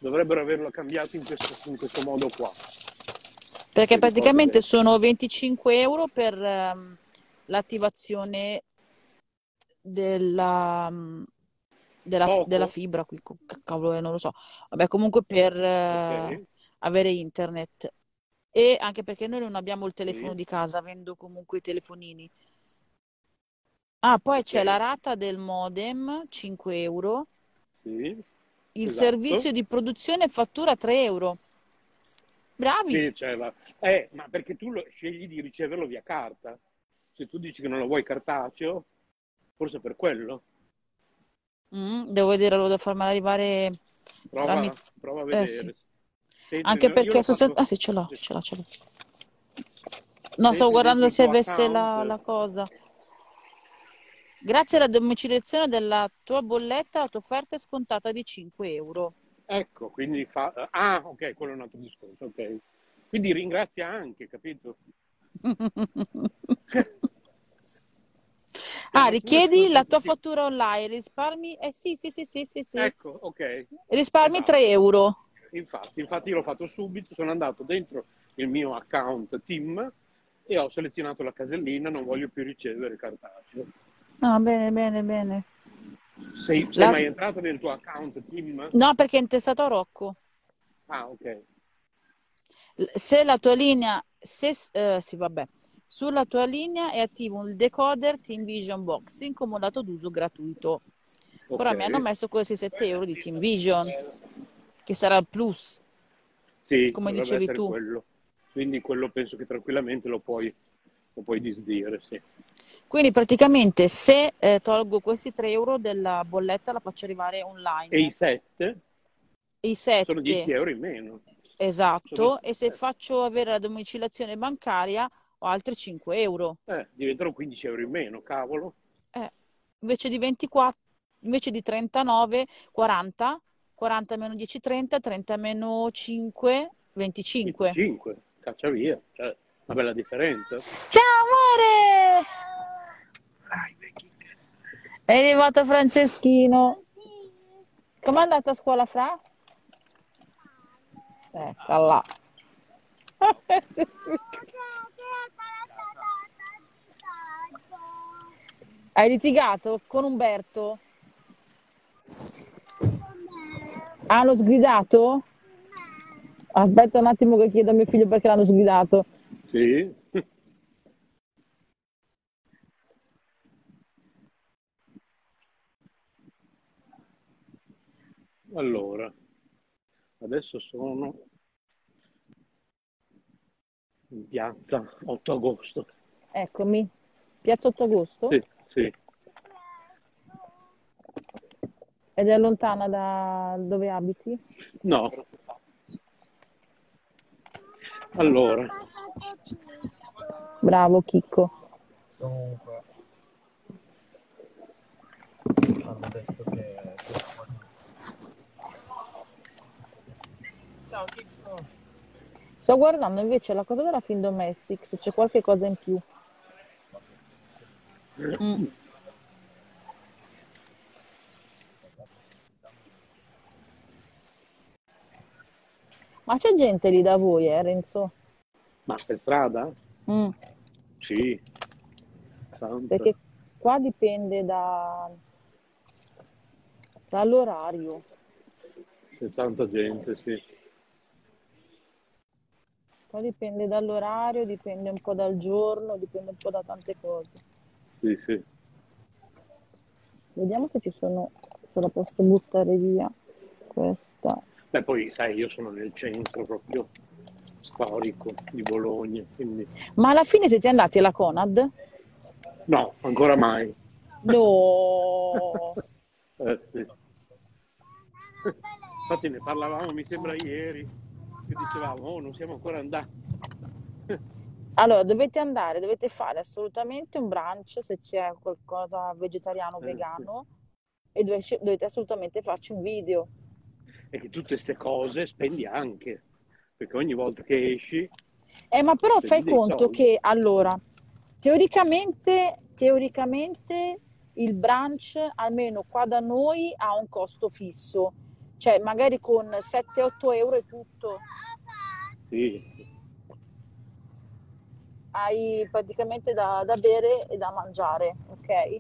Dovrebbero averlo cambiato in questo modo qua. Perché Mi ricordo praticamente bene. sono 25 euro per l'attivazione della Poco? fibra, cavolo, non lo so. Vabbè, comunque per Ok, avere internet. E anche perché noi non abbiamo il telefono sì, di casa, avendo comunque i telefonini. Ah, poi c'è la ok, rata del modem, 5 euro. sì, Il esatto. servizio di produzione fattura 3 euro. Bravi! Sì, ma perché tu scegli di riceverlo via carta. Se tu dici che non lo vuoi cartaceo, forse per quello. Devo vedere, lo devo farmela arrivare Prova, tramite... prova a Sì. vedere. Senti, Anche io perché... l'ho fatto. Ah sì, ce l'ho, ce l'ho, ce l'ho. No, stavo Senti guardando dentro il se tuo avesse account. la cosa. Grazie alla domiciliazione della tua bolletta, la tua offerta è scontata di 5 euro. Ecco, quindi fa. Ah, ok, quello è un altro discorso, ok. Quindi ringrazia anche, capito? Ti Ah, hanno pure richiedi la scontato. tua fattura online, risparmi? Sì, sì, sì, sì, sì, sì. Ecco, ok, Risparmi 3 esatto. euro. Infatti io l'ho fatto subito, sono andato dentro il mio account Team e ho selezionato la casellina, non voglio più ricevere cartaceo. Ah, bene, bene, bene. Sei La- mai entrato nel tuo account Team? No, perché è intestato a Rocco. Ah, ok. Se la tua linea, sì, vabbè. Sulla tua linea è attivo un decoder Team Vision Boxing come un dato d'uso gratuito. Ok. Però mi hanno messo questi 7 euro di Team Vision, che sarà il plus, Sì, come dovrebbe dicevi essere tu. quello. Quindi quello penso che tranquillamente lo puoi disdire, sì. Quindi praticamente se tolgo questi 3 euro della bolletta la faccio arrivare E i online. 7 I sono 10 7, euro in meno. Sono, esatto, e se faccio avere la domiciliazione bancaria ho altri 5 euro. diventano 15 euro in meno, cavolo. Eh, invece di 24, invece di 39, 40, 40 meno 10, 30, 30 meno 5, 25. 25, caccia via. Cioè, una bella differenza. Ciao amore! È arrivato Franceschino. Com'è andata a scuola, Fra? Eccola. Hai litigato con Umberto? Ah, l'ho sgridato? Aspetta un attimo che chiedo a mio figlio perché l'hanno sgridato. Sì. Allora, adesso sono in piazza 8 agosto. Eccomi. Piazza 8 agosto? Sì, sì. Ed è lontana da dove abiti? No, allora, Bravo, Chicco. Hanno detto che Sto guardando invece la cosa della Film Domestic, se c'è qualche cosa in più. Mm. Ma c'è gente lì da voi, Renzo? ma per strada? Mm. Sì, tanta. Perché qua dipende dall'orario. C'è tanta gente, sì. Qua dipende dall'orario, dipende un po' dal giorno, dipende un po' da tante cose. Sì, sì. Vediamo se se la posso buttare via questa. Beh, poi sai, io sono nel centro proprio storico di Bologna, quindi Ma alla fine siete andati alla Conad? no, ancora mai. No! Sì. Infatti ne parlavamo, mi sembra ieri, che dicevamo, oh, non siamo ancora andati. Allora, dovete fare assolutamente un brunch se c'è qualcosa vegetariano o Sì. vegano e dovete assolutamente farci un video. E che tutte queste cose spendi anche, perché ogni volta che esci Ma però fai spendi dei conto soldi. che allora, teoricamente il brunch, almeno qua da noi, ha un costo fisso. cioè magari con 7-8 euro è tutto. Sì. Hai praticamente da bere e da mangiare, ok?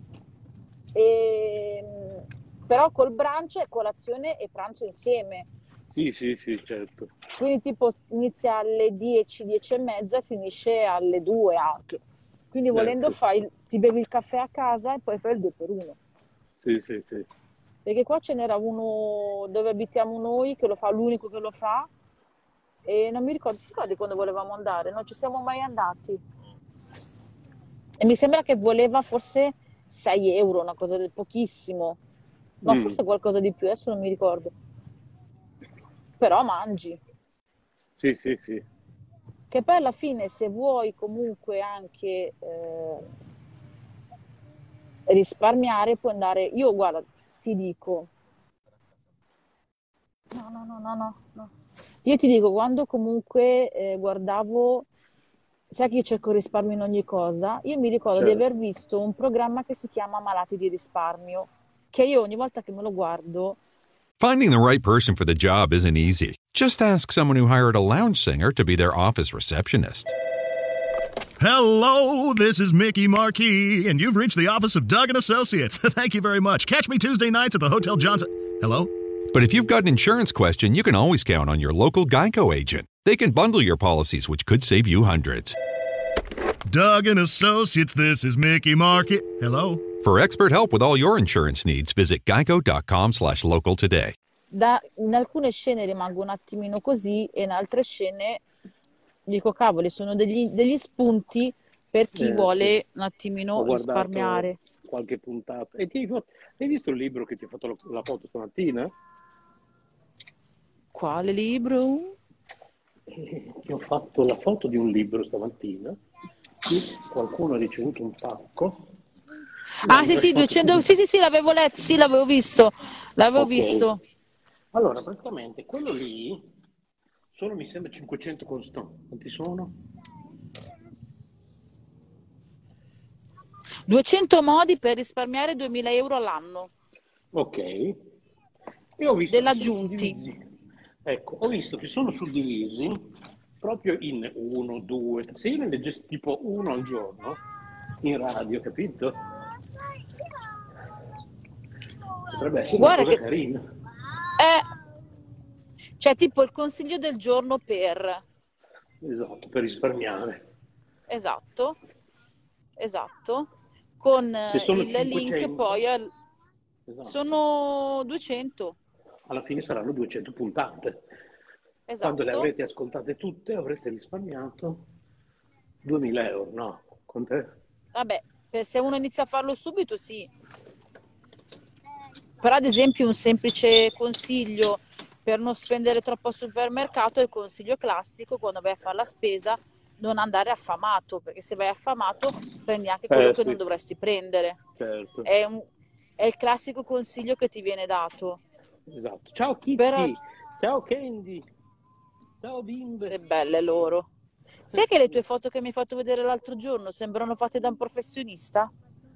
Però col brunch è colazione e pranzo insieme. Sì, certo. Quindi tipo inizia alle 10, 10 e mezza e finisce alle 2 anche. Quindi volendo ti bevi il caffè a casa e poi fai il 2 per 1. Sì. Perché qua ce n'era uno dove abitiamo noi che lo fa, l'unico che lo fa, e non mi ricordo, ti ricordi quando volevamo andare? Non ci siamo mai andati. E mi sembra che voleva forse 6 euro, una cosa del pochissimo. No, forse qualcosa di più, adesso non mi ricordo. Però mangi. Sì. Che poi alla fine, se vuoi comunque anche risparmiare, puoi andare... Io, guarda, ti dico... No. Io ti dico, quando comunque guardavo... Sai che io cerco risparmio in ogni cosa? Io mi ricordo di aver visto un programma che si chiama Malati di risparmio, che io ogni volta che me lo guardo... Finding the right person for the job isn't easy. Just ask someone who hired a lounge singer to be their office receptionist. Hello, this is Mickey Marquis, and you've reached the office of Doug & Associates. Thank you very much. Catch me Tuesday nights at the Hotel Johnson. Hello? But if you've got an insurance question, you can always count on your local Geico agent. They can bundle your policies, which could save you hundreds. Doug & Associates, this is Mickey Marquis. Hello? For expert help with all your insurance needs, visit geico.com/local today. In alcune scene rimango un attimino così e in altre scene dico cavoli, sono degli spunti per chi vuole un attimino risparmiare. Qualche puntata. E hai visto il libro che ti ha fatto la foto stamattina? Quale libro? Ti ho fatto la foto di un libro stamattina. Qualcuno ha ricevuto un pacco. Sì, 200, sì, l'avevo letto, sì, l'avevo visto. Visto. Allora, praticamente quello lì sono, mi sembra, 500 quanti sono? 200 modi per risparmiare 2000 euro all'anno. Ok. E ho visto della Giunti. Ecco, ho visto che sono suddivisi proprio in 1, 2, se io ne leggessi tipo uno al giorno in radio, capito? Potrebbe essere una cosa carina. Cioè tipo il consiglio del giorno per... Esatto, per risparmiare. Esatto. Con il 500, link poi esatto. Sono 200. Alla fine saranno 200 puntate. Esatto. Quando le avrete ascoltate tutte avrete risparmiato 2000 euro, no? Con te? Vabbè, se uno inizia a farlo subito, sì. Però ad esempio un semplice consiglio per non spendere troppo al supermercato è il consiglio classico: quando vai a fare la spesa non andare affamato, perché se vai affamato prendi anche quello che non dovresti prendere. Certo. È il classico consiglio che ti viene dato. Esatto. Ciao Kitty, ciao Candy, ciao bimbe. Che belle loro. Sai che le tue foto che mi hai fatto vedere l'altro giorno sembrano fatte da un professionista?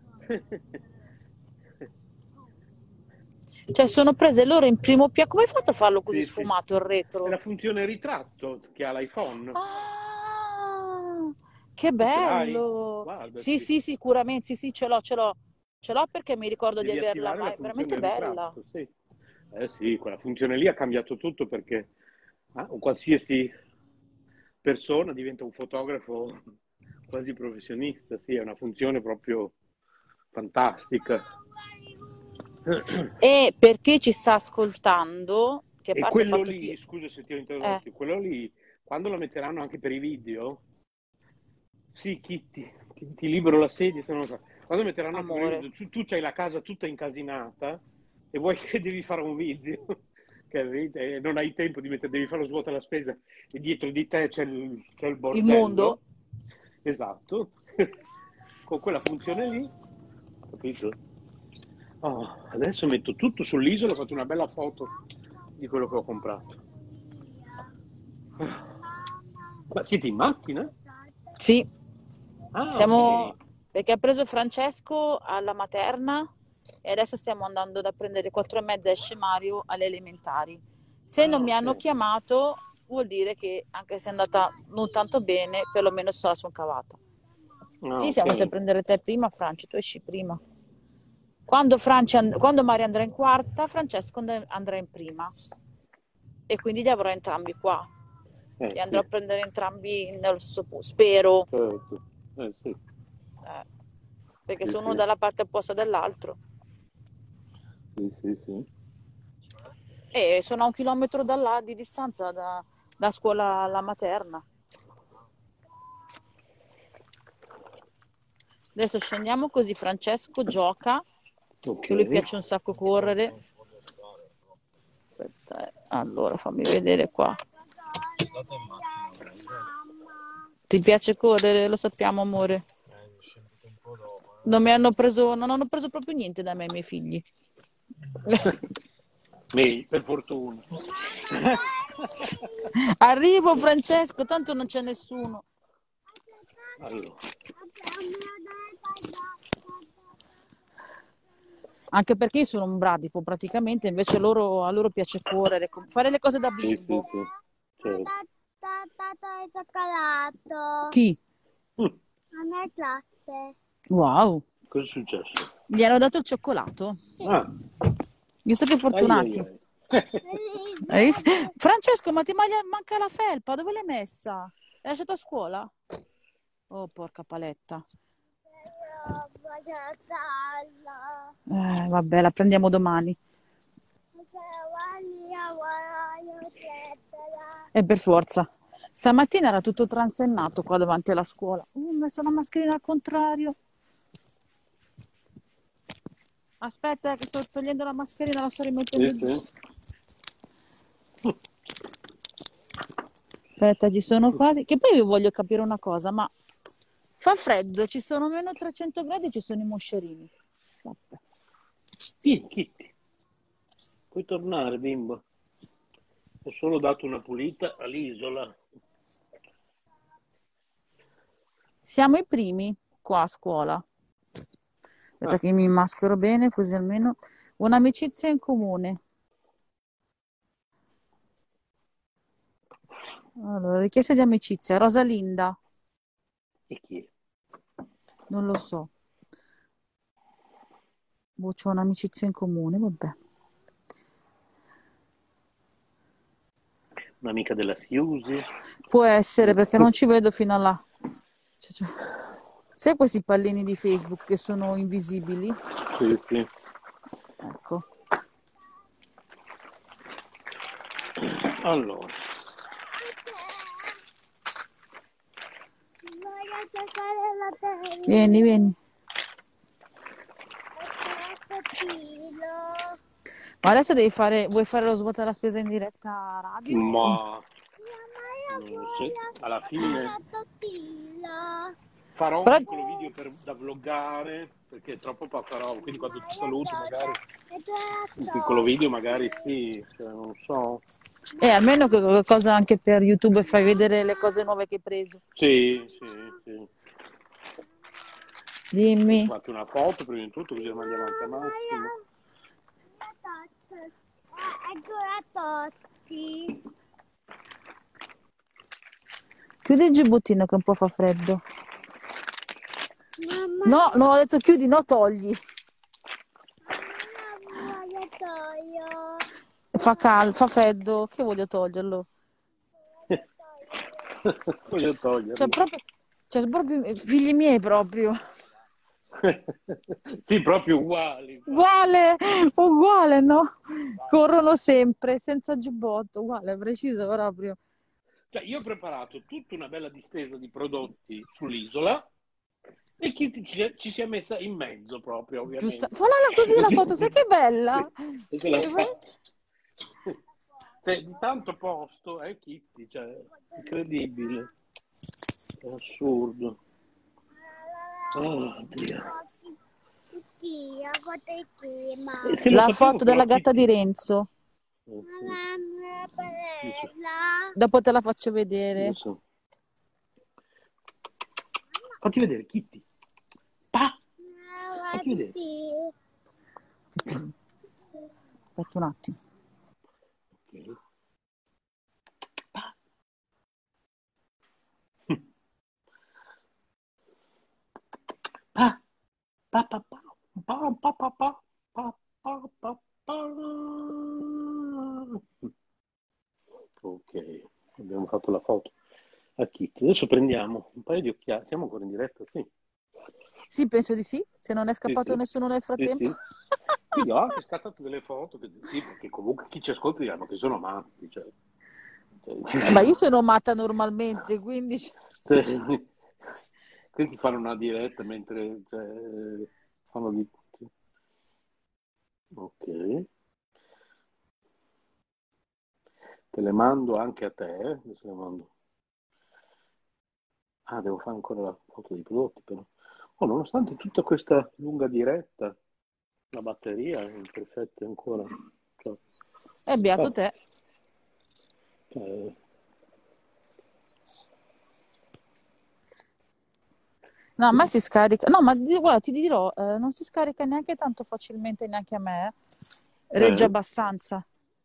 Cioè sono prese loro in primo piano. Come hai fatto a farlo così sfumato il retro? È la funzione ritratto che ha l'iPhone. Che bello! Guarda, sì, sicuramente, sì, ce l'ho perché mi ricordo di averla, ma è veramente bella. Sì. Sì, quella funzione lì ha cambiato tutto, perché qualsiasi persona diventa un fotografo quasi professionista. Sì, è una funzione proprio fantastica. E per chi ci sta ascoltando, che e quello lì, scusa se ti ho interrotto, quello lì, quando lo metteranno anche per i video, sì, Kitty, ti libero la sedia, se non lo so. Quando metteranno anche per i video, tu c'hai la casa tutta incasinata e vuoi che devi fare un video, che non hai tempo di mettere, devi fare lo svuota la spesa e dietro di te c'è il bordello. Il mondo. Esatto. Con quella funzione lì, capito? Adesso metto tutto sull'isola, ho fatto una bella foto di quello che ho comprato. Ma siete in macchina? Sì. Siamo... Okay. Perché ha preso Francesco alla materna e adesso stiamo andando da prendere 4:30, esce Mario alle elementari. Se non mi hanno chiamato vuol dire che anche se è andata non tanto bene, perlomeno se la sono cavata. Sì, siamo andati a prendere te prima, Franci, tu esci prima. Quando Mario andrà in quarta, Francesco andrà in prima e quindi li avrò entrambi qua. Li andrò a prendere entrambi nello stesso posto, spero. Certo. Sì. Perché sono dalla parte opposta dell'altro. Sì. E sono a 1 chilometro di distanza da scuola alla materna. Adesso scendiamo così Francesco gioca, che lui piace un sacco correre. Aspetta, allora fammi vedere qua. Ti piace correre? Lo sappiamo, amore. Non hanno preso proprio niente da me i miei figli. Per fortuna. Arrivo Francesco, tanto non c'è nessuno. Allora. Anche perché io sono un bradipo praticamente, invece a loro piace correre, fare le cose da bimbo. Sì. Certo. È cioccolato. Chi? La mia classe. Wow. Cosa è successo? Gli hanno dato il cioccolato? Visto che fortunati. Hai visto? Francesco, ma ti manca la felpa, dove l'hai messa? L'hai lasciata a scuola? Oh, porca paletta. Vabbè, la prendiamo domani. E per forza. Stamattina era tutto transennato qua davanti alla scuola. Ho messo la mascherina al contrario. Aspetta che sto togliendo la mascherina, la sto rimettendo giù. Aspetta, ci sono quasi. Che poi io voglio capire una cosa, ma fa freddo, ci sono meno 300 gradi, ci sono i moscerini. Vabbè. Vieni, Kitty. Puoi tornare, bimbo. Ho solo dato una pulita all'isola. Siamo i primi qua a scuola. Aspetta che mi maschero bene, così almeno un'amicizia in comune. Allora, richiesta di amicizia. Rosalinda. E chi è? Non lo so. C'ho un'amicizia in comune, vabbè. Un'amica della Siusi? Può essere, perché non ci vedo fino a là. Sai questi pallini di Facebook che sono invisibili? Sì. Ecco. Allora. Vieni. Ma adesso vuoi fare lo svuota della spesa in diretta radio? Ma non lo so. Alla fine farò un piccolo video da vloggare, perché è troppo farò, quindi quando ti saluto magari un piccolo video magari sì, cioè, non so. Almeno qualcosa anche per YouTube, fai vedere le cose nuove che hai preso. Sì. Dimmi. Faccio una foto prima di tutto, così la mandiamo anche a Massimo. Chiudi il giubbottino che un po' fa freddo. No, ho detto chiudi, no, togli. Fa freddo, che voglio toglierlo? Voglio toglierlo. Cioè proprio figli miei proprio. Sì, proprio uguali. Uguale, no? Corrono sempre, senza giubbotto, uguale, preciso proprio. Cioè, io ho preparato tutta una bella distesa di prodotti sull'isola e Kitty ci si è messa in mezzo proprio, ovviamente. Falla così la foto, sai che bella? Ce la faccio. Di tanto posto, Kitty, cioè, incredibile. È assurdo. Oh, Dio. La foto della gatta di Renzo. Dopo te la faccio vedere. Fatti vedere, Kitty. Fatti vedere. aspetta un attimo. Ok. Pa, pa, pa, pa, pa, pa, pa, pa, pa, pa, pa, pa. Ok, abbiamo fatto la foto a Kitty. Adesso prendiamo un paio di occhiali. Siamo ancora in diretta? Sì. Sì, penso di sì, se non è Sì, scappato sì. nessuno nel Sì, frattempo. sì. Quindi ho anche scattato delle foto, sì, perché comunque chi ci ascolta diranno che sono matti. Ma io sono matta normalmente, quindi... Questi fanno una diretta mentre fanno di... Ok. Te le mando anche a te. Adesso le mando. Ah, devo fare ancora la foto dei prodotti, però. Oh, nonostante tutta questa lunga diretta, la batteria è in perfette ancora. Beato te. No, a me si scarica. No, ma guarda, ti dirò, non si scarica neanche tanto facilmente neanche a me. Regge abbastanza.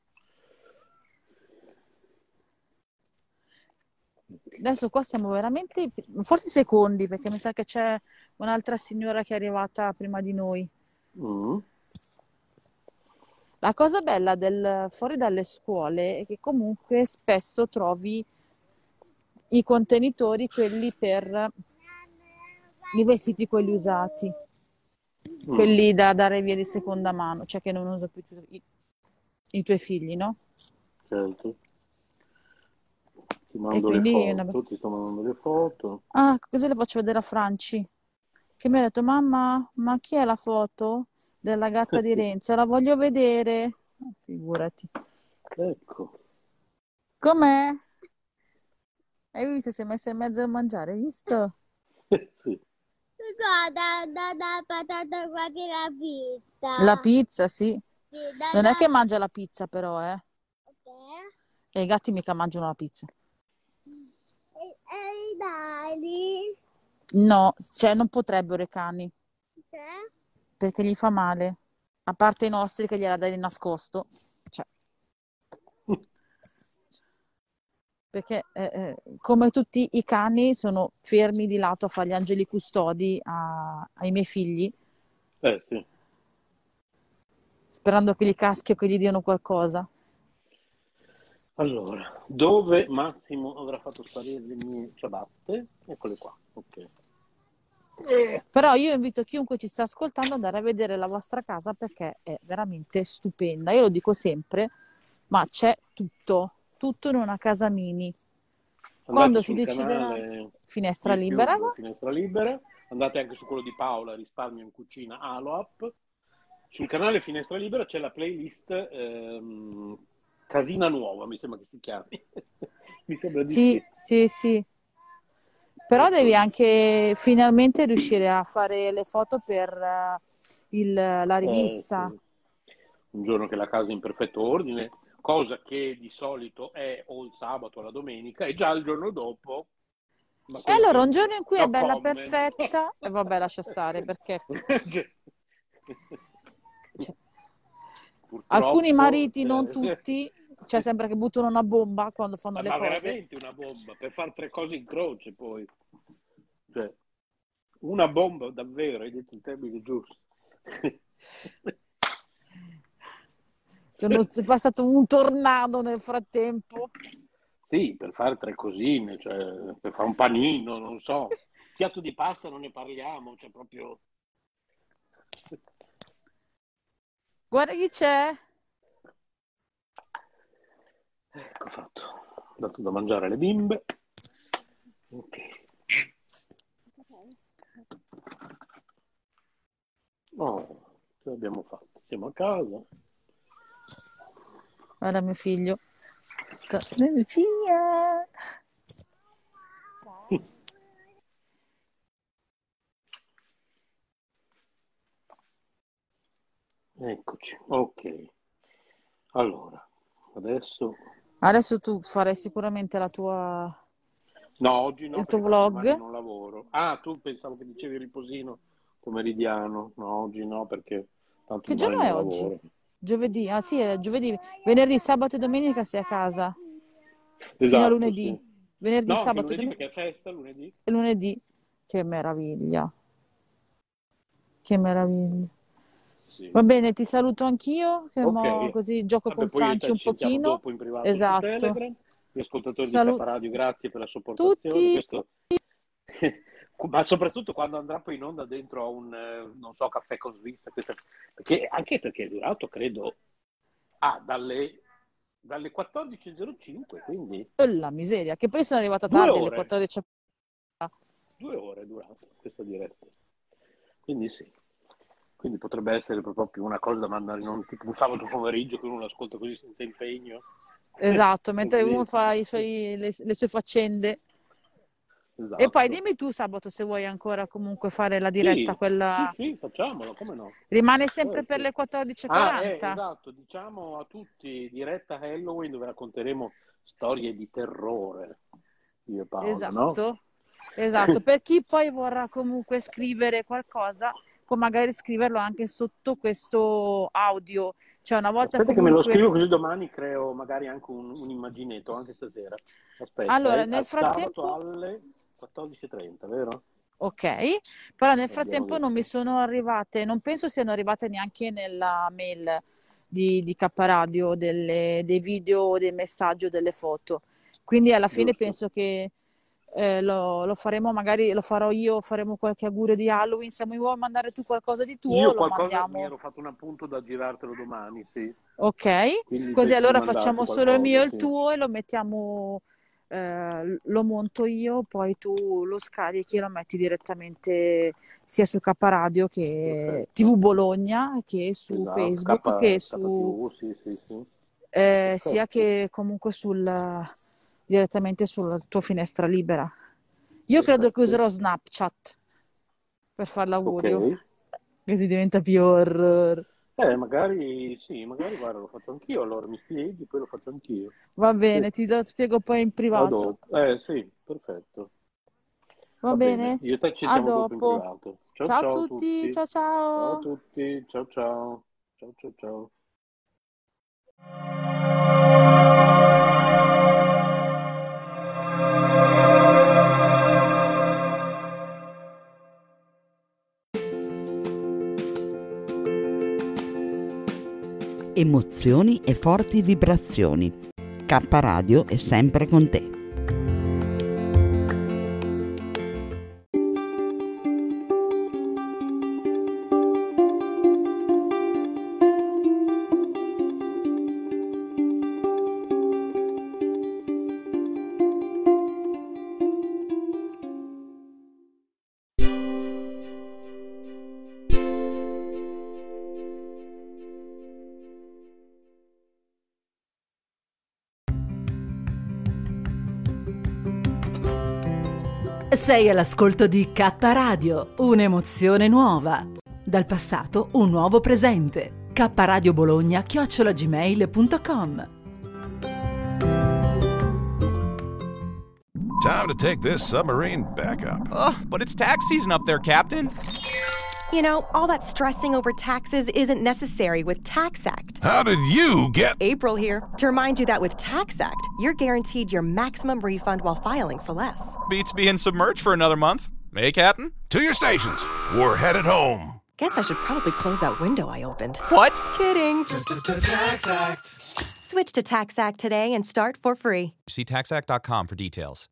Adesso qua siamo veramente, forse secondi, perché mi sa che c'è un'altra signora che è arrivata prima di noi. La cosa bella fuori dalle scuole è che comunque spesso trovi i contenitori, quelli per i vestiti, quelli usati, quelli da dare via di seconda mano, cioè che non uso più i tuoi figli, no? Certo. Ti mando le foto, ti sto mandando le foto. Ah, così le faccio vedere a Franci, che mi ha detto: mamma, ma chi è la foto della gatta di Renzo? La voglio vedere. Figurati. Ecco. Com'è? Hai visto? Si è messa in mezzo a mangiare, hai visto? Sì. Da patata quasi la pizza. La pizza, sì. Sì, Non è che mangia la pizza, però, Ok. E i gatti mica mangiano la pizza. E i dadi? No, cioè non potrebbero i cani, perché gli fa male. A parte i nostri che gliela dai di nascosto. Cioè. Perché come tutti i cani sono fermi di lato a fare gli angeli custodi ai miei figli, Sì. sperando che gli caschi o che gli diano qualcosa. Allora, dove Massimo avrà fatto sparire le mie ciabatte? Eccole qua, ok. Però io invito chiunque ci sta ascoltando ad andare a vedere la vostra casa, perché è veramente stupenda. Io lo dico sempre, ma c'è tutto in una casa mini. Quando si deciderà finestra libera, YouTube, finestra libera, andate anche su quello di Paola, Risparmio in cucina, Aloap. Sul canale Finestra Libera c'è la playlist Casina Nuova, mi sembra che si chiami. Mi sembra di sì. Sì. Però devi anche finalmente riuscire a fare le foto per la rivista. Sì. Un giorno che la casa è in perfetto ordine, cosa che di solito è o il sabato o la domenica, e già il giorno dopo. E allora un giorno in cui è bella perfetta, e vabbè, lascia stare, perché alcuni mariti, non tutti, c'è sempre che buttano una bomba quando fanno le ma cose. Veramente una bomba, per fare 3 cose in croce poi. Cioè, una bomba davvero, hai detto il termine giusto. È passato un tornado nel frattempo. Sì, per fare 3 cosine, cioè per fare un panino, non so. Piatto di pasta non ne parliamo, cioè proprio... Guarda chi c'è. Ecco fatto. Ho dato da mangiare alle bimbe. Ok. Oh, ce l'abbiamo fatta. Siamo a casa. Guarda mio figlio. Lucia. Ciao. Eccoci, ok. Allora, Adesso tu farai sicuramente la tua... No, oggi no, il tuo perché vlog. domani non lavoro. Ah, tu pensavo che dicevi riposino pomeridiano. No, oggi no, perché tanto Che domani giorno non è oggi? lavoro. Giovedì, sì, è giovedì, venerdì, sabato e domenica sei a casa. Esatto, fino a lunedì. sì. Venerdì, No, sabato e lunedì domenica. perché è festa lunedì. E lunedì. Che meraviglia. Che meraviglia. Sì. Va bene, ti saluto anch'io, che Ok. così gioco Vabbè, con poi Franci un ci sentiamo pochino. dopo in privato Esatto. su Telegram. Gli ascoltatori di K Radio, grazie per la sopportazione. Tutti. Questo... Ma soprattutto quando andrà poi in onda dentro a un, non so, caffè con svista, anche perché è durato, credo, dalle 14.05, quindi... La miseria, che poi sono arrivata tardi alle 14. 2 ore è durato questa diretta. Quindi sì. Quindi potrebbe essere proprio una cosa da mandare in un tipo un sabato pomeriggio che uno ascolta così senza impegno. Esatto, mentre uno fa le sue faccende. Esatto. E poi dimmi tu sabato se vuoi ancora comunque fare la diretta, quella... Sì, facciamolo, come no? Rimane sempre per le 14.40. Esatto, diciamo a tutti, diretta Halloween dove racconteremo storie di terrore. Io e Paola, esatto, no? Esatto, per chi poi vorrà comunque scrivere qualcosa, può magari scriverlo anche sotto questo audio. Cioè una volta Aspetta comunque... che me lo scrivo così domani creo magari anche un immaginetto, anche stasera. Aspetta, allora, nel frattempo... sabato alle 14.30, vero? Ok, però nel frattempo non mi sono arrivate, non penso siano arrivate neanche nella mail di K Radio dei video, dei messaggi o delle foto. Quindi alla fine penso che lo faremo, magari lo farò io, faremo qualche augurio di Halloween. Se mi vuoi mandare tu qualcosa di tuo, io lo mandiamo. Mi ero fatto un appunto da girartelo domani, sì. Ok, quindi così allora facciamo qualcosa, solo il mio e il sì. tuo e lo mettiamo, lo monto io, poi tu lo scarichi e lo metti direttamente sia su K Radio che TV Bologna, che su Facebook, che su TV, sì. sia che comunque direttamente sulla tua finestra libera. Io credo che userò Snapchat per fare l'augurio, che si diventa più horror. Magari guarda, lo faccio anch'io, allora mi spieghi, poi lo faccio anch'io. Va bene, ti spiego poi in privato. Sì, perfetto. Va bene? Io te ci sentiamo dopo in privato. Ciao a tutti, ciao. Ciao a tutti, ciao. Ciao. Emozioni e forti vibrazioni. K Radio è sempre con te. Sei all'ascolto di K Radio, un'emozione nuova. Dal passato un nuovo presente. kradiobologna@gmail.com. Time to take this submarine back up. Oh, but it's tax season up there, Captain. You know, all that stressing over taxes isn't necessary with TaxAct. How did you get... April here. To remind you that with TaxAct, you're guaranteed your maximum refund while filing for less. Beats being submerged for another month. Hey, Captain? To your stations. We're headed home. Guess I should probably close that window I opened. What? Kidding. TaxAct. Switch to TaxAct today and start for free. See taxact.com for details.